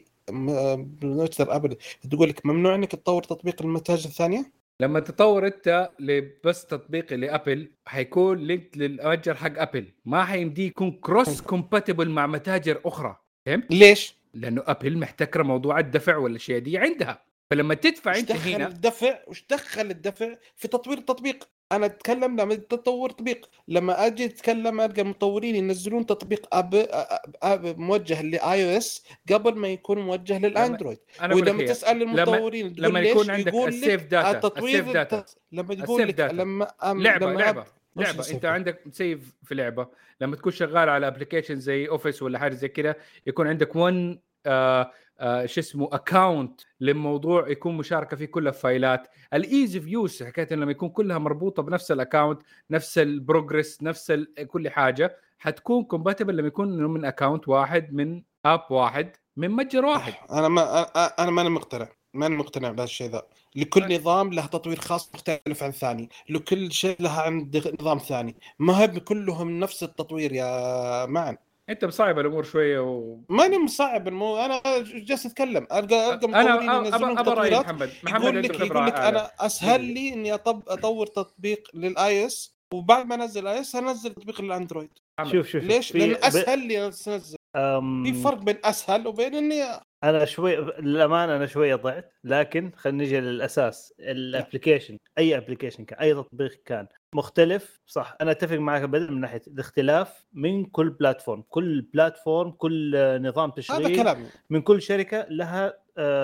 بمتجر ابل تقول لك ممنوع انك تطور تطبيق المتاجر الثانيه؟ لما تطور انت بس تطبيق لابل حيكون لينك للمتجر حق ابل، ما حيمدي يكون كروس كومباتبل مع متاجر اخرى. فهمت ليش؟ لانه ابل محتكره موضوع الدفع والاشياء دي عندها. فلما تدفع انت هنا وش دخل الدفع في تطوير التطبيق؟ انا اتكلم لما تطور تطبيق، لما اجي اتكلم القى المطورين ينزلون تطبيق اب موجه لاي او اس قبل ما يكون موجه للاندرويد. ولما تسال المطورين لما يكون عندك السيف داتا لما يقول لك لعبه انت عندك سيف في لعبه، لما تكون شغال على ابلكيشن زي اوفيس ولا حاجه زي كده يكون عندك 1 شو اسمه اكاونت للموضوع، يكون مشاركه فيه كل الفايلات. الايزي اوف يوز حكايه لما يكون كلها مربوطه بنفس الاكاونت، نفس البروجرس، نفس كل حاجه حتكون كومباتبل لما يكون من اكاونت واحد، من اب واحد، من متجر واحد. انا ما مقتنع بهالشيء ذا. لكل نظام له تطوير خاص مختلف عن ثاني، لكل شيء له عند نظام ثاني، ما هم كلهم نفس التطوير يا معن. انت مصعب الامور شويه ماني مصعب انا جالس اتكلم القى مطورين ينزلون تطويرات محمد يقول لك انا اسهل لي اني اطور تطبيق للاي اس وبعد ما انزل اي اس هنزل تطبيق للاندرويد. شوف ليش؟ لان اسهل لي انزل. في فرق بين اسهل وبين اني انا شوي للامانه انا شويه ضعت، لكن خلينا نجي للاساس. الابلكيشن اي ابلكيشن كان اي تطبيق كان مختلف صح. انا اتفق معك بدل من ناحيه الاختلاف من كل بلاتفورم كل نظام تشغيل من كل شركه لها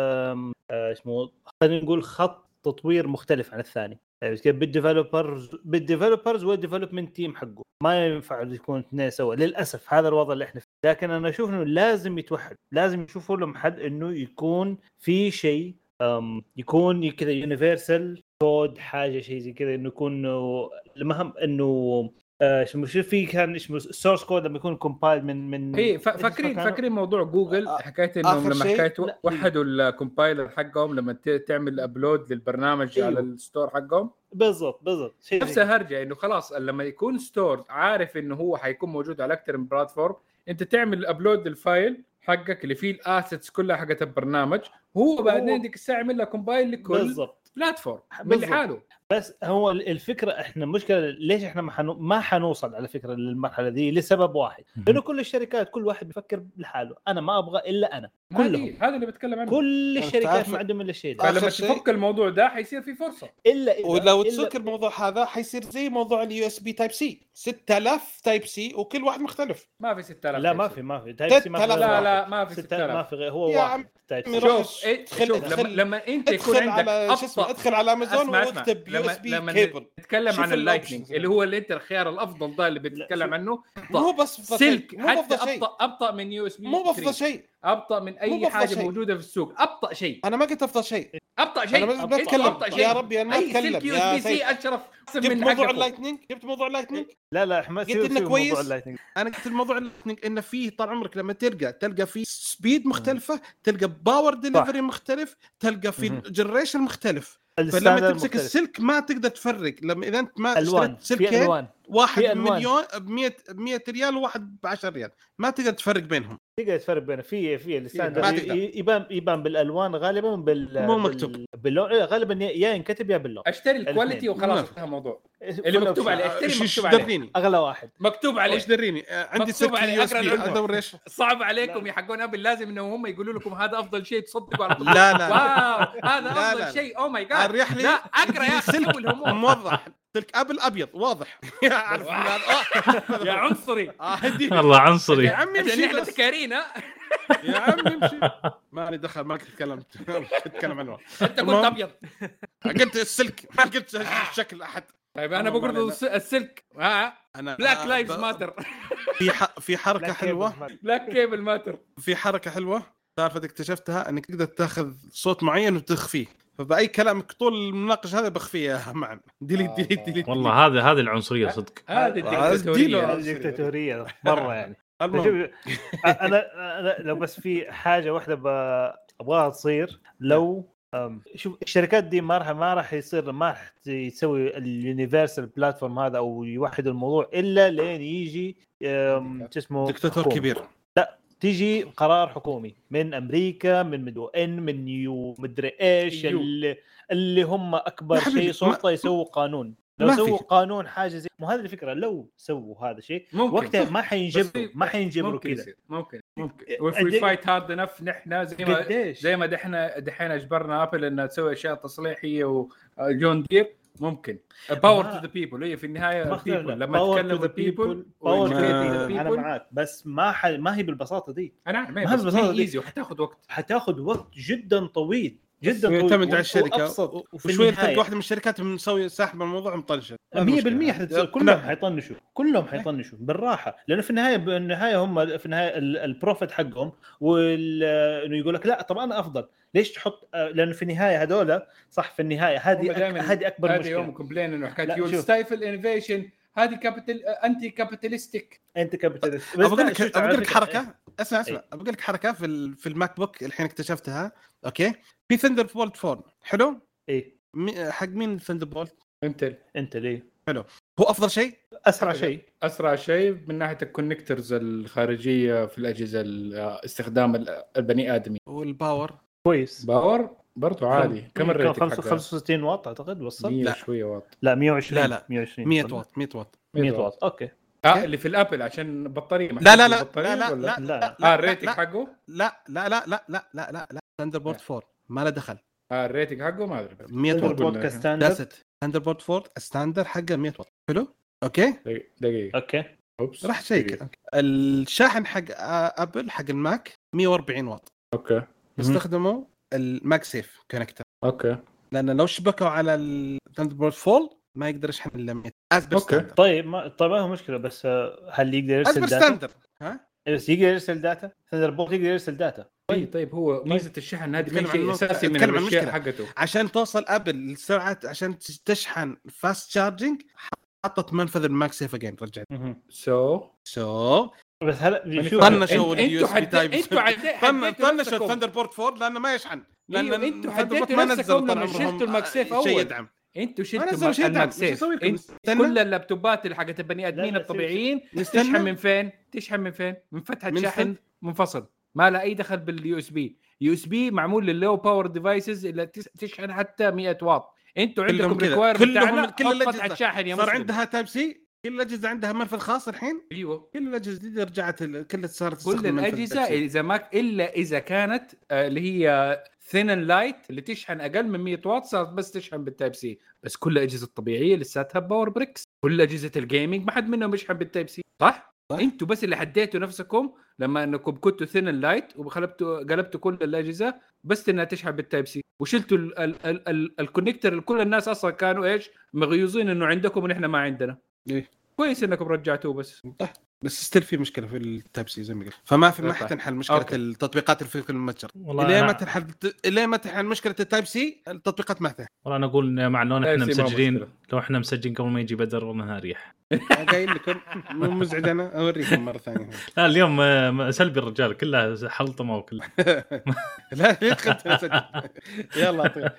اسمه خلينا نقول خط تطوير مختلف عن الثاني. بالديفلوبرز والديفلوبمنت تيم حقه ما ينفع يكون اثنين سوا للاسف. هذا الوضع اللي احنا فيه، لكن انا اشوف انه لازم يتوحد، لازم يشوفوا لهم حد انه يكون في شيء يكون كذا يونيفرسال كود، حاجه شيء زي كذا، انه يكون المهم انه شوف في كان اسمه السورس كود لما يكون كومبايل من هي فاكرين موضوع جوجل حكايه انهم لما حكايه وحدوا الكومبايلر حقهم لما تعمل ابلود للبرنامج على الستور حقهم. بالضبط نفس هرجه انه خلاص لما يكون ستور عارف انه هو حيكون موجود على اكثر من بلاتفورم، انت تعمل ابلود للفايل حقك اللي فيه الاسيتس كلها حقت البرنامج، هو بعدين ديك الساعه يعمل لها كومبايل لكل بلاتفورم من حاله. بس هو الفكره احنا مشكله ليش احنا ما حنوصل على فكره للمرحله دي لسبب واحد، لانه كل الشركات كل واحد بيفكر لحاله، انا ما ابغى الا انا كلهم. هذا اللي بتكلم عنه. كل الشركات ما عندهم الا شيء ده. فلما تفك الموضوع ده حيصير في فرصه. الا ولو تسكر الموضوع هذا حيصير زي موضوع اليو اس بي تايب سي 6000 تايب سي وكل واحد مختلف. ما في 6000. لا ما في تايب سي. لا ما في 6000. ما في غير هو واحد تايب سي. شوف لما انت يكون عندك ادخل على امازون واكتب يو اس بي كيبل. نتكلم عن اللايتنينج اللي هو اللي انت الخيار الافضل ده اللي بتتكلم عنه. مو بس سلك حتى ابطا من يو اس بي. مو افضل شيء، ابطا من اي حاجه موجوده في السوق. ابطا شيء. انا ما قلت افضل شيء. ابطا شيء. انا ما اتكلم يا ربي، انا ما اتكلم يا سيدي. اشرف جبت موضوع اللايتنينج. لا احمد قلت انه كويس. انا قلت الموضوع اللايتنينج انه فيه طال عمرك لما تلقى فيه سبيد مختلفه، تلقى باور ديليفري مختلف، تلقى فيه جنريشن مختلف. فلما تمسك السلك ما تقدر تفرق. لما اذا انت ما اشتريت سلكين، واحد مليون ب100 ريال وواحد ب10 ريال، ما تقدر تفرق بينهم. تقدر تفرق بينه في الستاندرد يبان بالالوان غالبا مو مكتوب باللون. غالبا يا ينكتب يا باللون. اشتري الكواليتي وخلاص انتهى الموضوع. اللي مكتوب عليه اشتري. مكتوب عليه اغلى واحد مكتوب عليه. ايش دريني عندي سلك يو اس بي ادور ايش صعب عليكم يا حقون ابل. لازم انهم هم يقولوا لكم هذا افضل شيء تصدقوا على طول. لا واو هذا افضل شيء. او ماي جاد. لا اقرا يا سلك موضح. سلك ابل ابيض واضح. يا عنصري. والله عنصري يا عمي امشي احنا تكارينا. يا عمي امشي. ما لي دخل. ما تتكلم عنه. انت قلت ابيض. قلت السلك ما قلت شكل احد. طيب انا بقول السلك. انا بلاك لايفز ماتر. في حركه حلوه. بلاك كيبل ماتر. في حركه حلوه سالفه اكتشفتها انك تقدر تاخذ صوت معين وتخفيه. فبأي كلامك طول المناقشه هذا بخفيه معا. ديليت. والله هذه العنصريه صدق. هذه الدكتاتوريه مره يعني. انا لو بس في حاجه واحده ابغاها تصير. لو شوف الشركات دي ما راح يصير ما راح تسوي اليونيفرسال بلاتفورم هذا او يوحد الموضوع الا لين يجي اسمه دكتاتور كبير. لا تيجي قرار حكومي من امريكا من من يو مدري ايش اللي هم اكبر شيء سلطه يسووا قانون. لو سووا قانون حاجه زي مو هذه الفكره. لو سووا هذا الشيء وقتها ما حينجبروا كذا. ممكن وفي فايت هارد نف نحن زي ما دحين اجبرنا ابل انها تسوي اشياء تصليحيه وجون دير. ممكن باور تو ذا بيبل. هي في النهايه بيبل لما تتكلم ذا بيبل انا معاك بس ما هي بالبساطه دي. انا ما هي بالبساطه دي وحتاخد وقت جدا طويل جدا يعتمد على الشركه. وشوي تلقى واحده من الشركات مسوي ساحب الموضوع مطنشه 100% كلهم حيطنشوا بالراحه. لانه في النهايه هم في النهايه البروفيت حقهم انه يقول لك لا طب انا افضل ليش تحط. لانه في النهايه هذول صح. في النهايه هذه اكبر مشكله. يوم كومبلين انه حكايه يو ستايفل انوفيشن. هذه انتي كابيتالستيك. اقول لك حركه. اسمع اقول لك حركه في الماك بوك الحين اكتشفتها. اوكي في ثندر بولت 4 حلو. ايه حق مين ثندر بولت؟ انتل ايه حلو. هو افضل شيء اسرع شيء من ناحيه الكونكتورز الخارجيه في الاجهزه استخدام البني ادمي. والباور كويس. باور برضو عالي. كم الريتنج حقه؟ 65 واط اعتقد وصل. لا شويه واط. لا 120. لا 100 واط. اوكي. اللي في الابل عشان بطاريه. لا الريتنج حقه لا ثاندر بولت 4 ما له دخل. الريتنج حقه ما ادري 100 واط كستاندرد. ثاندر بولت 4 ستاندرد حقه 100 واط. حلو اوكي دقيقه اوكي راح شيك. الشاحن حق ابل حق الماك 140 واط. اوكي استخدموا الماك سيف كونكتر. اوكي لان لو شبكوا على الثاندر بولت فول ما يقدر يشحن الا 100. اوكي طيب ما هو مشكله. بس هل يقدر يرسل داتا؟ بس يقدر يرسل داتا. ثاندر بولت يقدر يرسل داتا. طيب هو ميزه الشحن هذه شيء اساسي من الاشياء حقته. عشان توصل ابل السرعه عشان تشحن فاست شارجنج حطت منفذ الماك سيف اجين. رجعت سو بس هلا شوف طنشوا اليو اس بي تايب. طنشوا ثاندر بولت 4 لانه ما يشحن. لان انتوا حددتوا ما نزلوا لما شلتوا الماك سيف اول شيء يدعم. انتوا شلتوا الماك سيف. كل اللابتوبات حقت البني ادمين الطبيعيين تشحن من فين؟ من فتحه شحن منفصل ما له اي دخل باليو اس بي. يو اس بي معمول لللو باور ديفايسز اللي تشحن حتى 100 واط. انتوا كلهم عندكم كذا. ريكوايرمنت كلهم اعلى، كل فتح الأجهزة الشاحن يا صار مسلم. عندها تايب سي. كل الاجهزه عندها منفذ خاص الحين. ايوه كل الاجهزه دي رجعت كلها صارت كل تستخدم منفذ الاجهزه Type C. اذا ما الا اذا كانت اللي هي ثين اند لايت اللي تشحن اقل من 100 واط صارت بس تشحن بالتايب سي. بس كل الاجهزه الطبيعيه لساتها باور بريكس. كل اجهزه الجيمنج ما حد منهم يشحن بالتايب سي صح؟ انتوا بس اللي حديتوا نفسكم لما انكم كنتوا ثين اند لايت قلبتوا كل الاجهزه بس انها تشحن بالتايب سي، وشلتوا الكونكتر اللي كل الناس اصلا كانوا ايش مغيوزين انه عندكم ونحن ما عندنا. إيه. كويس انكم رجعتوه بس ستيل في مشكله في التايب سي زي ما قلت. فما طيب. حتنحل مشكله أوكي. التطبيقات اللي في المتجر. والله الى ما تنحل مشكله التايب سي التطبيقات ما تنحل. والله انا اقول مع انه احنا Type C ما مسجلين، مشكلة. لو احنا مسجلين قبل ما يجي بدر والله ريح. قايل لكم مو مزعج. انا اوريكم مره ثانيه. لا اليوم سلبي الرجال كلها حلطمه وكلها. لا ليش خدت مسجل؟ يلا اعطينا.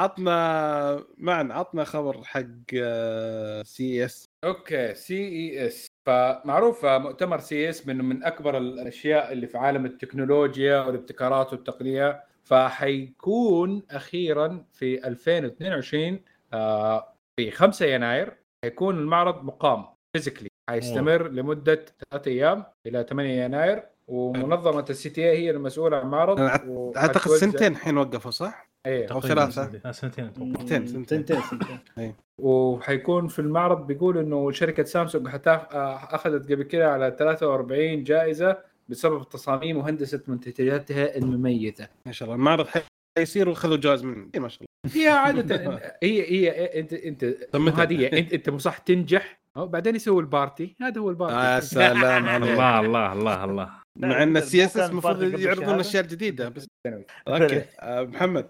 عطنا خبر حق سي اس. اوكي سي اي اس. فمعروف مؤتمر سي اس من اكبر الاشياء اللي في عالم التكنولوجيا والابتكارات والتقنيه. فحيكون اخيرا في 2022 في 5 يناير حيكون المعرض مقام فيزيكلي. حيستمر لمده 3 ايام الى 8 يناير. ومنظمه السي تي اي هي المسؤوله عن المعرض. اعتقد سنتين الحين وقفوا صح؟ ايه او 3 سنتين. وحيكون في المعرض بيقول انه شركه سامسونج اخذت قبل كده على 43 جائزه بسبب التصاميم وهندسه منتجاتها المميزه. ما شاء الله المعرض حيصير وخذوا جوائز من ما شاء الله. هي عاده هي انت هذه انت مصح تنجح بعدين يسوي البارتي. هذا هو البارتي. يا سلام عليك. الله مع ان السي اس المفروض يعرضون اشياء جديده بس. اوكي محمد.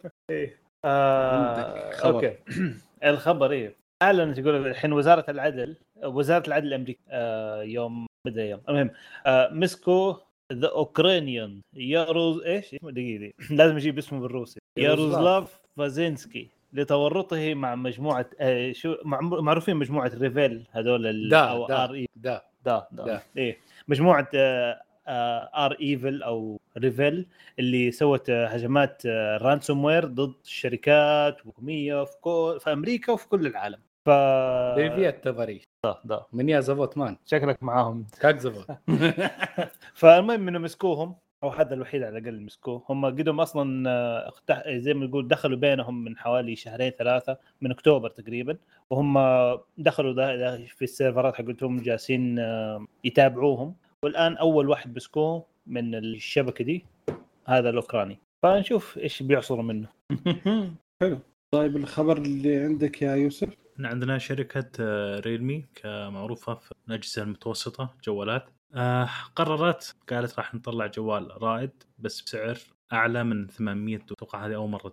اوكي الخبر ايه اعلنت يقول الحين وزاره العدل الامريكيه يوم بدا يوم المهم مسكو ذا اوكرانيان ياروز ايش اسمه دقيقه لازم اجيب اسمه بالروسي ياروسلاف فازينسكي لتورطه مع مجموعه معروفين مجموعه ريفيل هذول او ار اي دا ايه مجموعه ار ايفل او ريفيل اللي سوت هجمات رانسوم وير ضد الشركات حكوميه في امريكا وفي كل العالم. ريفيات تضري ده من يا زبط مان شكلك معاهم كاك زبط. فالمهم انه مسكوهم او هذا الوحيد على الاقل مسكوه. هم قدهم اصلا زي ما نقول دخلوا بينهم من حوالي 2-3 من اكتوبر تقريبا. وهم دخلوا ده في السيرفرات حقتهم جالسين يتابعوهم. والآن أول واحد مسكوه من الشبكة دي هذا الأوكراني. فنشوف إيش بيعصروا منه. حلو. طيب الخبر اللي عندك يا يوسف. عندنا شركة ريلمي كمعروفة في الأجهزة المتوسطة جوالات قررت قالت راح نطلع جوال رائد بس بسعر أعلى من 800. أتوقع هذه أول مرة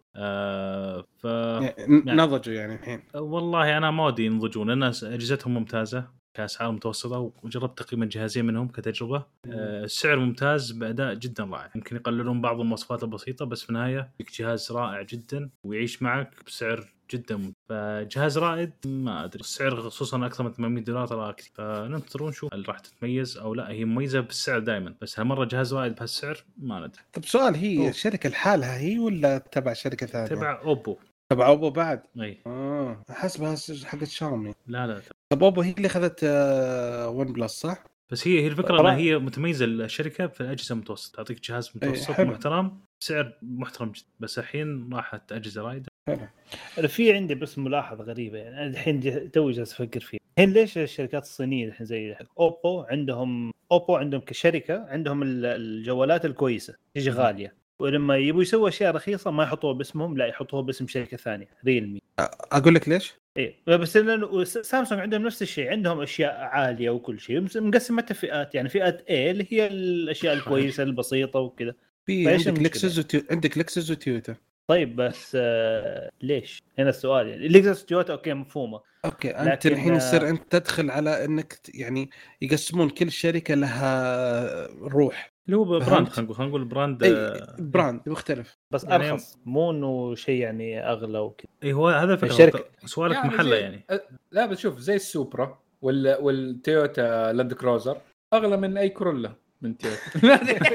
نضجوا يعني الحين. والله أنا ما ودي ينضجون لأن أجهزتهم ممتازة كأسعار متوسطة وجربت تقريبا جهازين منهم كتجربة. السعر ممتاز بأداء جدا رائع. يمكن يقللون بعض المواصفات البسيطة بس في النهاية جهاز رائع جدا ويعيش معك بسعر جدا. فجهاز رائد ما أدري السعر خصوصا أكثر من $800 ترى كثير. فننتظر ونشوف هل راح تتميز أو لا. هي مميزة بالسعر دائما بس هالمرة جهاز رائد بهالسعر ما ندري. طب سؤال هي الشركة لحالها هي ولا تبع شركة ثانية؟ تبع أوبو. تبع أوبو بعد؟ أي. أحسبها حقت شاومي. لا. طب أوبو هي اللي أخذت ون بلس صح؟ بس هي الفكرة أنها هي متميزة الشركة في الأجهزة المتوسطة. تعطيك جهاز متوسط محترم سعر محترم جدا بس الحين راحت أجهزة رايدة. أنا في عندي بس ملاحظة غريبة يعني الحين توي جالس أفكر فيها. الحين ليش الشركات الصينية الحين زي أوبو عندهم كشركة عندهم الجوالات الكويسة تيجي غالية ولما يبوا يسووا أشياء رخيصة ما يحطوها باسمهم لا يحطوها باسم شركة ثانية ريلمي. أقول لك ليش؟ إيه بس لأنه سامسونج عندهم نفس الشيء عندهم أشياء عالية وكل شيء مقسمة فئات يعني فئة A اللي هي الأشياء الكويسة البسيطة وكذا. عندك لكسس وتويوتا. طيب بس ليش هنا السؤال يعني لكسس وتويوتا أوكي مفهومة. أوكي أنت الحين يصير أنت تدخل على إنك يعني يقسمون كل شركة لها روح اللي هو براند خلينا نقول براند مختلف بس يعني أرخص مو إنه شيء يعني أغلى وكذا. إيه هو هذا الشركة سؤالك يعني محله يعني لا بس شوف زي السوبرا والتويوتا لاند كروزر أغلى من أي كورولا من تويوتا.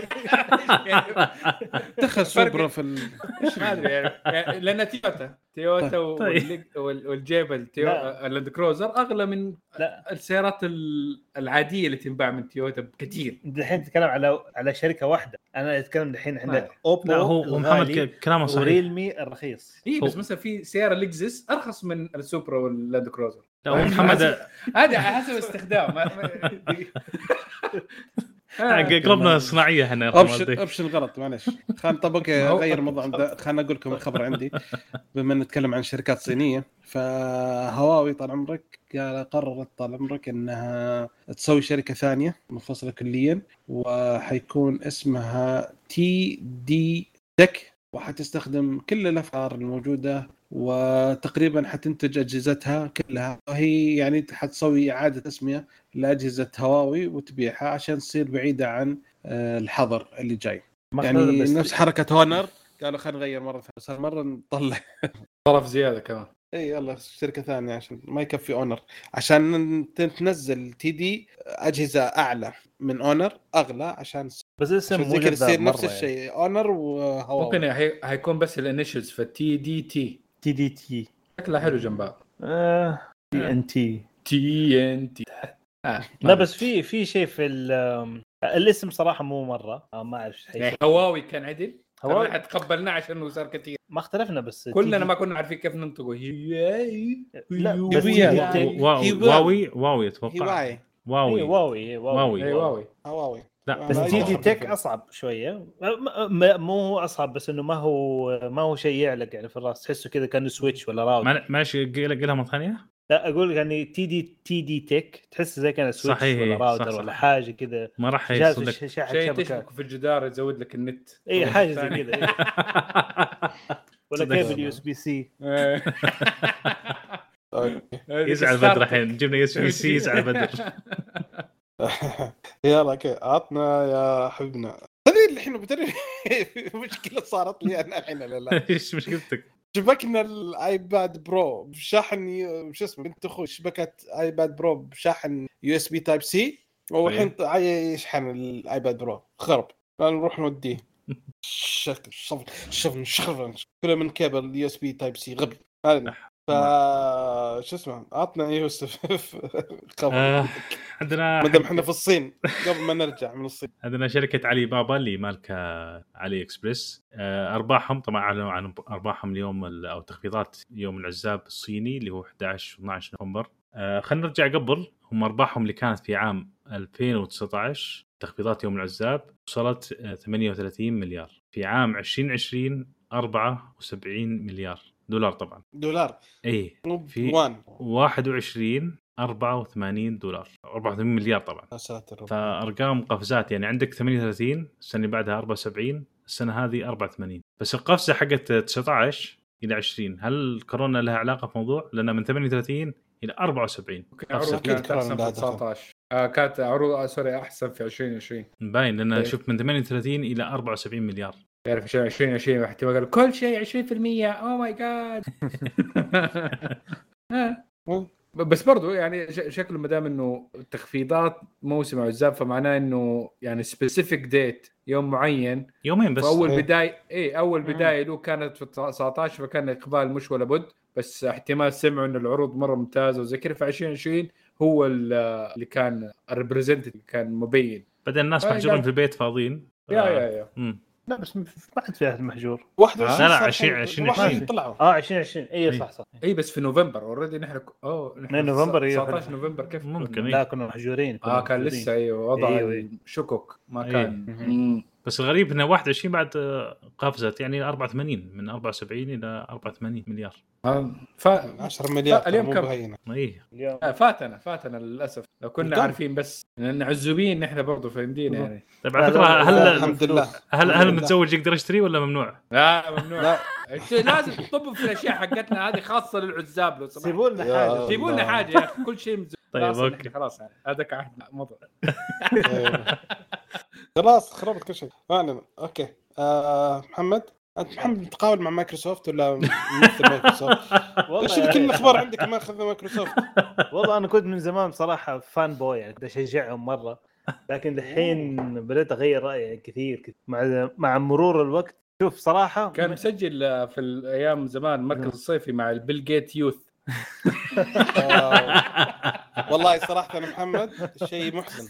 دخل سوبرا في ما ادري يعني لان تويوتا طيب. والجيبل اللاند كروزر اغلى من السيارات العاديه اللي تنباع من تويوتا بكثير. الحين تتكلم على شركه واحده، انا اتكلم الحين عندك اوبو. لا هو محمد كلامه صحيح، وريلمي الرخيص. اي بس مثلا في سياره لكزس ارخص من السوبرا واللاند كروزر. لا هو محمد هذا حسب استخدام. قلبنا صناعيه احنا. اوبشن غلط، معلش. خلينا نطبق غير موضوع. خلينا اقول لكم الخبر عندي بما نتكلم عن شركات صينيه. فهواوي طال عمرك قررت طال عمرك انها تسوي شركه ثانيه منفصله كليا، وحيكون اسمها تي دي تك، وحتستخدم كل الافكار الموجوده، وتقريبا حتنتج اجهزتها كلها. وهي يعني حتسوي اعاده تسميه لاجهزه هواوي وتبيعها عشان تصير بعيده عن الحظر اللي جاي. يعني نفس حركه هونر، قالوا خلينا نغير مره ثانيه، صار مره نطلع طرف زياده كمان. اي يلا شركه ثانيه عشان ما يكفي اونر، عشان تنزل تي دي اجهزه اعلى من اونر اغلى، عشان بس اسم مو يصير نفس الشيء اونر وهواوي. ممكن هيكون بس الانيشلز فالتي دي تي شكلها حلو جنبها. تي ان تي. لا بس في شيء في الاسم صراحه مو مره ما اعرف يعني هواوي كان عدل. هواوي حتقبلنا عشان انه صار كثير، ما اختلفنا، بس كلنا ما كنا عارفين كيف ننطقه. لا بس واوي اتوقع واوي لا بس تي دي تك اصعب شويه. مو اصعب، بس انه ما هو شيء يعلق يعني في الراس، تحسه كذا كانه سويتش ولا راوتر. ماشي قلها مره ثانيه. لا اقول يعني تي دي تك تحس زي كان سويتش ولا راوتر ولا حاجه كذا، ما راح يوصل لك شيء تشبك في الجدار يزود لك النت، اي حاجه زي كذا. ولا كيبل يو اس بي سي. يزعل بدر الحين جبنا يو اس بي سي، يزعل بدر. يلا اوكي عطنا يا حبيبنا. هذه الحين بتدري مشكله صارت لي انا الحين. لا ايش مشكلتك؟ شبكنا الايباد برو بشاحن شو اسمه بنت اخوي، شبكه ايباد برو بشاحن يو اس بي تايب سي، والحين يشحن الايباد برو خرب. نروح نوديه شكل شفن كله من كابل يو اس بي تايب سي غبي هذا. شو اسمه عطنا يوسف عندنا مدام احنا في الصين قبل ما نرجع من الصين. عندنا شركة علي بابا اللي مالكة علي اكسبرس. أرباحهم طبعا أعلنوا عن أرباحهم اليوم أو تخفيضات يوم العزاب الصيني اللي هو 11 و12 نوفمبر. خلينا نرجع قبل. هم أرباحهم اللي كانت في عام 2019 تخفيضات يوم العزاب وصلت 38 مليار. في عام 2020 74 مليار دولار. طبعا دولار اي في 21 84 دولار 84 مليار طبعا. فارقام قفزات يعني. عندك 38 السنه اللي بعدها 74 السنه هذه 84. بس القفزه حقت 19 الى 20 هل كورونا لها علاقه في موضوع؟ لان من 38 الى 74 كانت احسن في 19 كانت عروض احسن في 2020 باين. لان شفت من 38 الى 74 مليار. تعرف 2020 احتمال قالوا كل شيء 20%. او ماي جاد. بس برضو يعني شكله مدام انه تخفيضات موسم عزاب فمعناه انه يعني سبيسيفيك ديت يوم معين يومين بس. اول بدايه اول بدايه له كانت في 19 فكان اقبال مش ولا بد. بس احتمال سمعوا ان العروض مره ممتازه وزي كذا. في 2020 هو اللي كان الريبريزنتيف كان مبين. بدل الناس محجورين في البيت فاضيين. يا لا بس ما حد في احد محجور. 21 لا 20 طلعوا 2020 اي صح اي بس في نوفمبر اوريدي نحن نوفمبر 19 نوفمبر كيف ممكن لا كنا محجورين كان لسه ايوه وضع شكوك ما كان بس الغريب انه 21 بعد قفزت يعني 84 من 74 الى 84 مليار. 10 مليار اليوم كم فاتنا للاسف. لو كنا عارفين بس لان عزوبين نحن برضو في مدينه يعني. طيب على فكره هل الحمد لله هل المتزوج يقدر يشتري ولا ممنوع؟ لا ممنوع. لا لازم تطبوا في الاشياء حقتنا هذه خاصه للعزاب. لو سيبوا لنا حاجه يا اخي كل شيء طيب اوكي خلاص هذا كعهد مضى. خلاص خربت كل شيء فعلا. اوكي محمد انت تقاول مع مايكروسوفت ولا مثل مايكروسوفت؟ ايش كل الاخبار عندك ما اخذنا مايكروسوفت؟ والله انا كنت من زمان بصراحه فان بوي يعني بدي اشجعهم مره. لكن الحين بدأت أغير رأيي كثير مع مرور الوقت. شوف صراحة كان مسجل في الايام زمان مركز الصيفي مع البيل جيت يوث. والله صراحة أنا محمد شيء محزن.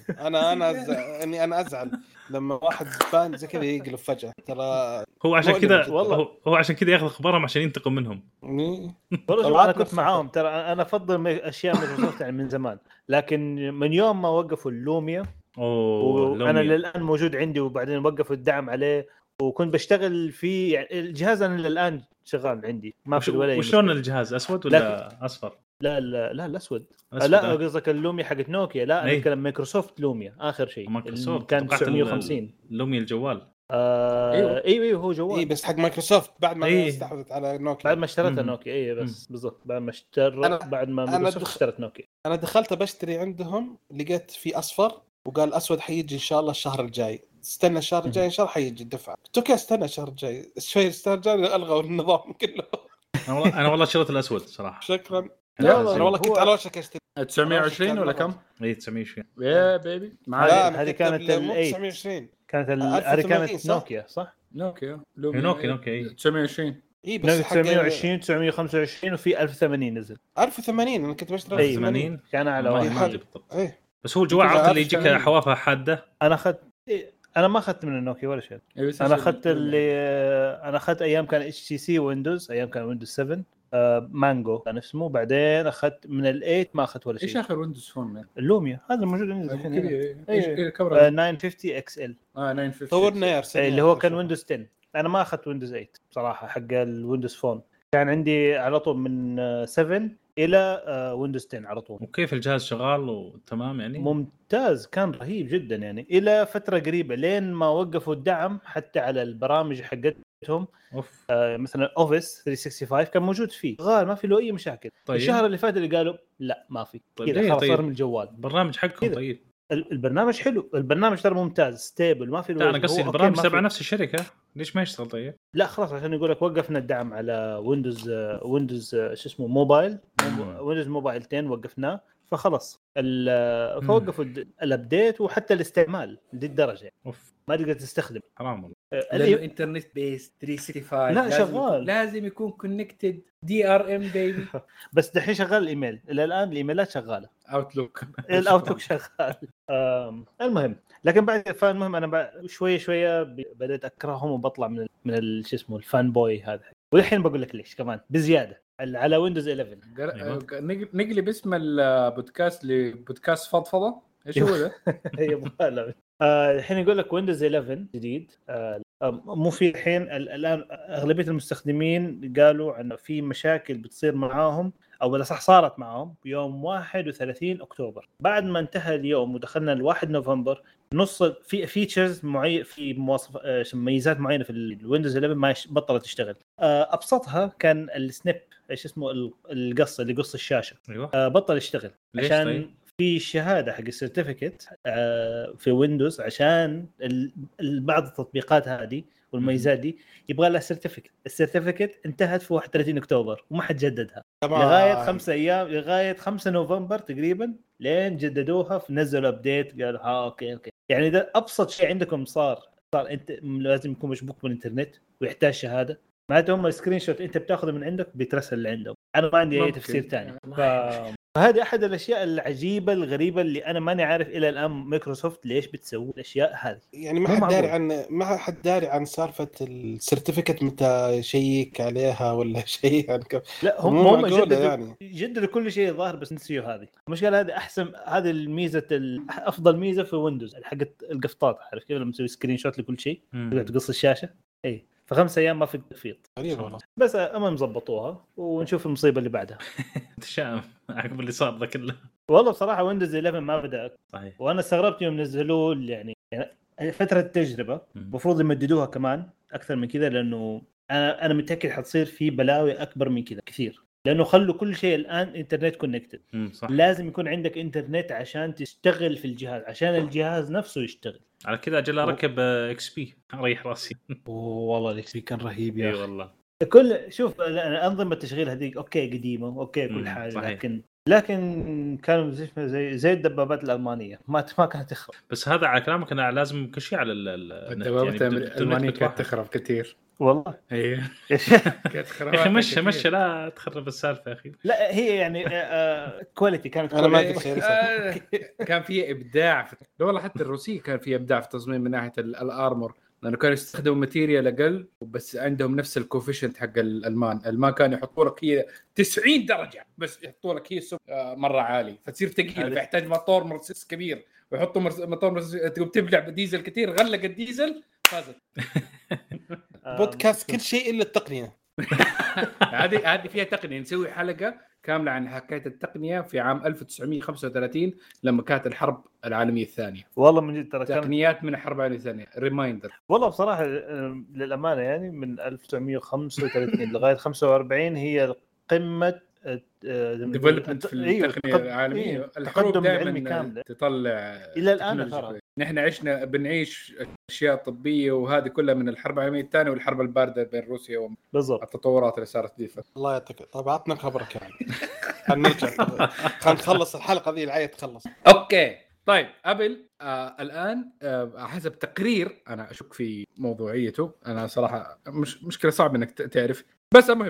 أنا أزعل لما واحد فان زي كذا يقلب فجأة. ترى هو عشان كذا والله. هو عشان كذا ياخذ اخبارهم عشان ينتقم منهم. والله أنا كنت معاهم ترى. أنا أفضل أشياء مايكروسوفت يعني من زمان، لكن من يوم ما وقفوا اللوميا وأنا للآن موجود عندي، وبعدين وقفوا الدعم عليه، وكنت بشتغل فيه يعني الجهاز أنا للآن شغال عندي ما في ولا. وشلون الجهاز أسود ولا أصفر؟ لا الأسود. لا قصدك اللوميا حقت نوكيا؟ لا أنا أتكلم مايكروسوفت لوميا آخر شيء كان 950 لوميا الجوال. ايوه هو جوال. بس حق مايكروسوفت بعد ما استحوذت على نوكيا، بعد ما اشترتها نوكيا. بس بالضبط بعد ما مايكروسوفت اشترت نوكيا. انا دخلت بشتري عندهم، لقيت في اصفر وقال اسود حيجي ان شاء الله الشهر الجاي. استنى الشهر الجاي ان شاء الله حيجي الدفعه. قلت استنى الشهر الجاي شوي. الشهر الجاي الغوا النظام كله. انا والله شريت الاسود صراحه. شكرا. لا انا والله كنت على وشك اشتري 920 ولا كم؟ اي 920 يا بيبي. هذه كانت 920 كانت هذه كانت نوكيا صح؟ نوكيا 920 اي بس 920 925 وفي 1080 نزل 1080. انا كنت بشتري 1080 كان على واحد. بس هو جوال عرض اللي يجيك حوافه حاده. انا اخذت انا ما اخذت من النوكيا ولا شيء. انا اخذت اللي انا اخذت ايام كان اتش تي سي ويندوز، ايام كان ويندوز 7 مانجو كان اسمه. بعدين اخذت من ال8 ما اخذت ولا شيء. ايش اخر ويندوز فون؟ اللوميا هذا موجود عندي الحين. ايش الكاميرا؟ 950 اكس ال 950 طورنا اللي هو كان ويندوز 10. انا ما اخذت ويندوز 8 بصراحه حق الويندوز فون. كان عندي على طول من 7 الى ويندوز 10 على طول. وكيف الجهاز شغال وتمام يعني؟ ممتاز، كان رهيب جدا يعني الى فتره قريبه لين ما وقفوا الدعم حتى على البرامج حقتهم. مثلا اوفيس 365 كان موجود فيه شغال ما في له اي مشاكل. طيب. الشهر اللي فات اللي قالوا لا ما في كذا خلاص صار من الجوال. البرنامج حقكم طيب البرنامج حلو، البرنامج ترى ممتاز ستيبل ما في له. انا قصدي البرنامج تبع نفس الشركه ليش ما يشتغل طيب؟ لا خلاص عشان يقول لك وقفنا الدعم على ويندوز شو اسمه موبايل ويندوز موبايل 10 وقفناه فخلص فوقفوا الابديت وحتى الاستعمال لدي الدرجه ما تقدر تستخدم. حرام والله. الانترنت بيس 365 لا شغال لازم يكون كونكتد دي ار ام بيبي. بس دحين شغال الايميل الى الان الايميلات شغاله اوتلوك الاوتلوك شغال. المهم لكن بعد فالمهم انا شويه بدأت اكرههم وبطلع من شو اسمه الفان بوي هذا. والحين بقول لك ليش كمان بزياده على ويندوز 11 نقلب اسم البودكاست لبودكاست فضفضه. ايش هو ده؟ هي مقالة. الحين يقول لك ويندوز 11 جديد. مو في الحين الان اغلبيه المستخدمين قالوا ان في مشاكل بتصير معاهم او ولا صح صارت معاهم يوم 31 اكتوبر. بعد ما انتهى اليوم ودخلنا ال1 نوفمبر نص في فيتشرز معين في مميزات معينه في الويندوز 11 ما بطلت تشتغل. ابسطها كان السنيب ايش اسمه القص اللي يقص الشاشه. أيوة. بطل يشتغل عشان طيب؟ في الشهاده حق السيرتيفيكت في ويندوز عشان بعض التطبيقات هذه والميزات دي يبغى لها سيرتيفيكت. السيرتيفيكت انتهت في 31 اكتوبر وما حد جددها لغايه 5 ايام لغايه 5 نوفمبر تقريبا لين جددوها نزلوا ابديت قالوا اوكي يعني ده ابسط شيء عندكم صار انت لازم يكون مشبوك بالانترنت ويحتاج شهاده. معناته هم السكرين شوت انت بتاخذه من عندك بيترسل لعندهم. انا ما عندي اي تفسير ثاني. فهذه احد الاشياء العجيبه الغريبه اللي انا ماني عارف الى الان مايكروسوفت ليش بتسوي الاشياء هذه. يعني ما حد داري عن سالفه السيرتيفيكت متى شيك عليها ولا شيء يعني. لا هم جددوا كل شيء ظاهر بس نسيوا هذه المشكله. هذه احسن هذه الميزه افضل ميزه في ويندوز حقت القفطات. عارف كيف لما تسوي سكرين شوت لكل شيء تقص الشاشه اي ف5 ايام ما في تخفيض بس اما مزبطوها ونشوف المصيبه اللي بعدها. تشاءم عقب اللي صار ذا كله. والله بصراحه ويندوز 11 ما بدا صحيح. وانا استغربت يوم نزلوه يعني فتره التجربه المفروض يمددوها كمان اكثر من كذا لانه انا متاكد حتصير في بلاوي اكبر من كذا كثير لانه خلوا كل شيء الان انترنت كونكتد. لازم يكون عندك انترنت عشان تشتغل في الجهاز عشان الجهاز نفسه يشتغل. على كذا اجل اركب اكس بي ريح راسي. والله الاكس بي كان رهيب يا اي والله. كل شوف انظمه التشغيل هذيك اوكي قديمه اوكي كل حاجه صحيح. لكن لكن كانوا زي الدبابات الالمانيه ما كانت تخرب. بس هذا على كلامك انا لازم كل شيء على الدبابات الالمانيه كانت تخرب كثير والله. ايه كانت خرابات يا اخي مش لا تخرب السالفه يا اخي. لا هي يعني كواليتي كانت انا ما كان فيه ابداع والله حتى الروسيه كان فيه ابداع في التصميم من ناحيه الارمور لانه كانوا يستخدموا ماتيريال اقل بس عندهم نفس الكوفيشنت حق الالمان كانوا يحطوا لك هي 90 درجه بس يحطوا لك هي مره عالي فتصير ثقيله فيحتاج موتور مرسيدس كبير ويحطوا موتور مرسيدس تقوم تبلع بديزل كثير غلق الديزل فازت. بودكاست كل شيء الا التقنيه. هذه فيها تقنيه نسوي حلقه كامله عن حكايه التقنيه في عام 1935 لما كانت الحرب العالميه الثانيه. والله من جد ترى تقنيات من الحرب العالميه الثانيه ريمايندر. والله بصراحه للامانه يعني من 1935 لغايه 45 هي قمه ديفلوبمنت في التقنيه العالميه. الحروب دائما تطلع الى الان ترى نحن بنعيش اشياء طبيه وهذه كلها من الحرب العالميه الثانيه والحرب البارده بين روسيا بالضبط التطورات اللي صارت دي. الله يعطيك. طيب عطنا خبرك يعني هنرجع خلينا نخلص الحلقه ذي العيد تخلص. اوكي طيب ابل الان حسب تقرير انا اشك في موضوعيته انا صراحه مشكله صعب انك تعرف بس المهم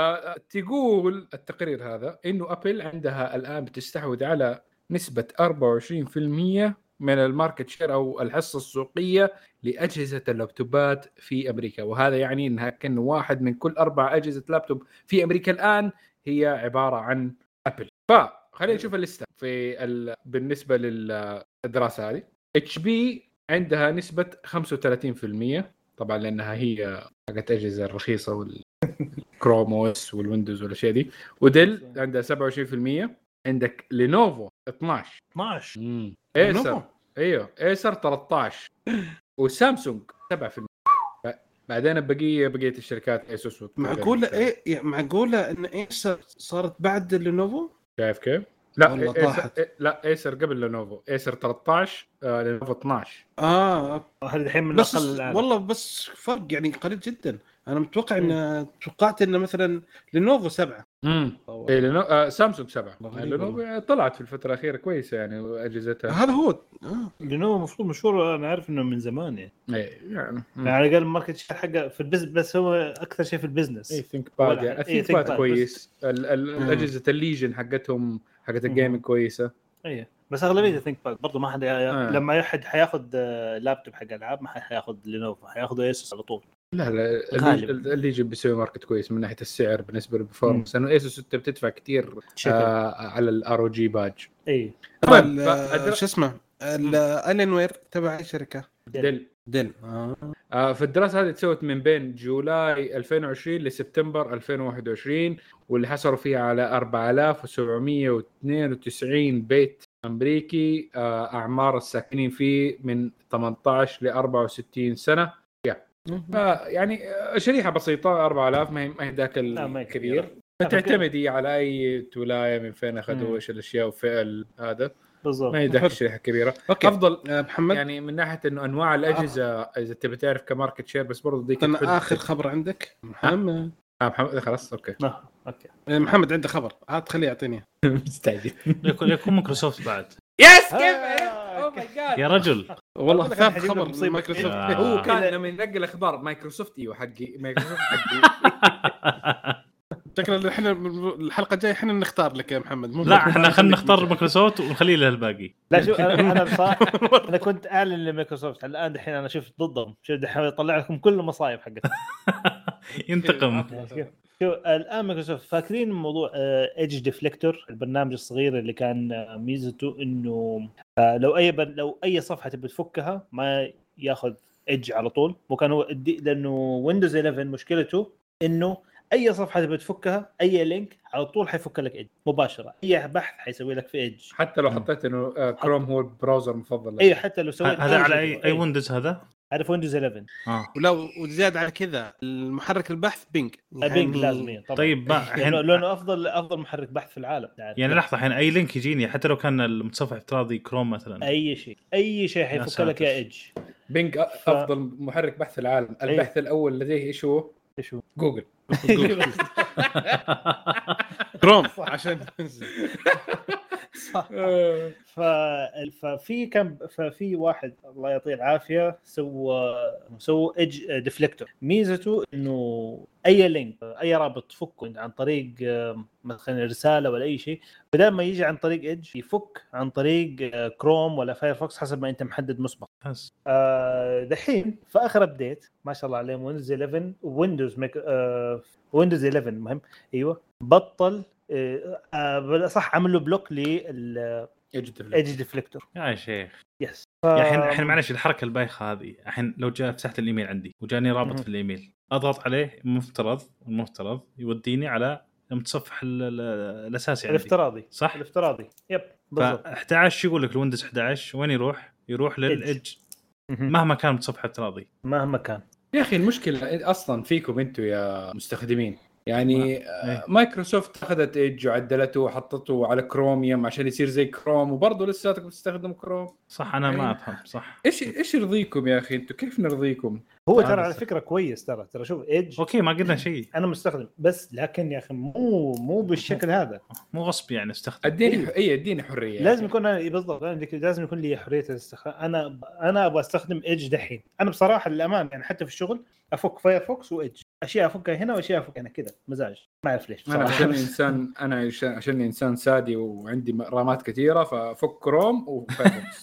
تقول التقرير هذا انه ابل عندها الان بتستحوذ على نسبه 24% من الماركت شير او الحصه السوقيه لاجهزه اللابتوبات في امريكا وهذا يعني انها كان واحد من كل 4 اجهزه لابتوب في امريكا الان هي عباره عن ابل. فخلينا نشوف الليسته في بالنسبه للدراسه هذه. اتش بي عندها نسبه 35% طبعا لانها هي حقت اجهزه رخيصه والكروم او اس والويندوز والاشياء دي. وديل عندها 27%. عندك لينوفو 12 ايسر ايوه ايسر 13 وسامسونج 7%. بعدين بقيه الشركات ايسوس. معقوله ايه معقوله ان ايسر صارت بعد لينوفو؟ شايف كيف؟ لا لا ايسر قبل لينوفو. ايسر 13 لينوفو 12. هذا الحين من اقل والله بس فرق يعني قليل جدا. انا متوقع ان توقعت ان مثلا لينوفو 7. سامسونج 7. لينوفو طلعت في الفتره الاخيره كويسه يعني اجهزتها. هذا هو لينوفو المفروض مشهور انا عارف انه من زمان يعني يعني على الاقل الماركت شير حقه في البزنس بس هو اكثر شيء في البزنس. ثينك باد يعني ثينك باد كويس. الاجهزه الليجن حقتهم حقت الجيمنج كويسه. بس اغلبيه ثينك باد برضه ما حدا لما احد حياخذ لابتوب حق العاب ما حياخذ لينوفو حياخذ ايسوس على طول. لا اللي يجي بيسوي ماركت كويس من ناحيه السعر بالنسبه للبرفورمانس لانه ايسوس انت بتدفع كتير على الار او جي باج. اي شو اسمه الانوير تبع اي شركه؟ ديل. في الدراسه هذه تسوت من بين جولاي 2020 لسبتمبر 2021 واللي حصلوا فيها على 4792 بيت امريكي اعمار الساكنين فيه من 18 ل 64 سنه. يعني شريحه بسيطه 4000 ما هي ذاك الكبير. تعتمدي على اي ولايه من فين اخذوا ايش الاشياء وفئه هذا بالضبط ما هي ذاك شريحه كبيره. افضل محمد يعني من ناحيه انه انواع الاجهزه اذا تبي تعرف كماركت شير بس برضه ديك اخر خبر عندك محمد. محمد خلاص اوكي محمد عنده خبر عاد خليه يعطيني مستعجل يكون مايكروسوفت بعد. يس كيف او ماي جاد يا رجل والله ثالث خبر مايكروسوفت. هو كان لما ينقل اخبار مايكروسوفت حقي مايكروسوفت حقي شكله احنا الحلقه الجايه احنا نختار لك يا محمد. لا احنا خلينا نختار مايكروسوفت ونخلي له الباقي. لا شو انا بصراحه انا كنت اعلن لمايكروسوفت الان دحين انا شفت ضدهم شو دحين يطلع لكم كل المصايب حقتها ينتقم. شو الان مايكروسوفت فاكرين موضوع ايدج ديفليكتور البرنامج الصغير اللي كان ميزته انه لو اي صفحه تبي تفكها ما ياخذ ايدج على طول. وكان هو لانه ويندوز 11 مشكلته انه اي صفحه تبي تفكها اي لينك على طول حيفك لك ايدج مباشره. اي بحث حيسوي لك في ايدج حتى لو حطيت انه كروم هو البراوزر المفضل. اي حتى لو سويت هذا على اي ويندوز هذا في ويندوز 11. ولو وزياده على كذا المحرك البحث بينج بينج لازم طبعا. طيب الحين لانه افضل محرك بحث في العالم يعني لحظه الحين اي لينك يجيني حتى لو كان المتصفح افتراضي كروم مثلا اي شيء حيفك لك يا ايدج. بينج افضل محرك بحث في العالم. البحث الاول لديه ايش هو ايش هو جوجل. كروم عشان صح. ففي واحد الله يعطيه العافيه سوى ايدج ديفليكتور. ميزته انه اي لينك اي رابط تفكه عن طريق مثلا رساله ولا اي شيء، بدل ما يجي عن طريق ايدج يفك عن طريق كروم ولا فايرفوكس حسب ما انت محدد مسبق. دحين في اخر ابديت ما شاء الله عليهم ويندوز 11 ويندوز 11 مهم ايوه بطل صح عملوا بلوك لل ايدج ديفليكتور يا شيخ. يس. يا الحين معلش الحركه البايخه هذه الحين لو جاء فتحت الايميل عندي وجاني رابط في الايميل اضغط عليه المفترض يوديني على المتصفح الاساسي عندي الافتراضي صح الافتراضي يب بالضبط. 11 يقول لك الويندوز 11 وين يروح للإدج مهما كان متصفح افتراضي مهما كان. يا اخي المشكله اصلا فيكم انتم يا مستخدمين يعني مايكروسوفت اخذت ايدج وعدلته وحطته على كروميوم عشان يصير زي كروم وبرضه لساتك بتستخدم كروم. صح انا ما افهم صح ايش يرضيكم يا اخي انتم كيف نرضيكم؟ هو ترى على فكره كويس ترى شوف ايدج اوكي ما قلنا شيء انا مستخدم بس لكن يا اخي مو بالشكل هذا مو غصب يعني استخدم اديني حريه لازم يكون بالضبط لازم يكون لي حريه الاستخدام. انا ابغى استخدم ايدج دحين. انا بصراحه للامانه يعني حتى في الشغل افك فايرفوكس وايدج اشياء افكها هنا واشياء افكها هنا كده مزاج ما اعرف ليش انا عشان انسان سادي وعندي رامات كثيره ففك كروم وفايرفوكس.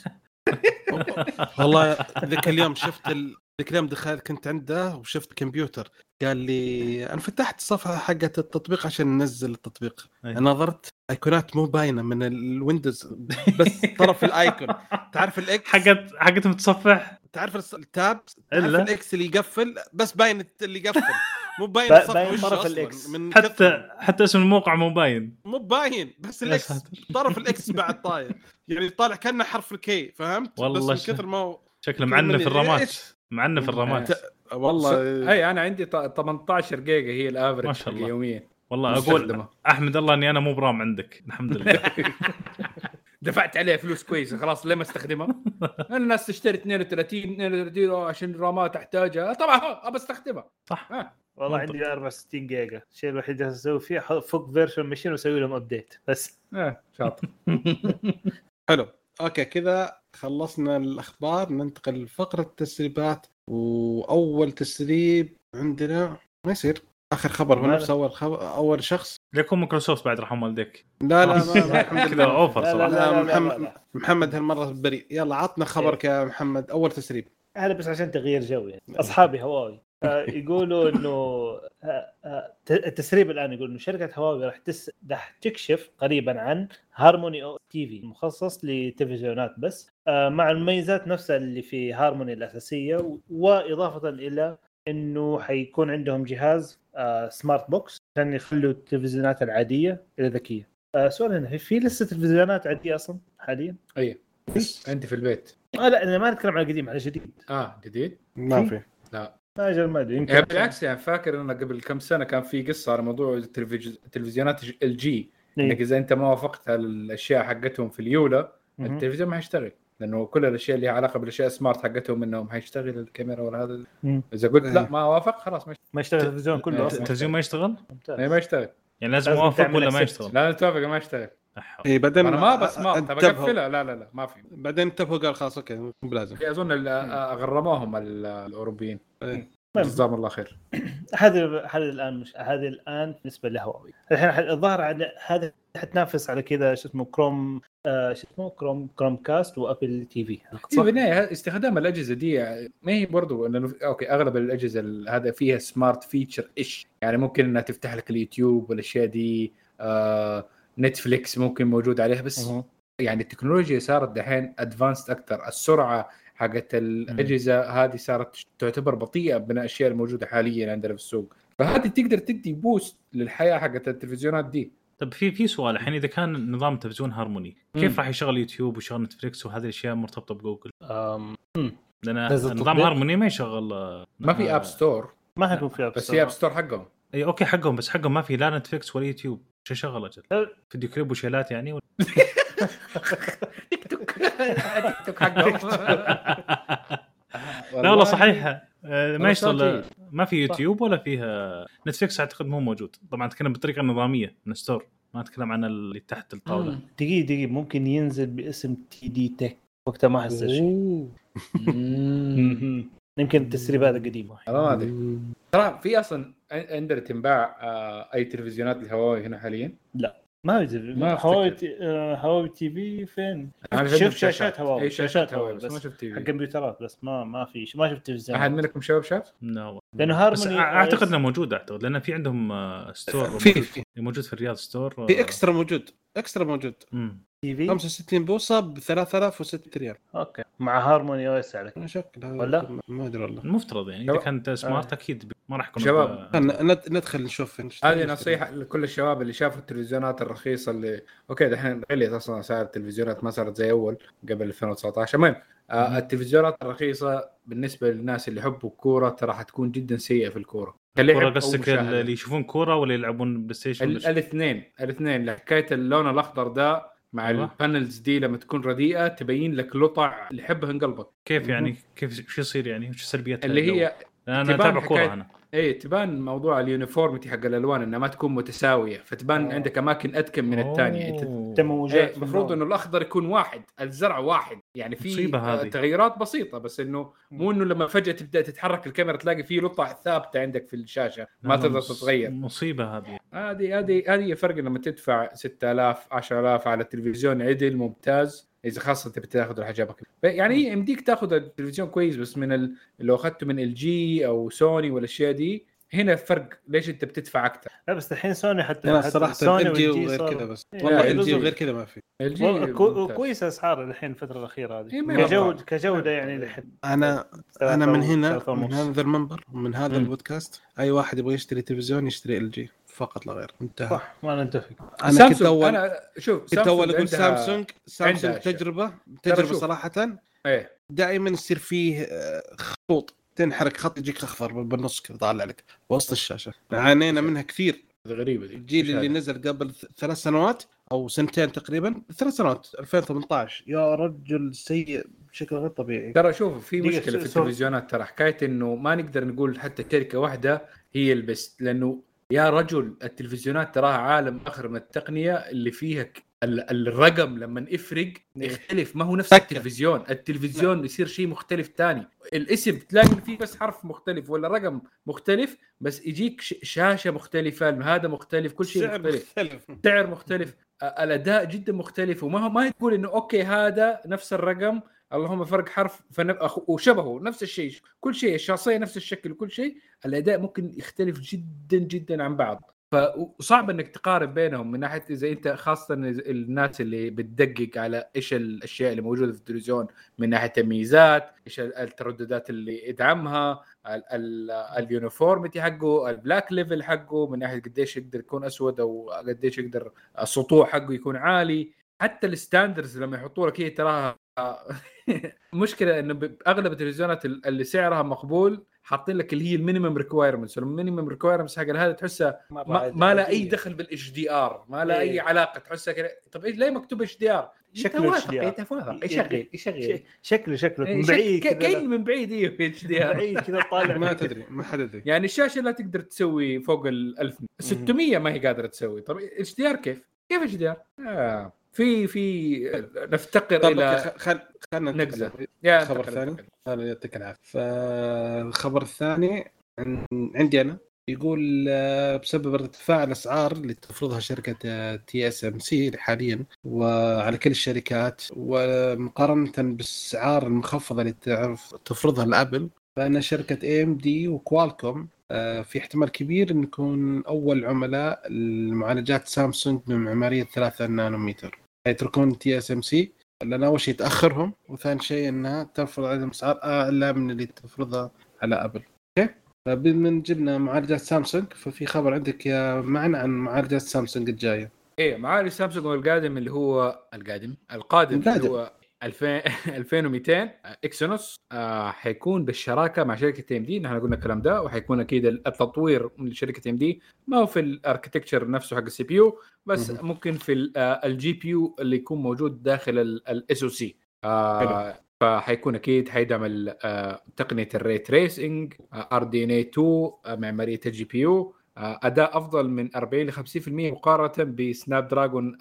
والله ذاك اليوم ذاك اليوم دخلت كنت عنده وشفت كمبيوتر قال لي انا فتحت الصفحه حقت التطبيق عشان ننزل التطبيق. انا نظرت ايقونات مو باينه من الويندوز بس طرف الايكون تعرف الاكس حقت متصفح تعرف التاب تعرف الاكس اللي يقفل بس باين اللي يقفل مو باين الصفحه طرف الاكس من حتى اسم الموقع مو باين بس الاكس طرف الاكس بعد طاير يعني طالع كأنه حرف الكي فهمت والله بس من كثر ما شكله معنا في الرامات والله اي انا عندي 18 جيجا هي الافرج يوميا والله اقول احمد الله اني انا مو برام عندك الحمد لله. دفعت عليه فلوس كويسه خلاص ليه ما استخدمها. الناس تشتري 32 عشان الرامات احتاجها طبعا ابى استخدمها صح. والله عندي 64 جيجا الشيء الوحيد اللي اسوي فيه فك فيرجن ماشين واسوي لهم ابديت بس. شاطر. حلو اوكي كذا خلصنا الاخبار ننتقل لفقره التسريبات. واول تسريب عندنا ما يصير اخر خبر هو نفس اول شخص ليكم مايكروسوفت بعد رحم والديك. لا الحمد لله اوفر صراحه. محمد هالمره بريء. يلا عطنا خبرك يا محمد اول تسريب. هذا بس عشان تغيير جو يعني. اصحابي هواوي يقولوا انه التسريب الان يقول انه شركه هواوي راح تكشف قريبا عن هارموني او تي في مخصص لتلفزيونات بس مع المميزات نفسها اللي في هارموني الاساسيه واضافه الى انه حيكون عندهم جهاز سمارت بوكس عشان يخلوا التلفزيونات العاديه الى ذكيه. سؤال هنا في لسه تلفزيونات عاديه اصلا حاليا؟ اي عندي في البيت. لا انا ما نتكلم على قديم على جديد. جديد ما في. لا ما ادري يمكن بالعكس يعني فاكر انه قبل كم سنه كان في قصه على موضوع التلفزيونات الجي انك اذا انت ما وافقت على الاشياء حقتهم في اليولا التلفزيون ما هيشتغل لانه كل الاشياء اللي لها علاقه بالاشياء سمارت حقتهم انهم هيشتغل الكاميرا ولا هذا. اذا قلت لا ما وافق خلاص ما يشتغل التلفزيون كله. التلفزيون ما يشتغل ما يشتغل يعني لازم اوافق ولا ما يشتغل؟ لا توافق ما يشتغل. اي بعدين انا ما بسمارت بقفلها. لا ما في. بعدين انتبهوا قال خلاص اوكي مو بلازم. اظن غرموهم الاوروبيين. جزاهم الله خير. هذه الان مش هذه الان بالنسبه لهواوي الحين الظاهر على هذا حتنافس على كذا شو اسمه كروم كاست وابل تي في. في النهايه استخدام الاجهزه دي ما هي برضو انه اوكي اغلب الاجهزه هذا فيها سمارت فيتشر يعني ممكن انها تفتح لك اليوتيوب والاشياء دي. نتفليكس ممكن موجود عليها بس يعني التكنولوجيا صارت دحين ادفانسد اكثر. السرعه حقت الاجهزه هذه صارت تعتبر بطيئه من الاشياء الموجوده حاليا عندنا في السوق فهذه تقدر تدي بوست للحياه حقت التلفزيونات دي. طب في سؤال الحين اذا كان نظام التلفزيون هارموني كيف راح يشغل يوتيوب ويشغل نتفليكس وهذه الاشياء مرتبطه بجوجل؟ لان نظام هارموني ما يشغل ما في اب ستور. ما هيكون في اب بس في اب ستور حقهم. اي اوكي حقهم بس حقهم ما في لا نتفليكس ولا يوتيوب. شو شغل اجل فيديو كليب وشيلات يعني تيك توك حقهم. لا والله صحيح ما ما في يوتيوب ولا فيها نتفليكس، اعتقد مو موجود. طبعا اتكلم بطريقه نظاميه من ستور، ما اتكلم عن اللي تحت الطاوله. دقيقة ممكن ينزل باسم تي دي تك وقتها ما حصل شيء. يمكن التسريب هذا قديم. ما ادري ترى في اصلا عندنا تنباع اي تلفزيونات الهواوي هنا حاليا. لا ما يدري. هواوي تي في فين؟ شوف شاشات هواوي، شاشات هواوي بس ما شفت حق كمبيوترات، بس ما في ما شفت تلفزيون. احد منكم شاف؟ لا لانه هارموني بس اعتقد انه موجود، اعتقد لان في عندهم ستور موجود في الرياض ستور، في اكسترا موجود تي في 65 بوصه ب 3006 ريال. اوكي مع هارموني او اس عليك شكلها ولا ما ادري والله. المفترض يعني اذا كانت سمارت اكيد ما راح يكون. شباب ندخل نشوف. هذه نصيحه لكل الشباب اللي شافوا التلفزيونات الرخيصه اللي اوكي دحين غليت اصلا اسعار التلفزيونات، ما صارت زي اول قبل 2019. المهم التلفزيونات الرخيصه بالنسبه للناس اللي يحبوا الكوره ترى حتكون جدا سيئه في الكوره. الكوره قصدك اللي يشوفون كوره ولا يلعبون بلاي ستيشن؟ الاثنين حكايه اللون الاخضر ده مع البانلز دي لما تكون رديئه تبين لك لطع اللي يحبها انقلبك. كيف يعني؟ كيف شو يصير يعني؟ وش سلبياتها اللي هي انا اتابع كوره هنا؟ ايه تبان موضوع اليونيفورميتي حق الالوان انها ما تكون متساويه، فتبان عندك اماكن اتكن من الثانيه. المفروض انه الاخضر يكون واحد، الزرع واحد، يعني في تغييرات بسيطه، بس انه مو انه لما فجاه تبدا تتحرك الكاميرا تلاقي فيه لطع ثابته عندك في الشاشه ما تقدر تتغير. مصيبه هذه فرق لما تدفع 6000 10000 على التلفزيون عدل ممتاز، اذا خاصه تبي تاخذ حجابك. يعني يمديك تاخذ التلفزيون كويس، بس من لو اخذته من LG او سوني والاشياء دي هنا فرق. ليش انت بتدفع اكثر؟ لا بس الحين سوني حتى صراحه سوني وغير كذا، بس والله LG وغير كذا ما في. كويس اسعار الحين الفتره الاخيره هذه كجوده يعني الحين. انا من هذا المنبر ومن هذا البودكاست اي واحد يبغى يشتري تلفزيون يشتري LG فقط لا غير. انتهى. صح ما نتفق. انا كنت اول اقول سامسونج تجربه صراحه. دائما يصير فيه خطوط تنحرك، خط يجيك اخضر بالنص كذا طالع لك وسط الشاشه. عانينا منها كثير. غريبه دي. الجيل اللي نزل قبل 3 سنوات او سنتين تقريبا، 3 سنوات 2018 يا رجل سيء بشكل غير طبيعي. ترى شوف في مشكله في التلفزيونات، ترى حكايه انه ما نقدر نقول حتى شركه واحده هي البست، لانه يا رجل التلفزيونات تراها عالم اخر من التقنيه اللي فيها الرقم لما يفرق يختلف، ما هو نفس التلفزيون يصير شيء مختلف تاني. الاسم تلاقي فيه بس حرف مختلف ولا رقم مختلف، بس يجيك شاشة مختلفة، هذا مختلف، كل شيء مختلف، سعر مختلف، الأداء جدا مختلف. ما تقول إنه أوكي هذا نفس الرقم اللهم فرق حرف وشبهه نفس الشيء، كل شيء الشخصية نفس الشكل وكل شيء، الأداء ممكن يختلف جدا جدا عن بعض. فصعب انك تقارن بينهم من ناحيه اذا انت خاصه الناس اللي بتدقق على ايش الاشياء اللي موجوده في التلفزيون من ناحيه الميزات، ايش الترددات اللي يدعمها، اليونيفورميتي حقه، البلاك ليفل حقه، من ناحيه قديش يقدر يكون اسود او قديش يقدر السطوع حقه يكون عالي. حتى الستاندرز لما يحطوا لك هي تراها مشكله انه باغلب التلفزيونات اللي سعرها مقبول حاطين لك اللي هي المينيمم ريكوايرمنتس. المينيمم ريكوايرمنتس حق هذا تحسها ما لا اي دخل بالاتش دي ار، ما لا اي علاقه، تحسها كذا. طب ايش ليه مكتوب اتش دي ار؟ شكله شكله من بعيد كذا، من بعيد ايه اتش دي ار بعيد كذا طالع ما تدري ما حد يدري. يعني الشاشه لا تقدر تسوي فوق ال 1600 ما هي قادره تسوي. طب اتش دي ار كيف اتش دي ار؟ في نفتقر الى خلنا نقزه. خبر ثاني انا يعطيك العافيه. فالخبر الثاني عندي انا يقول بسبب ارتفاع الاسعار اللي تفرضها شركه TSMC حاليا وعلى كل الشركات، ومقارنه بالاسعار المخفضه اللي تفرضها الابل، فان شركه AMD وكوالكوم في احتمال كبير ان نكون اول عملاء المعالجات سامسونج من معماريه 3 نانومتر. يتركون TSMC لأن أول شيء تأخرهم، وثاني شيء أنها تفرض عليهم أسعار أعلى من اللي تفرضها على أبل. أوكي؟ فبمن جبنا معالجات سامسونج، ففي خبر عندك يا معنا عن معالجات سامسونج الجاية. إيه معالج سامسونج القادم اللي هو القادم اللي هو 2200 اكسينوس حيكون بالشراكه مع شركه AMD. نحن قلنا الكلام ده، وحيكون اكيد التطوير من شركه AMD ما هو في الاركتكتشر نفسه حق السي بي يو، بس ممكن في الجي بي يو اللي يكون موجود داخل الاس او سي. فحيكون اكيد حيدعم تقنيه الري تريسنج، RDNA 2، معماريه الجي بي يو، اداء افضل من 40 ل 50% مقارنه بسناب دراجون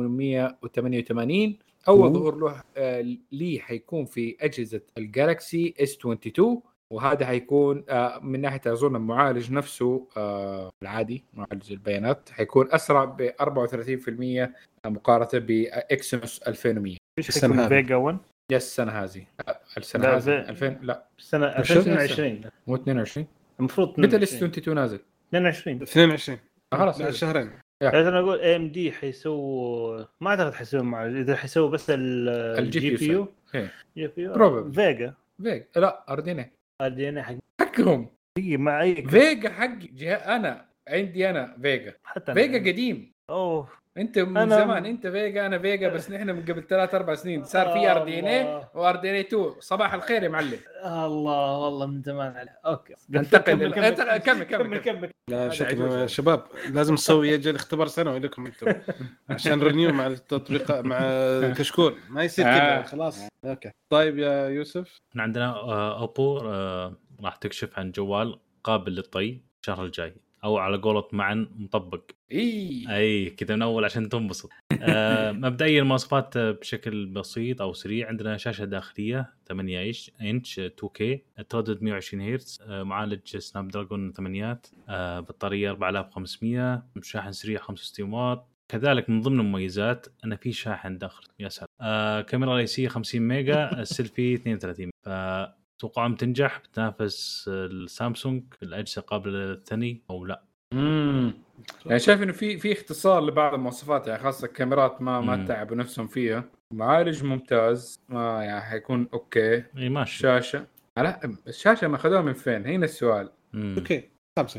888. اول ظهور له ليه حيكون في اجهزه الجالكسي S22، وهذا حيكون من ناحيه اظن المعالج نفسه العادي معالج البيانات حيكون اسرع ب 34% مقارنه باكسينوس 2100. ايش حيكون فيجا 1 السنه هذه لا، هذه 2000 لا سنه 2022 مو 22 المفروض متى الاس 22 نازل 22 خلاص بعد شهرين. لازم اقول اي ام دي حيسووا ما اعتقد حيسووا مع اذا حيسووا بس الجي بي يو جي بي يو فيجا لا RDNA حقهم مع اي فيجا حق انا عندي انا فيجا قديم. اوه انت من زمان انت فيجا انا فيجا، بس نحن من قبل 3-4 سنين صار في RDNA وRDNA 2. صباح الخير يا معلم. الله والله من زمان عليه. اوكي انتقل كمل. لا شكرا شباب، لازم نسوي يجي اختبار سنوي لكم انتم عشان رينيو مع التطبيق مع كشكول، ما يصير كذا خلاص. اوكي طيب يا يوسف، عندنا اوبو راح تكشف عن جوال قابل للطي الشهر الجاي، او على قولة معا مطبق. اي كذا من اول عشان تنبسط. مبدئيا المواصفات بشكل بسيط او سريع. عندنا شاشه داخليه 8 انش 2K، تردد 120 هرتز، معالج سناب دراجون 8، بطاريه 4500، شاحن سريع 65 واط. كذلك من ضمن المميزات أن في شاحن داخل. يا سلام. كاميرا رئيسيه 50 ميجا، السيلفي 32 ميجا. توقعهم تنجح بتنافس السامسونج في الأجهزة قابلة للثني أو لا؟ يعني شايف إنه في اختصار لبعض المواصفات، يعني خاصة الكاميرات ما تعبوا نفسهم فيها. معالج ممتاز، ما يعني حيكون أوكي. إيه ماشي. شاشة، لا الشاشة ما خذوها من فين؟ هنا السؤال. اوكي سامسونج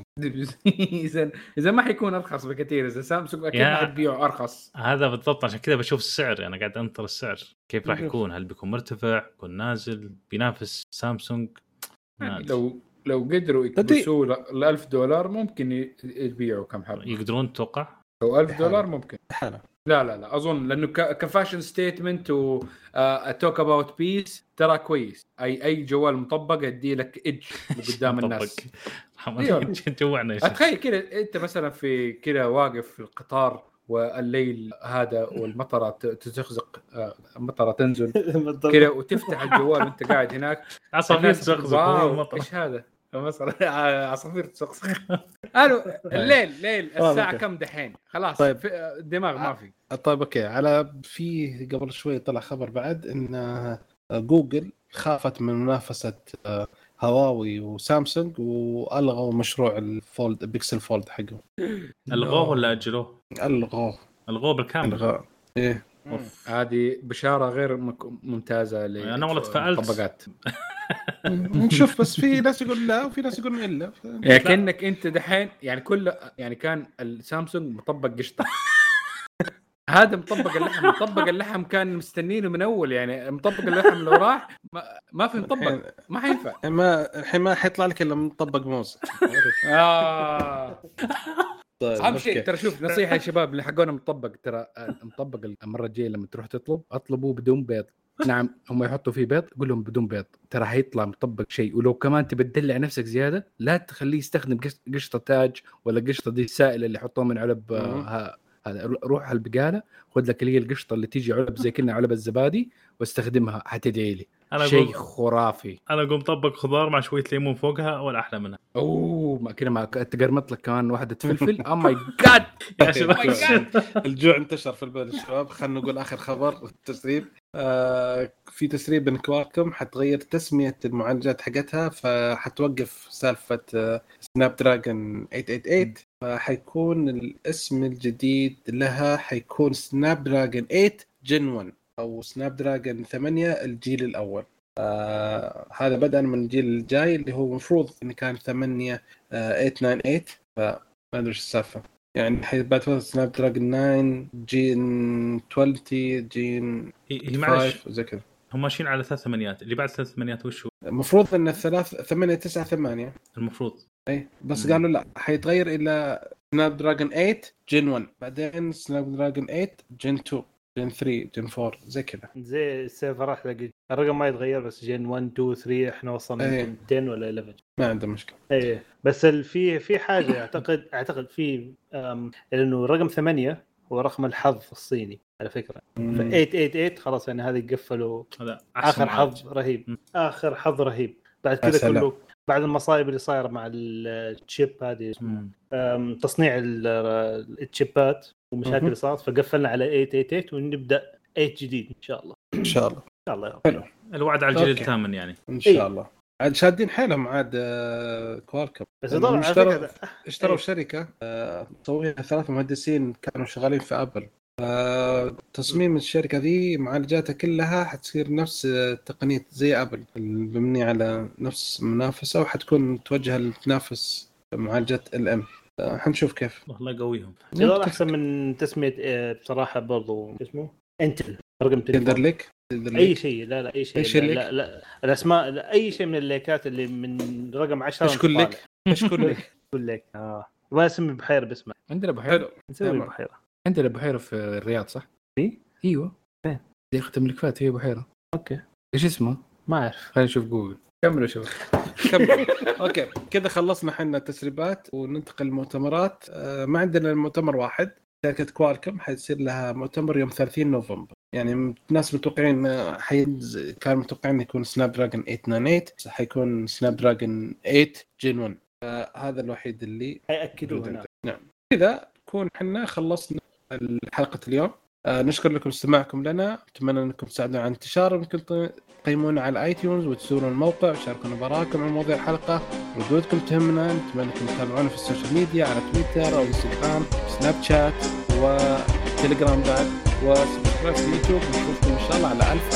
إذا ما حيكون أرخص بكثير. إذا سامسونج أكيد ما حتبيعه أرخص. هذا بالضبط، عشان كذا بشوف السعر. أنا قاعد أنطر السعر كيف راح يكون، هل بيكون مرتفع بيكون نازل بينافس سامسونج؟ يعني لو قدروا يكبسوا $1000 ممكن يبيعوا كم حبة. يقدرون توقع لو $1000 ممكن حاله. لا أظن لأنه كفاشن ستيتمنت و توك أباوت بيس ترى كويس. أي جوال مطبق يدي لك إدج قدام الناس. جوعنا. أتخيل كده أنت مثلا في كده واقف في القطار والليل هذا والمطرة تزقزق، المطرة تنزل كده وتفتح الجوال وانت قاعد هناك عصافير تزقزق. ايش هذا مثلا عصافير تزقزق. قالوا الليل الساعة كم دحين خلاص. طيب الدماغ ما في. طيب اوكي، على في قبل شوي طلع خبر بعد ان جوجل خافت من منافسة هواوي وسامسونج والغوا مشروع الفولد بيكسل فولد حقهم. الغوه ولا اجلوه؟ الغوه بالكامل. الغاء ايه. هذه بشارة غير ممتازة انا والله تفائلت. نشوف بس في ناس يقول لا وفي ناس يقول الا. يعني كأنك انت دحين يعني كل يعني كان السامسونج مطبق قشطة. هذا مطبق اللحم كان مستنينه من اول. يعني مطبق اللحم لو راح ما في مطبق ما حينفع. الحين ما حيطلع لك الا مطبق موز. طيب اهم شيء ترى شوف نصيحه يا شباب اللي حقونا مطبق، ترى المطبق المره الجايه لما تروح اطلبوه بدون بيض. نعم هم يحطوا فيه بيض، قول لهم بدون بيض ترى حيطلع مطبق شيء. ولو كمان تبدل نفسك زياده لا تخليه يستخدم قشطه تاج ولا قشطه دي السائله اللي يحطوها من علب. هذا روح على البقاله خذ لك اللي هي القشطه اللي تيجي علب زي كنا علب الزبادي واستخدمها حتدعي لي. شيء خرافي. انا اقوم طبق خضار مع شويه ليمون فوقها ولا احلى منها. ما كده ما تقرمط لك كمان واحده فلفل. او ماي جاد يا شباب الجوع انتشر في البلد الشباب. خلينا نقول اخر خبر التسريب. في تسريب من كوالكوم حتغير تسميه المعالجات حقتها، فحتوقف سالفه سناب دراجون 888. فحيكون الاسم الجديد لها حيكون سناب دراجون 8 جن 1 او سناب دراجون 8 الجيل الاول. هذا بدءا من الجيل الجاي اللي هو مفروض ان كان 898. فما ادري ايش السالفه يعني. بعد فتره سناب دراجون 9 جين 20 جين هي معلش زي كذا. هم ماشيين على 3 ثمانيات. اللي بعد 3 ثمانيات وش هو؟ المفروض ان 898 المفروض. اي بس قالوا لا حيتغير الى سناب دراجون 8 جن 1 بعدين سناب دراجون 8 جن 2 جن 3 جن 4 زي كذا. زي السيرفرات تلاقي الرقم ما يتغير، بس جن 1 2 3 احنا وصلنا يمكن 10 ولا 11 ما عنده مشكله. ايه بس في حاجه اعتقد في لانه رقم 8 هو رقم الحظ الصيني على فكره. ف 888 خلاص يعني هذا يقفلوا هذا اخر حظ رهيب. اخر حظ رهيب. بعد كذا كله بعد المصايب اللي صايره مع الشيب هذه تصنيع الشيبات ومشاكل اللي صارت، فقفلنا على 888 ونبدا 8 جديد ان شاء الله. ان شاء الله. ان شاء الله. حلو. الوعد على الجيل الثامن يعني ان شاء الله. عاد شادين حيلهم عاد كوالكم، بس طبعا اشتروا شركه تسويها 3 مهندسين كانوا شغالين في ابل. تصميم الشركه ذي معالجاتها كلها حتصير نفس تقنيه زي ابل، مبنيه على نفس منافسه، وحتكون توجه لتنافس معالجات الام. حنشوف كيف. والله قويهم. هذا احسن من تسميه بصراحه برضو اسمه انتل رقم تقدر لك اي شيء. لا اي شيء. لا الاسماء لا اي شيء من الليكات اللي من رقم 10 ايش كل لك كل لك ما اسمي بحيره باسمه. عندنا بحيره نسوي بحيره. عندنا بحيره في الرياض صح؟ ايوه فين دي ختم الملكات هي بحيره. اوكي ايش اسمه؟ ما اعرف. خلينا نشوف جوجل. كملوا شباب. اوكي كذا خلصنا حنا التسريبات وننتقل للمؤتمرات. ما عندنا المؤتمر واحد. شركه كوالكم حيصير لها مؤتمر يوم 30 نوفمبر. يعني الناس متوقعين كانوا متوقعين يكون سناب دراجون 898 حيكون سناب دراجون 8 جين 1. هذا الوحيد اللي هيأكدوه. نعم كذا نكون حنا خلصنا حلقه اليوم. نشكر لكم استماعكم لنا. اتمنى انكم تساعدونا على انتشار، وانكم تقيمونا على الايتيونز وتزورون الموقع وشاركونا براءكم عن مواضيع الحلقه. ردودكم تهمنا. نتمنى انكم تتابعونا في السوشيال ميديا على تويتر او انستغرام سناب شات وتليجرام بعد، وسبسكرايب في اليوتيوب. ونشوفكم ان شاء الله على 1000